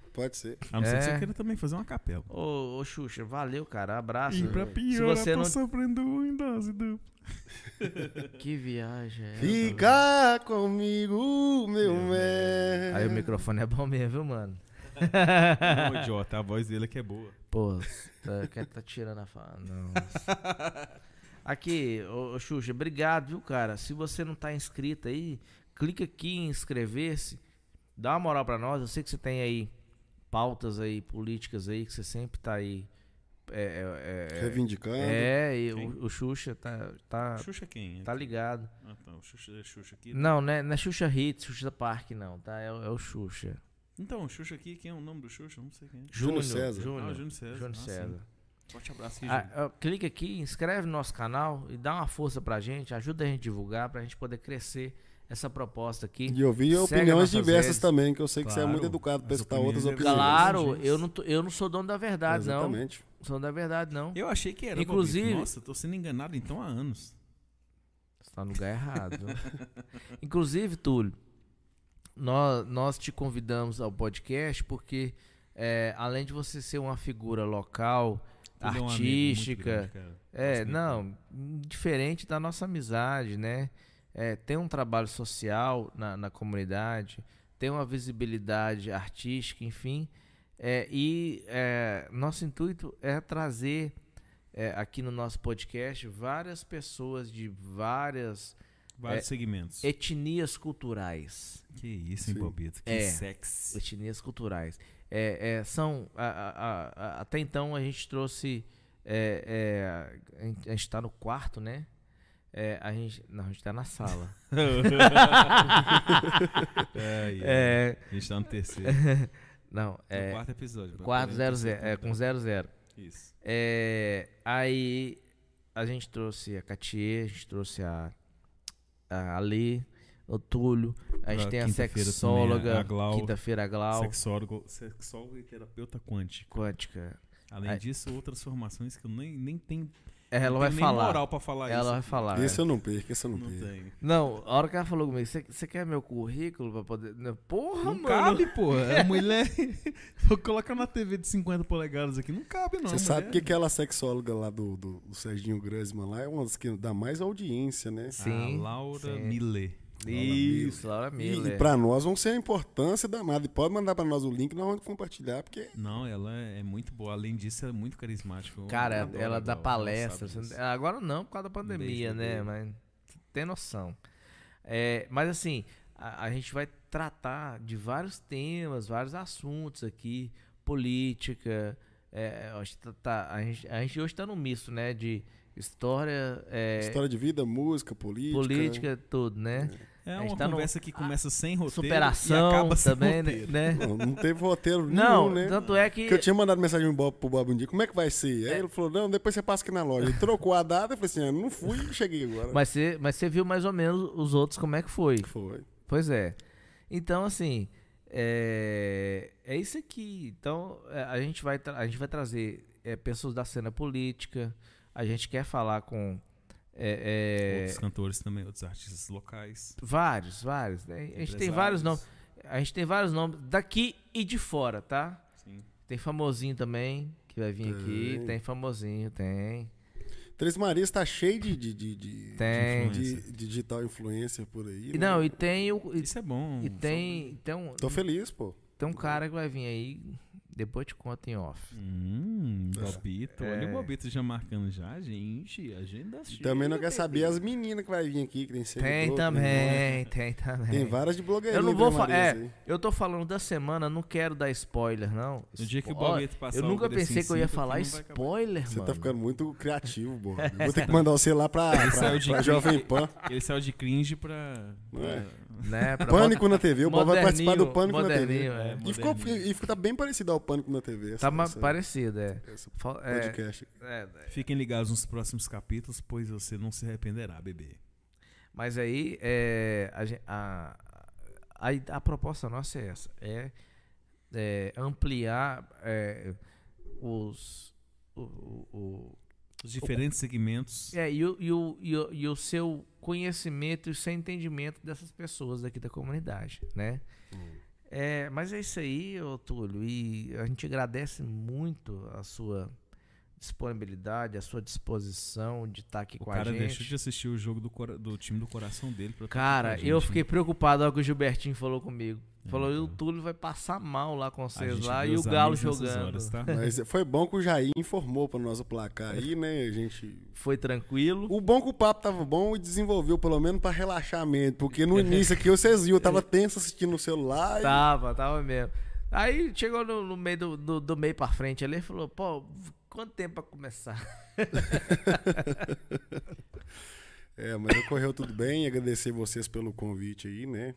Pode ser. A não ser que É. você queira também fazer uma capela. Ô, ô Xuxa, valeu, cara. Abraço. E pra Se pior, você eu tô não... sofrendo em dose dupla. Que viagem é essa? Fica comigo, meu man. Aí o microfone é bom mesmo, viu, mano? Não, idiota, a voz dele é que é boa. Pô, tá, quer tá tirando a fala. Nossa. Aqui, ô, ô Xuxa, obrigado, viu, cara? Se você não tá inscrito aí, clica aqui em inscrever-se. Dá uma moral pra nós. Eu sei que você tem aí pautas aí, políticas aí, que você sempre tá aí. É, é, é, Reivindicando. é e Quem? o, o Xuxa tá, tá, Xuxa quem? tá ligado. Ah, tá. O Xuxa é Xuxa aqui. Não, não é, não é Xuxa Hits, Xuxa Park, não, tá? É, o- é o Xuxa. Então, o Xuxa aqui, quem é o nome do Xuxa? Não sei quem é. Júnior César. Júnior, Ah, Júnior César. Júnior Ah, César. sim. Forte abraço aí, Ah, Júnior. ó, clica aqui, inscreve no nosso canal e dá uma força pra gente, ajuda a gente a divulgar pra gente poder crescer essa proposta aqui. E ouvir Segue opiniões nossas diversas redes. também, que eu sei que você é Claro, muito educado para as escutar outras opiniões opiniões. Claro, gente. eu não, tô- eu não sou dono da verdade, não. Exatamente. Sou dono da verdade, não. Eu achei que era, Inclusive- Bobito. Nossa, eu tô sendo enganado então há anos. Você tá no lugar errado. viu? Inclusive, Túlio, nós, nós te convidamos ao podcast porque, é, além de você ser uma figura local, Ele é um amigo muito artística, grande, cara. é, Gosto muito não, diferente da nossa amizade, né? É, tem um trabalho social na, na comunidade, tem uma visibilidade artística, enfim. É, e é, nosso intuito é trazer é, aqui no nosso podcast várias pessoas de várias Vários é, segmentos. etnias culturais. Que isso, hein, Sim. Bobito? Que É. sexy. Etnias culturais. É, é, são, a- a- a- até então a gente trouxe. é, é, a gente- a gente está no quarto, né? É, a gente, não, a gente está na sala. É, é. É, A gente tá no terceiro. não, No é. quarto episódio. pra Quarto poder zero terceiro zero, é, com contar. zero zero. Isso. É, aí a gente trouxe a Catiê, a gente trouxe a, a Ale, o Túlio, a gente Pra tem a quinta-feira também, sexóloga, a Glau. quinta-feira a Glau, Sexólogo, sexólogo e terapeuta quântico. quântica. Além Aí- disso, outras formações que eu nem, nem tenho, Ela não vai tenho nem falar. moral pra falar Ela isso. vai falar. é. Esse eu não perco, esse eu não Não perco. tenho. Não, a hora que ela falou comigo, você quer meu currículo pra poder. Não, Porra, Não mano. cabe, pô. A mulher. Vou colocar na T V de cinquenta polegadas aqui. Não cabe, não. Você sabe mulher. que aquela sexóloga lá do, do, do Serginho Grasman lá é uma das que dá mais audiência, né? Sim, A Laura sim. Miller. Isso, Laura E, Miller. e pra nós vão ser a importância danada. E pode mandar pra nós o link, nós vamos compartilhar, porque Não, ela é muito boa. Além disso, ela é muito carismática. Eu Cara, adoro ela a dá Gal, palestra. ela sabe você- disso. Agora não, por causa da pandemia, beijo, né? bebê. Mas tem noção. É, mas assim, a, a gente vai tratar de vários temas, vários assuntos aqui, política. É, a, gente tá- tá- a, gente, a gente hoje tá no misto, né? De história, é, história de vida, música, política. política, tudo, né? É a gente uma tá no- conversa que começa sem roteiro e Superação acaba sem também, né? roteiro. né? Não, não teve roteiro Não, nenhum, né? tanto é que. Que eu tinha mandado mensagem pro Bob, pro Bob um dia, como é que vai ser? Aí ele falou, não, depois você passa aqui na loja. Ele trocou a data, eu falei assim, ah, não fui e cheguei agora. Mas você, mas você viu mais ou menos os outros como é que foi. Foi. Pois é. Então, assim, é, é isso aqui. Então, é, a gente vai, tra- a gente vai trazer é, pessoas da cena política. A gente quer falar com é, é, Outros cantores também, outros artistas locais. vários, vários. Né? A gente tem vários nomes. A gente tem vários nomes daqui e de fora, tá? Sim. Tem famosinho também que vai vir aqui. Tem. Tem famosinho, tem. Três Marias tá cheio de, de, de, de, Tem. de, de digital influencer por aí. E né? não, e tem o. E, Isso é bom. e tem, tem um, Tô feliz, pô. tem um cara que vai vir aí. Depois eu te conto em off. Hum, Bobito. É. Olha o Bobito já marcando já, gente. Agenda cheia. Também não quer saber as meninas que vai vir aqui, que tem seguidor, Tem que também, tem também. Tem várias de blogueirinhas. Eu não vou Três falar. Marias É, aí. eu tô falando da semana, não quero dar spoiler, não. No dia que o Ó, Bobito passar eu o nunca Grécia pensei em que eu ia cinco, falar não vai acabar. spoiler, Você mano. tá ficando muito criativo, Bob. Eu vou ter que mandar você lá pra, pra, saiu de pra cringe. Jovem Pan. Ele saiu de cringe pra. Não é? Né? Pra Pânico na T V. O Bob vai Moderninho, participar do Pânico na T V. moderninho, é. E ficou, e ficou tá bem parecido ao Pânico na T V. Tá essa- ma- essa- parecido, é. esse Fa- é, podcast. é, Fiquem ligados nos próximos capítulos, pois você não se arrependerá, bebê. Mas aí, é, a, gen- a, a, a proposta nossa é essa: é, é ampliar é, os. O, o- o- Os diferentes segmentos. é, e, o, e, o, e, o, e o seu conhecimento e o seu entendimento dessas pessoas daqui da comunidade, né? É, mas é isso aí, ô Túlio, e a gente agradece muito a sua disponibilidade, a sua disposição de estar aqui O com a cara gente. deixou de assistir o jogo do, cora- do time do coração dele. Pra estar aqui Cara, com a gente, eu né? fiquei preocupado ao que o Gilbertinho falou comigo. Falou, É, e o cara. Túlio vai passar mal lá com A vocês gente lá vê e o os Galo amigos nessas jogando. horas, tá? Mas foi bom que o Jair informou para nosso placar aí, né? A gente. Foi tranquilo. O bom que o papo tava bom e desenvolveu, pelo menos para relaxar a mente. Porque no início aqui, vocês viram, eu tava tenso assistindo no celular. E... Tava, tava mesmo. Aí chegou no, no meio do, do, do meio pra frente ali e falou, pô, quanto tempo pra começar? É, mas ocorreu tudo bem. Agradecer vocês pelo convite aí, né?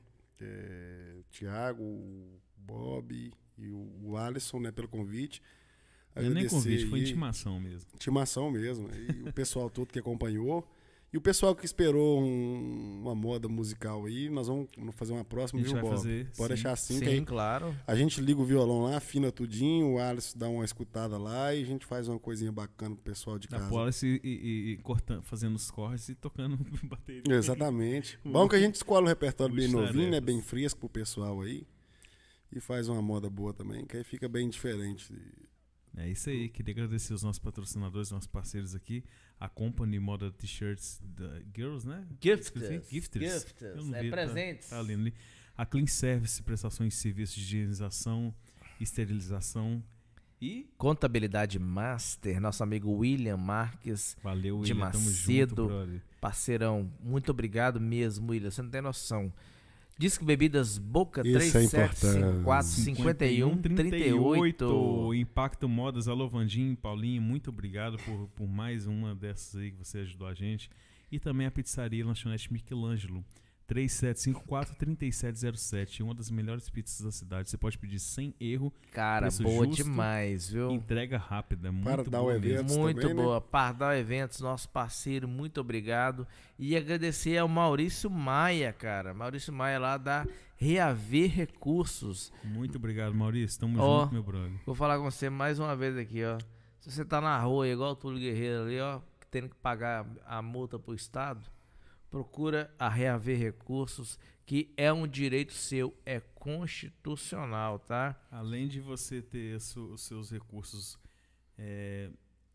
É, Tiago, o Bob e o, o Alisson, né, pelo convite. Não é nem convite, foi aí- intimação mesmo. Intimação mesmo. E o pessoal todo que acompanhou. E o pessoal que esperou um- uma moda musical aí, nós vamos fazer uma próxima, A gente viu, vai Bob? fazer, Pode sim. deixar assim, que Sim, aí claro. a gente liga o violão lá, afina tudinho, o Alisson dá uma escutada lá e a gente faz uma coisinha bacana pro pessoal de Da casa. policy e, e, e cortando, fazendo os corres e tocando bateria. Exatamente. Bom que a gente escolhe um repertório bem Multitarefas. novinho, né? Bem fresco pro pessoal aí. E faz uma moda boa também, que aí fica bem diferente. É isso aí, queria agradecer os nossos patrocinadores, nossos parceiros aqui, a Company Moda T-Shirts da Girls, né? Gifters. Esqueci? Gifters. Gifters. Eu não É vi, tá- presentes. Tá lindo ali. A Clean Service, prestações de serviços de higienização, esterilização e Contabilidade Master, nosso amigo William Marques, valeu, De William, tamo Macedo. junto, brother. parceirão. Muito obrigado mesmo, William. Você não tem noção. Disque Bebidas Boca Isso três é sete cinco quatro cinquenta cinco um trinta e oito. Impacto Modas, alô Vandinho, Paulinho, muito obrigado por, por mais uma dessas aí que você ajudou a gente. E também a pizzaria Lanchonete Michelangelo, três sete cinco quatro, três sete zero sete, uma das melhores pizzas da cidade. Você pode pedir sem erro, Cara, preço boa justo, demais, viu? entrega rápida, muito Pardal boa Eventos mesmo. Muito também, né? boa. Pardal Eventos, nosso parceiro, muito obrigado. E agradecer ao Maurício Maia, cara. Maurício Maia lá da Reaver Recursos. Muito obrigado, Maurício. Tamo Ó. junto, meu brother. Vou falar com você mais uma vez aqui, ó. Se você tá na rua, igual o Túlio Guerreiro ali, ó, tendo que pagar a multa pro Estado, procura a Reaver Recursos, que é um direito seu, é constitucional, tá? Além de você ter su- os seus recursos. é,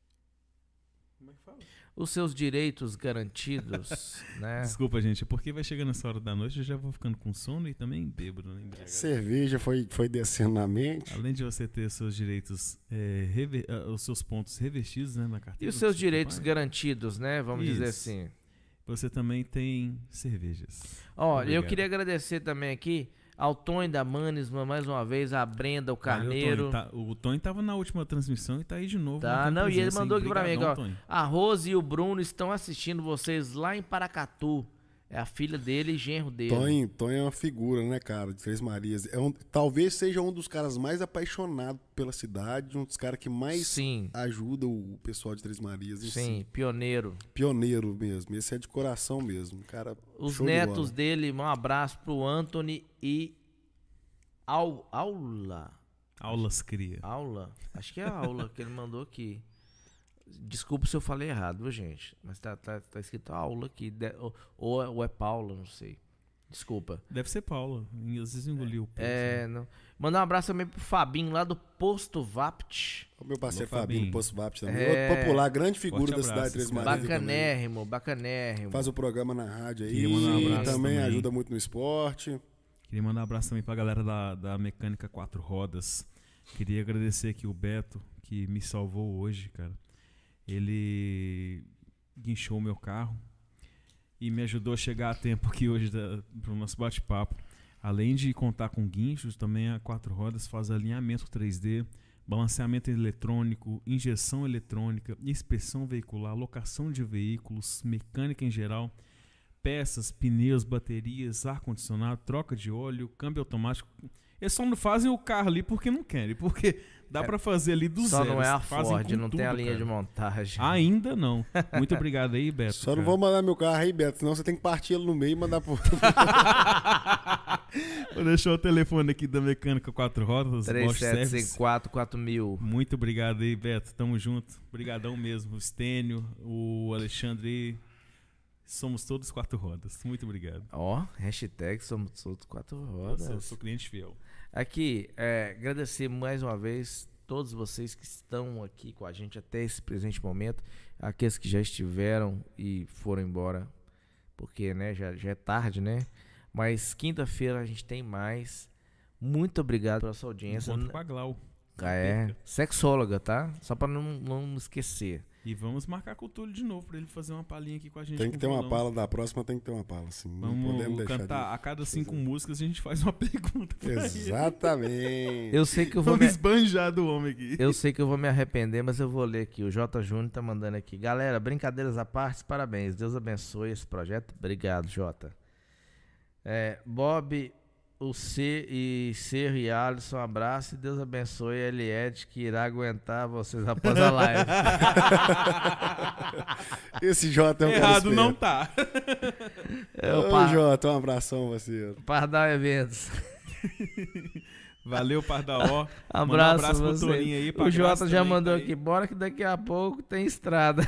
Como é que fala? Os seus direitos garantidos, né? Desculpa, gente, é porque vai chegando essa hora da noite, eu já vou ficando com sono e também bêbado, né? embriagado. Cerveja foi, foi descendo na mente. Além de você ter os seus direitos, é, rever- ah, os seus pontos revestidos, né, na E carteira. os seus do direitos pai, garantidos, né? Vamos dizer Isso. assim. Você também tem cervejas. Ó, eu Obrigado. queria agradecer também aqui ao Tonho da Manisma, mais uma vez, a Brenda, o Valeu, Carneiro. Tonho. Tá- o Tonho tava na última transmissão e tá aí de novo. Tá, marcando não, e ele presença, mandou hein? aqui pra mim, Brigadão, ó. Tonho. A Rose e o Bruno estão assistindo vocês lá em Paracatu. É a filha dele e genro dele. Tonho, Tonho é uma figura, né, cara, de Três Marias. É um, talvez seja um dos caras mais apaixonados pela cidade, um dos caras que mais Sim, ajuda o pessoal de Três Marias. em sim, si. pioneiro. Pioneiro mesmo. Esse é de coração mesmo. Cara, Os show de netos bola. dele, um abraço pro Anthony e Au, Aula. Aulas cria. Aula? Acho que é aula que ele mandou aqui. Desculpa se eu falei errado, viu, gente? Mas tá, tá, tá escrito aula aqui. de- ou, ou é- ou é Paula, não sei. Desculpa. Deve ser Paulo. Às vezes engoliu o pulso, É, né? não. Mandar um abraço também pro Fabinho lá do Posto Vapt. O meu parceiro Alô, Fabinho, Fabinho. Posto Vapt também. É. Outro popular, grande figura Forte da abraço, cidade de Três esse cara. Marias. também. Bacanérrimo, bacanérrimo. Faz o programa na rádio aí. Queria mandar um e abraço também, também. ajuda muito no esporte. Queria mandar um abraço também pra galera da, da Mecânica Quatro Rodas. Queria agradecer aqui o Beto, que me salvou hoje, cara. Ele guinchou o meu carro e me ajudou a chegar a tempo aqui hoje da, pro nosso bate-papo. Além de contar com guinchos, também a Quatro Rodas faz alinhamento três D, balanceamento eletrônico, injeção eletrônica, inspeção veicular, locação de veículos, mecânica em geral, peças, pneus, baterias, ar-condicionado, troca de óleo, câmbio automático. Eles só não fazem o carro ali porque não querem, porque dá pra fazer ali do Só zero. não é a Eles fazem Ford, com não tem a tudo, linha cara. de montagem. Ainda não. Muito obrigado aí, Beto. Só não cara. vou mandar meu carro aí, Beto, senão você tem que partir ele no meio e mandar pro. Vou deixar o telefone aqui da Mecânica Quatro Rodas, três Bosch sete Service. cinco quatro quatro mil. Muito obrigado aí, Beto. Tamo junto. Obrigadão mesmo. O Stênio, o Alexandre aí. Somos todos quatro rodas. Muito obrigado. Ó, hashtag somos todos quatro Eu rodas. sou, sou cliente fiel. Aqui, é, agradecer mais uma vez todos vocês que estão aqui com a gente até esse presente momento, aqueles que já estiveram e foram embora, porque né, já, já é tarde, né? Mas quinta-feira a gente tem mais. Muito obrigado pela sua audiência. Encontro com a Glau. Ah, é, sexóloga, tá? Só pra não, não esquecer. E vamos marcar com o Túlio de novo pra ele fazer uma palhinha aqui com a gente. Tem que com ter uma violão. pala da próxima, tem que ter uma pala, assim. Não Vamos podemos deixar cantar. de... A cada cinco fazer. músicas a gente faz uma pergunta pra ele. Exatamente. Eu sei que eu vou Vamos me... esbanjar do homem aqui. Eu sei que eu vou me arrepender, mas eu vou ler aqui. O J. Júnior tá mandando aqui. Galera, brincadeiras à parte, parabéns. Deus abençoe esse projeto. Obrigado, Jota. É, Bob, o C e Ser e Alisson, um abraço e Deus abençoe a Eliette, que irá aguentar vocês após a live. Esse Jota é um cara Errado não esperto. tá. É, o Ô, Par- Jota, um abração, você. Pardal Eventos. Valeu, Pardaó. Abraço, Manda um abraço pro vocês. Torinho aí. pra O Graça Jota já também, mandou tá aí. aqui. Bora que daqui a pouco tem estrada.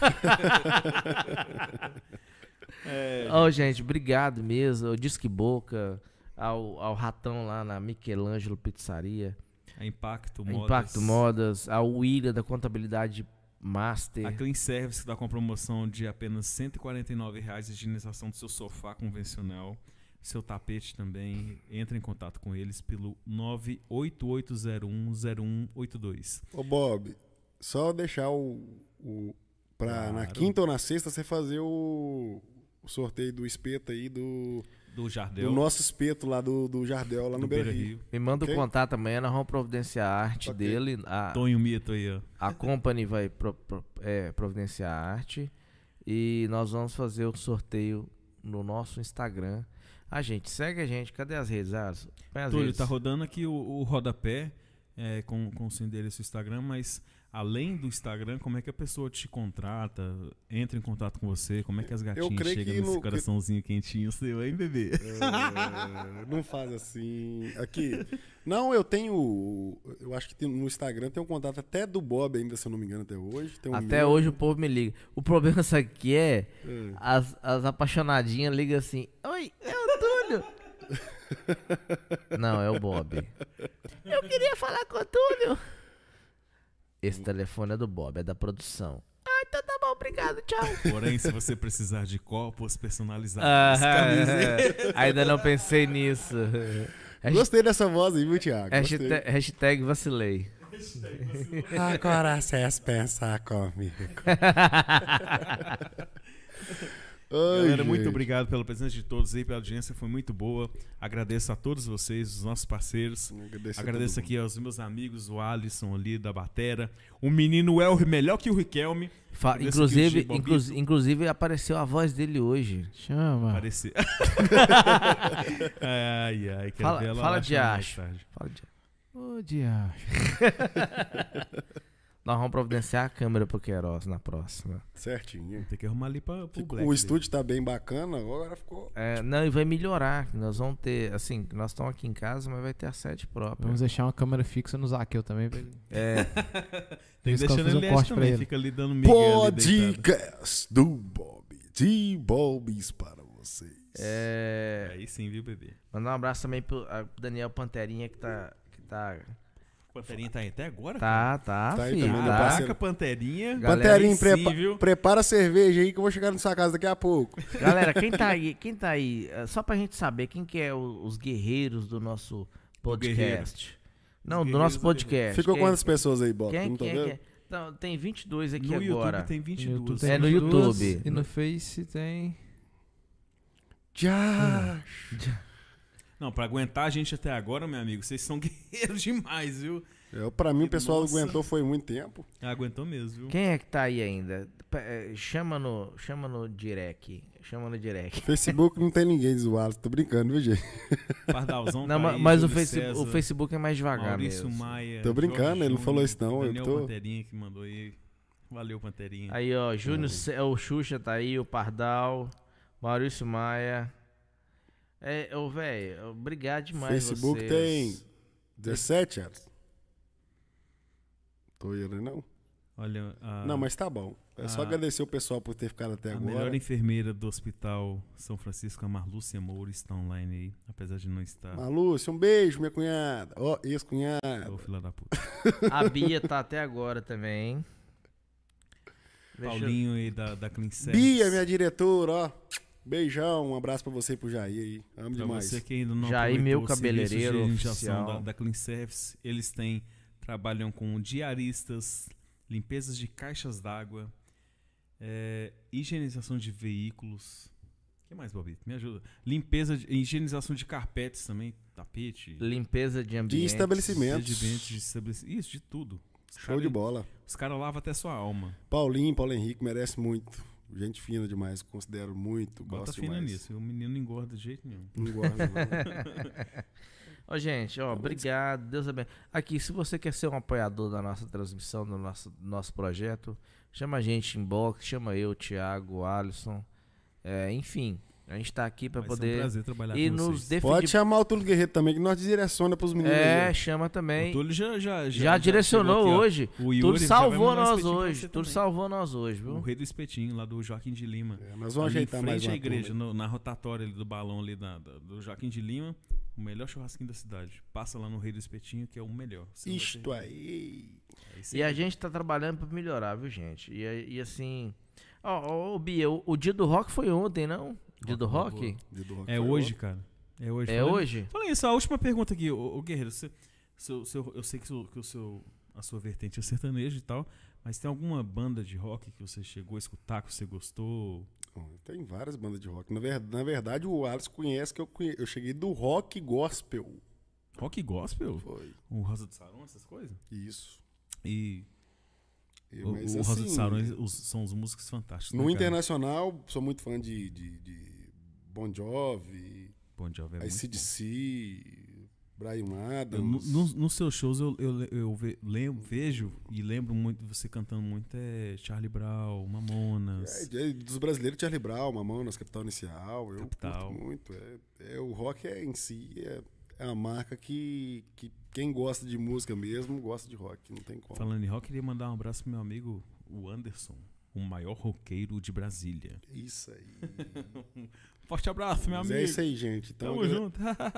É, Ó, gente, obrigado mesmo. O Disque Boca, ao, ao Ratão lá na Michelangelo Pizzaria, a Impacto a Modas. Impacto Modas, ao William da Contabilidade Master. A Clean Service que dá com promoção de apenas cento e quarenta e nove reais de higienização do seu sofá convencional. Seu tapete também. Entra em contato com eles pelo nove oito oito zero um zero um oito dois. Ô, Bob, só deixar o... o pra na Claro. quinta ou na sexta você fazer o, o sorteio do espeto aí, do, Do do Jardel. nosso espeto lá do, do Jardel, lá do no Beira Beira Rio. Rio. Me manda Ok. o contato amanhã, nós vamos providenciar a arte Ok. dele. A, Tonho Mito aí, ó. a company vai pro- pro- é, providenciar a arte. E nós vamos fazer o sorteio no nosso Instagram. A gente, segue a gente. Cadê as redes? Ah, põe as Túlio, redes. tá rodando aqui o, o rodapé é, com, com o seu endereço do Instagram, mas além do Instagram, como é que a pessoa te contrata, entra em contato com você, como é que as gatinhas creio chegam que nesse no- coraçãozinho quentinho seu, hein, bebê? É, não faz assim. Aqui. Não, eu tenho. Eu acho que tem- no Instagram tem um contato até do Bob ainda, se eu não me engano, até hoje. Tem um Até meu. hoje o povo me liga. O problema sabe o que é? É. As, as apaixonadinhas ligam assim: Oi, é o Túlio. Não, é o Bob. Eu queria falar com o Túlio. Esse telefone é do Bob, é da produção. Ah, então tá bom, obrigado, tchau. Porém, se você precisar de copos personalizados, Ah, camisetas, ainda não pensei nisso. Hasht- Gostei dessa voz aí, viu, Thiago? Gostei. Hashtag, hashtag vacilei. Agora vocês pensam comigo. Galera, Ai, muito gente. obrigado pela presença de todos aí, pela audiência, foi muito boa. Agradeço a todos vocês, os nossos parceiros. Agradeço a Agradeço todo aqui aos meus amigos, o Alisson ali da Batera, o menino Elri, melhor que o Riquelme. Fa- Agradeço inclusive, aqui o G inclus- Bobito. inclusive apareceu a voz dele hoje. Chama. Parecer. ai, ai, quero Fala- ver ela fala lá de chamar mais acho. tarde. Fala de- Ô, diacho. Nós vamos providenciar a câmera pro Queiroz na próxima. Certinho. Tem que arrumar ali pra, pro Ficou- Black. o estúdio tá bem bacana, agora ficou. É, não, e vai melhorar. Nós vamos ter, assim, nós estamos aqui em casa, mas vai ter a sede própria. Vamos deixar uma câmera fixa no Zaqueu também. Pra ele... É, Tem que Isso que eu deixar fiz um ele corte pra também, ele. fica ali dando migué ali deitado. Podcast do Bob. De Bobs para vocês. é, Aí sim, viu, bebê? mandar um abraço também pro a Daniel Panterinha, que tá... Que tá, Panterinha tá aí até agora? tá, tá, Tá aí filho, também, meu tá. parceiro. Caraca, Panterinha. Galera, Panterinho, aí sim, prepa- viu? prepara a cerveja aí que eu vou chegar na sua casa daqui a pouco. Galera, quem tá aí, quem tá aí, é, só pra gente saber quem que é o- os guerreiros do nosso podcast. Não, do guerreiros nosso do podcast. Ficou Quem- quantas pessoas aí, Bob? Quem, Não tô quem, vendo? quem? Não, tem vinte e dois aqui No agora. YouTube tem No vinte e YouTube duas. tem É, no vinte e duas, YouTube. E no Face tem. Já. Não, pra aguentar a gente até agora, meu amigo, vocês são guerreiros demais, viu? É, pra mim, o pessoal Nossa. aguentou foi muito tempo. Ah, aguentou mesmo, viu? Quem é que tá aí ainda? P- é, Chama no, chama no direct. Chama no direct. Facebook não tem ninguém zoado, tô brincando, viu, gente? Pardalzão Não, tá ma- aí, mas o, Júlio face, César, o Facebook é mais devagar Maurício mesmo. Maia. Tô brincando, Jorge ele não falou Júnior, isso não, eu Daniel tô- Panterinha que mandou aí. Valeu, Panterinha. Aí, ó, Júnior, Ce- o Xuxa tá aí, o Pardal, Maurício Maia. É, ô, velho, obrigado demais Facebook vocês. tem dezessete anos. Tô ele, não? Olha, a, Não, mas tá bom. É só Ah. agradecer o pessoal por ter ficado até a agora. melhor enfermeira do Hospital São Francisco, a Marlúcia Moura, está online aí, apesar de não estar. Malúcia, um beijo, minha cunhada. Ó, ex-cunhada. Ô, filha da puta. A Bia tá até agora também, hein? Deixa eu- Paulinho aí da, da Clean Service. Bia, minha diretora, ó. Beijão, um abraço pra você e pro Jair aí. Amo Pra demais. você que ainda não Jair, aproveitou meu o serviço cabeleireiro de higienização oficial. da, da Clean Service, eles têm, trabalham com diaristas, limpezas de caixas d'água, é, higienização de veículos. O que mais, Bobito? Me ajuda. Limpeza, de, higienização de carpetes também, tapete, Limpeza de ambiente. De estabelecimento. de ambientes, de estabelecimento, isso, de tudo. Os Show cara- de bola. Os caras lavam até sua alma. Paulinho, Paulo Henrique, merece muito. Gente fina demais, considero muito, Bota gosto fina demais. nisso. O menino não engorda de jeito nenhum. Não gosto, não. Ó, gente, ó, obrigado. Deus abençoe. Aqui, se você quer ser um apoiador da nossa transmissão, do nosso, nosso projeto, chama a gente em inbox, chama eu, o Thiago, o Alisson. É, enfim, a gente tá aqui pra Vai ser um poder prazer trabalhar e com nos vocês. definir. Pode chamar o Túlio Guerreiro também, que nós direciona pros meninos. É, aí. chama O também. Túlio já, já, Já, direcionou chegou aqui, ó. hoje. O Yuri Tudo já vai salvou mandar um nós espetinho pra hoje. você Tudo também. salvou nós hoje, O viu? Rei do Espetinho, lá do Joaquim de Lima. É, nós vamos Ali ajeitar em mais frente à uma igreja, turma. no- na rotatória ali do balão ali da, da- do Joaquim de Lima. O melhor churrasquinho da cidade. Passa lá no Rei do Espetinho, que é o melhor. Você não vai Isto perder. aí. É isso E a aí. gente tá trabalhando pra melhorar, viu, gente? E, e assim. Ó, ô, Bia, o, o dia do rock foi ontem, não? Dia do Rock rock? Dia do rock É foi hoje, ontem. cara. É hoje. É Falando- hoje? Falando isso, a última pergunta aqui, ô, ô Guerreiro. Você, seu, seu- eu sei que, seu- que o seu, a sua vertente é sertanejo e tal, mas tem alguma banda de rock que você chegou a escutar, que você gostou? Bom, tem várias bandas de rock. Na, ver- na verdade, o Alisson conhece que eu, conhe- eu cheguei do rock gospel. Rock gospel? Foi. O Rosa do Saron, essas coisas? Isso. E Eu, o, mas, o Rosa do assim, Saron os- são os músicos fantásticos. No né, cara? internacional, sou muito fã de, de, de Bon Jovi, Bon Jovi é muito bom. A C D C, Brian Eu, no, Adams. no- nos seus shows eu, eu, eu ve- lembro, vejo e lembro muito de você cantando muito é Charlie Brown, Mamonas. É, é, dos brasileiros, Charlie Brown, Mamonas, Capital Inicial. Eu Capital. curto muito. É, é, o rock é, em si é, é uma marca que, que quem gosta de música mesmo gosta de rock. Não tem como. Falando em rock, queria mandar um abraço pro meu amigo, o Anderson, o maior roqueiro de Brasília. Isso aí. Forte abraço, meu Mas amigo. é isso aí, gente. Então, Tamo agra- junto.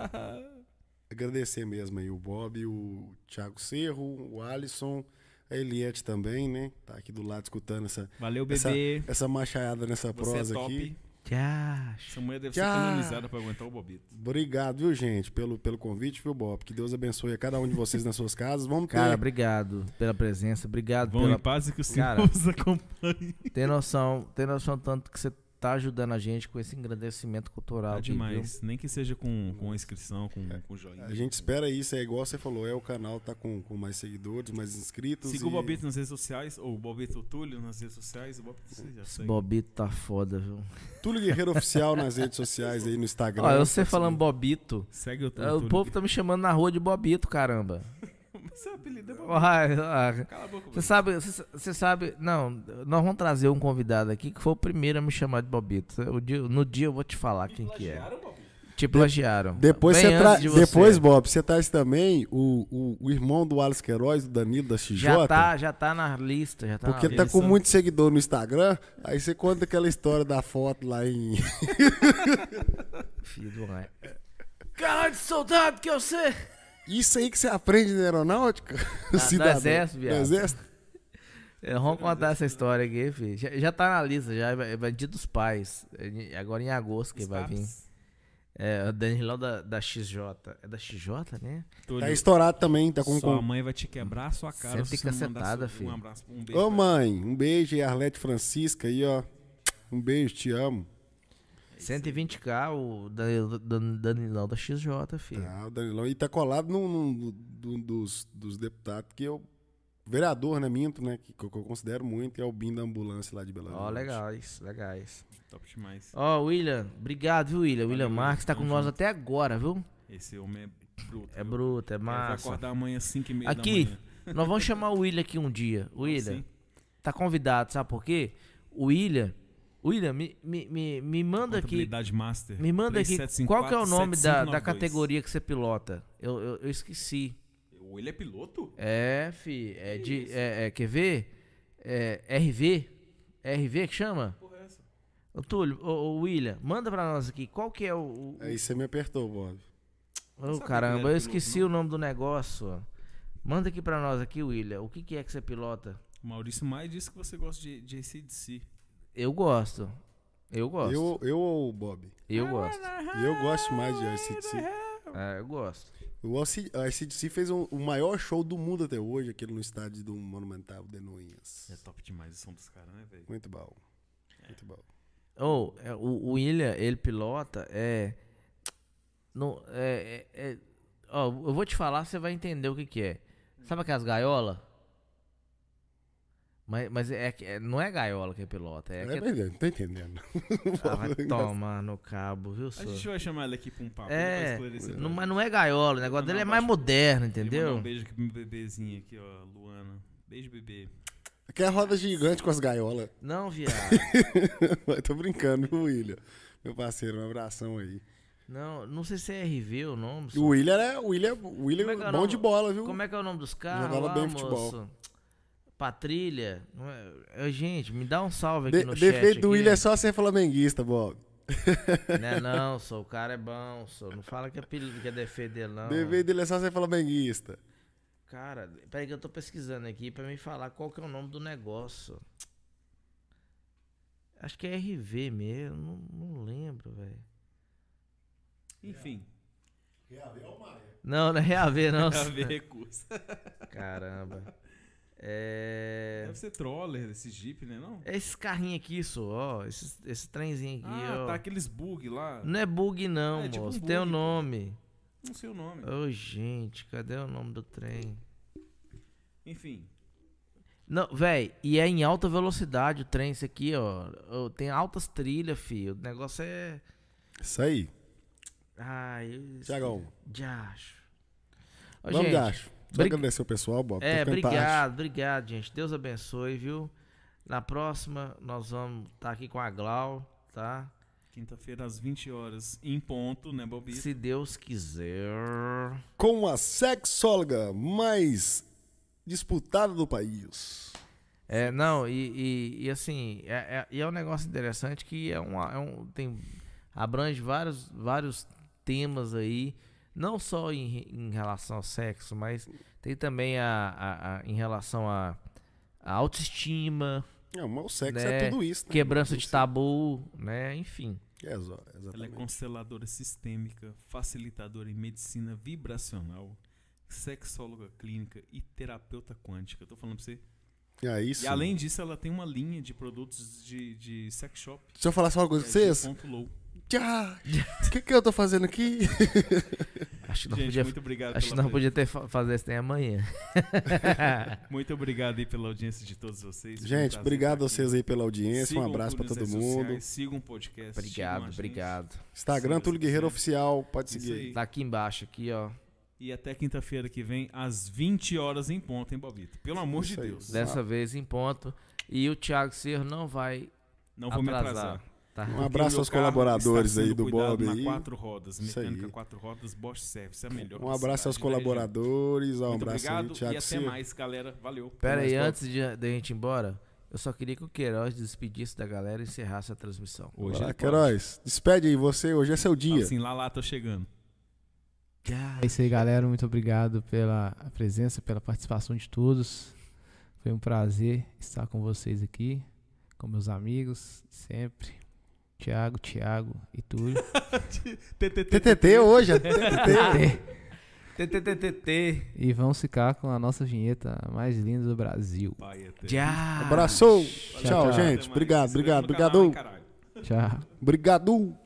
agradecer mesmo aí o Bob, o Thiago Cerro, o Alisson, a Eliette também, né? Tá aqui do lado escutando essa, Valeu, essa, bebê. essa machaiada nessa Você prosa é top. aqui. Tchau. Essa mulher deve Tchau. ser canonizada pra aguentar o Bobito. Obrigado, viu, gente, pelo, pelo convite, viu, Bob? Que Deus abençoe a cada um de vocês nas suas casas. Vamos ter... Cara, obrigado pela presença. Obrigado Vão pela. em paz e que o Senhor Cara. os acompanhe. Tem noção, tem noção tanto que você tá ajudando a gente com esse engrandecimento cultural. Tá aqui, demais. Nem que seja com, com a inscrição, com, com joinha. A gente espera isso, é igual você falou, é o canal tá com, com mais seguidores, mais inscritos. Siga e- o Bobito nas redes sociais, ou o Bobito Túlio nas redes sociais. O Bobito, você já Esse segue. Bobito tá foda, viu? Túlio Guerreiro Oficial nas redes sociais aí no Instagram. Ó, eu você Pode falando seguir. Bobito. Segue o, é, Túlio. O povo tá me chamando na rua de Bobito, caramba. Seu apelido é Bobito. Ai, ai. Cala a boca, Você Bobito. sabe, você você sabe, não, nós vamos trazer um convidado aqui que foi o primeiro a me chamar de Bobito. O dia- no dia eu vou te falar quem que é. Plagiaram, Bobito? Te plagiaram. Depois, Bem você tra... antes de você. Depois, Bob, você traz também o, o, o irmão do Alice Queiroz, do Danilo da X J. Já tá, já tá na lista, já tá Porque na tá lista. com muito seguidor no Instagram, aí você conta aquela história da foto lá em. Filho do raio. Cara de soldado que eu sei. Isso aí que você aprende na aeronáutica? no Cidadão. exército, viado. No exército? É, vamos contar essa história aqui, filho. Já, já tá na lista, já vai, vai dia dos pais. É, agora em agosto que vai vir. Status. É, o Danilão da, da X J. É da X J, né? Túlio, Tá estourado também, tá com. sua com... mãe vai te quebrar a sua cara. Senta se você não mandar cacetada, seu- filho. Um abraço, um beijo. Ô pra- mãe, um beijo aí, Arlete Francisca aí, ó. Um beijo, te amo. cento e vinte k o Danilo- Dan- Danilão da X J, filho. Ah, o Danilão. E tá colado num, num do- dos, dos deputados que eu. Vereador, né? Minto, né? Que, que eu considero muito, é o Bim da ambulância lá de Belo Ó, Horizonte. legais, legais. Top demais. Ó, William, obrigado, viu, William? William William. Marques tá com Tamo nós junto. até agora, viu? Esse homem é bruto. É viu? bruto, é Ele vai massa. acordar amanhã às cinco e meia Aqui, da manhã. nós vamos chamar o William aqui um dia. O William, Sim. tá convidado, sabe por quê? O William, William, me, me, me, me manda aqui, Contabilidade Master. me manda aqui, três sete cinco qual que é o quatro, nome sete da, cinco da nove dois. categoria que você pilota? Eu, eu, eu esqueci. Ele é piloto? É, fi, é de, é, é, quer ver? é, R V? R V que chama? Porra, é essa? Ô, Túlio, ô, ô, William, manda pra nós aqui. Qual que é o... o Aí você me apertou, Bob. Ô, sabia que caramba, ele eu era esqueci piloto, o nome do negócio. Manda aqui pra nós aqui, William. O que, que é que você pilota? O Maurício mais disse que você gosta de, de A C D C. Eu gosto. Eu gosto. Eu, eu ou o Bob? Eu gosto. Eu gosto mais de A C D C. É, eu gosto. O A C D C fez um- o maior show do mundo até hoje, aquele no estádio do Monumental de Noinhas. É top demais o som dos caras, né, velho? Muito bom. Muito bom. Oh, é, o, o William, ele pilota, é... Não, é, é, é ó, eu vou te falar, você vai entender o que que é. Sabe aquelas gaiolas? Mas, mas é, que- é- não é gaiola que é pilota, é, É, que... verdade, não tô entendendo. Ah, vai tomar no cabo, viu, A senhor? gente vai chamar ele aqui pra um papo. ele vai É, esclarecer não, pra mas não é gaiola, o negócio Mandar dele é um mais abraço. moderno, ele. Mandar entendeu? Um beijo aqui pro meu bebezinho aqui, ó, Luana. Beijo, bebê. Aqui é a roda gigante com as gaiolas. Não, viado. Eu tô brincando, viu, William? Meu parceiro, um abração aí. Não, não sei se é R V o nome. E senhor. o William é, o William, o William Como é que é é o bom nome? de bola, viu? Como é que é o nome dos carros Jogava lá, bem futebol. moço? Patrilha. Não é- Ô, gente, me dá um salve De- aqui no chat. defeito do aqui. William é só ser flamenguista, Bob. Não é não, sou, o cara é bom, sou. Não fala que é, peli- que é defeito dele, não. Defeito dele é só ser flamenguista. Cara, peraí que eu tô pesquisando aqui pra me falar qual que é o nome do negócio. Acho que é R V mesmo, não, não lembro, velho. Enfim. Não, não é Reaver, não. Pra ver recurso. Caramba. É... Deve ser troller desse Jeep, né? Não? É esses carrinhos aqui, só, ó. Esse, esse trenzinho aqui, Ah, ó. tá aqueles bug lá. Não é bug, não, É, tipo moço. um Tem o bug, pô. nome. Não sei o nome. Ô, gente, cadê o nome do trem? Enfim. Não, véi, e é em alta velocidade o trem, esse aqui, ó. Ó, tem altas trilhas, filho. O negócio é. Isso aí. Ai, eu. Tiagão, Jacho. Ô, vamos, gente, Gacho. Só bri- agradecer o pessoal, Bob. É, Tô ficando tarde. obrigado, obrigado, gente. Deus abençoe, viu? Na próxima, nós vamos estar aqui com a Glau, tá? Quinta-feira às vinte horas em ponto, né, Bobito? Se Deus quiser. Com a sexóloga mais disputada do país. É, não, e, e, e assim, é, é, e é um negócio interessante que é, uma, é um, tem, abrange vários, vários temas aí, não só em, em relação ao sexo, mas tem também a, a, a- em relação à a, autoestima, É, mas o sexo né, é tudo isso, né? quebrança de Tudo tabu, né, enfim. isso. É, exa- Ela é exatamente. consteladora sistêmica, facilitadora em medicina vibracional, sexóloga clínica e terapeuta quântica. Eu tô falando pra você. É isso. E além disso, ela tem uma linha de produtos de, de sex shop. Deixa eu falar só uma coisa que pra é vocês. G ponto low. Tchau. O que, que eu tô fazendo aqui? Acho que não Gente, podia, muito obrigado acho que pela não podia ter fa- fazer isso nem amanhã. Muito obrigado aí pela audiência de todos vocês. Foi um Gente, prazer obrigado a estar aqui. vocês aí pela audiência. Sigam Um abraço o pra Túlio todo nas redes mundo. sociais, Sigam o podcast. sigam a Obrigado, gente. obrigado. Instagram, Sim, Túlio se Guerreiro quiser. Oficial. Pode Isso seguir aí. aí. Tá aqui embaixo, aqui, ó. E até quinta-feira que vem, às vinte horas em ponto, hein, Bobito? Pelo amor Isso de aí. Deus. Dessa vez em ponto. E o Thiago Serro não vai Não vou me atrasar. atrasar. Tá? Um Porque abraço meu aos carro colaboradores está aí sendo do cuidado Bob na aí. quatro rodas, Isso mecânica aí. quatro rodas, Bosch Service, é a melhor. Um da abraço aos cidade, da região. colaboradores. Um Muito abraço obrigado aí, Thiago e até Serra. mais, galera. Valeu. Pera aí, mais, Bob. antes de, de a gente ir embora, eu só queria que o Queiroz despedisse da galera e encerrasse a transmissão. Hoje Vai lá, ele Queiroz. Despede aí você. Hoje é seu pode. Fala dia. assim, lá lá, tô chegando. É isso aí, galera. Muito obrigado pela presença, pela participação de todos. Foi um prazer estar com vocês aqui, com meus amigos, sempre. Thiago, Thiago e Túlio. T T T hoje. É T T T. T T T T T. E vamos ficar com a nossa vinheta mais linda do Brasil. Pai, até. Já. Abraço. Tchau, Tchau, tchau. gente. Até mais. Obrigado, Se inscreva obrigado, no canal, obrigado. hein, caralho. Tchau. Obrigado.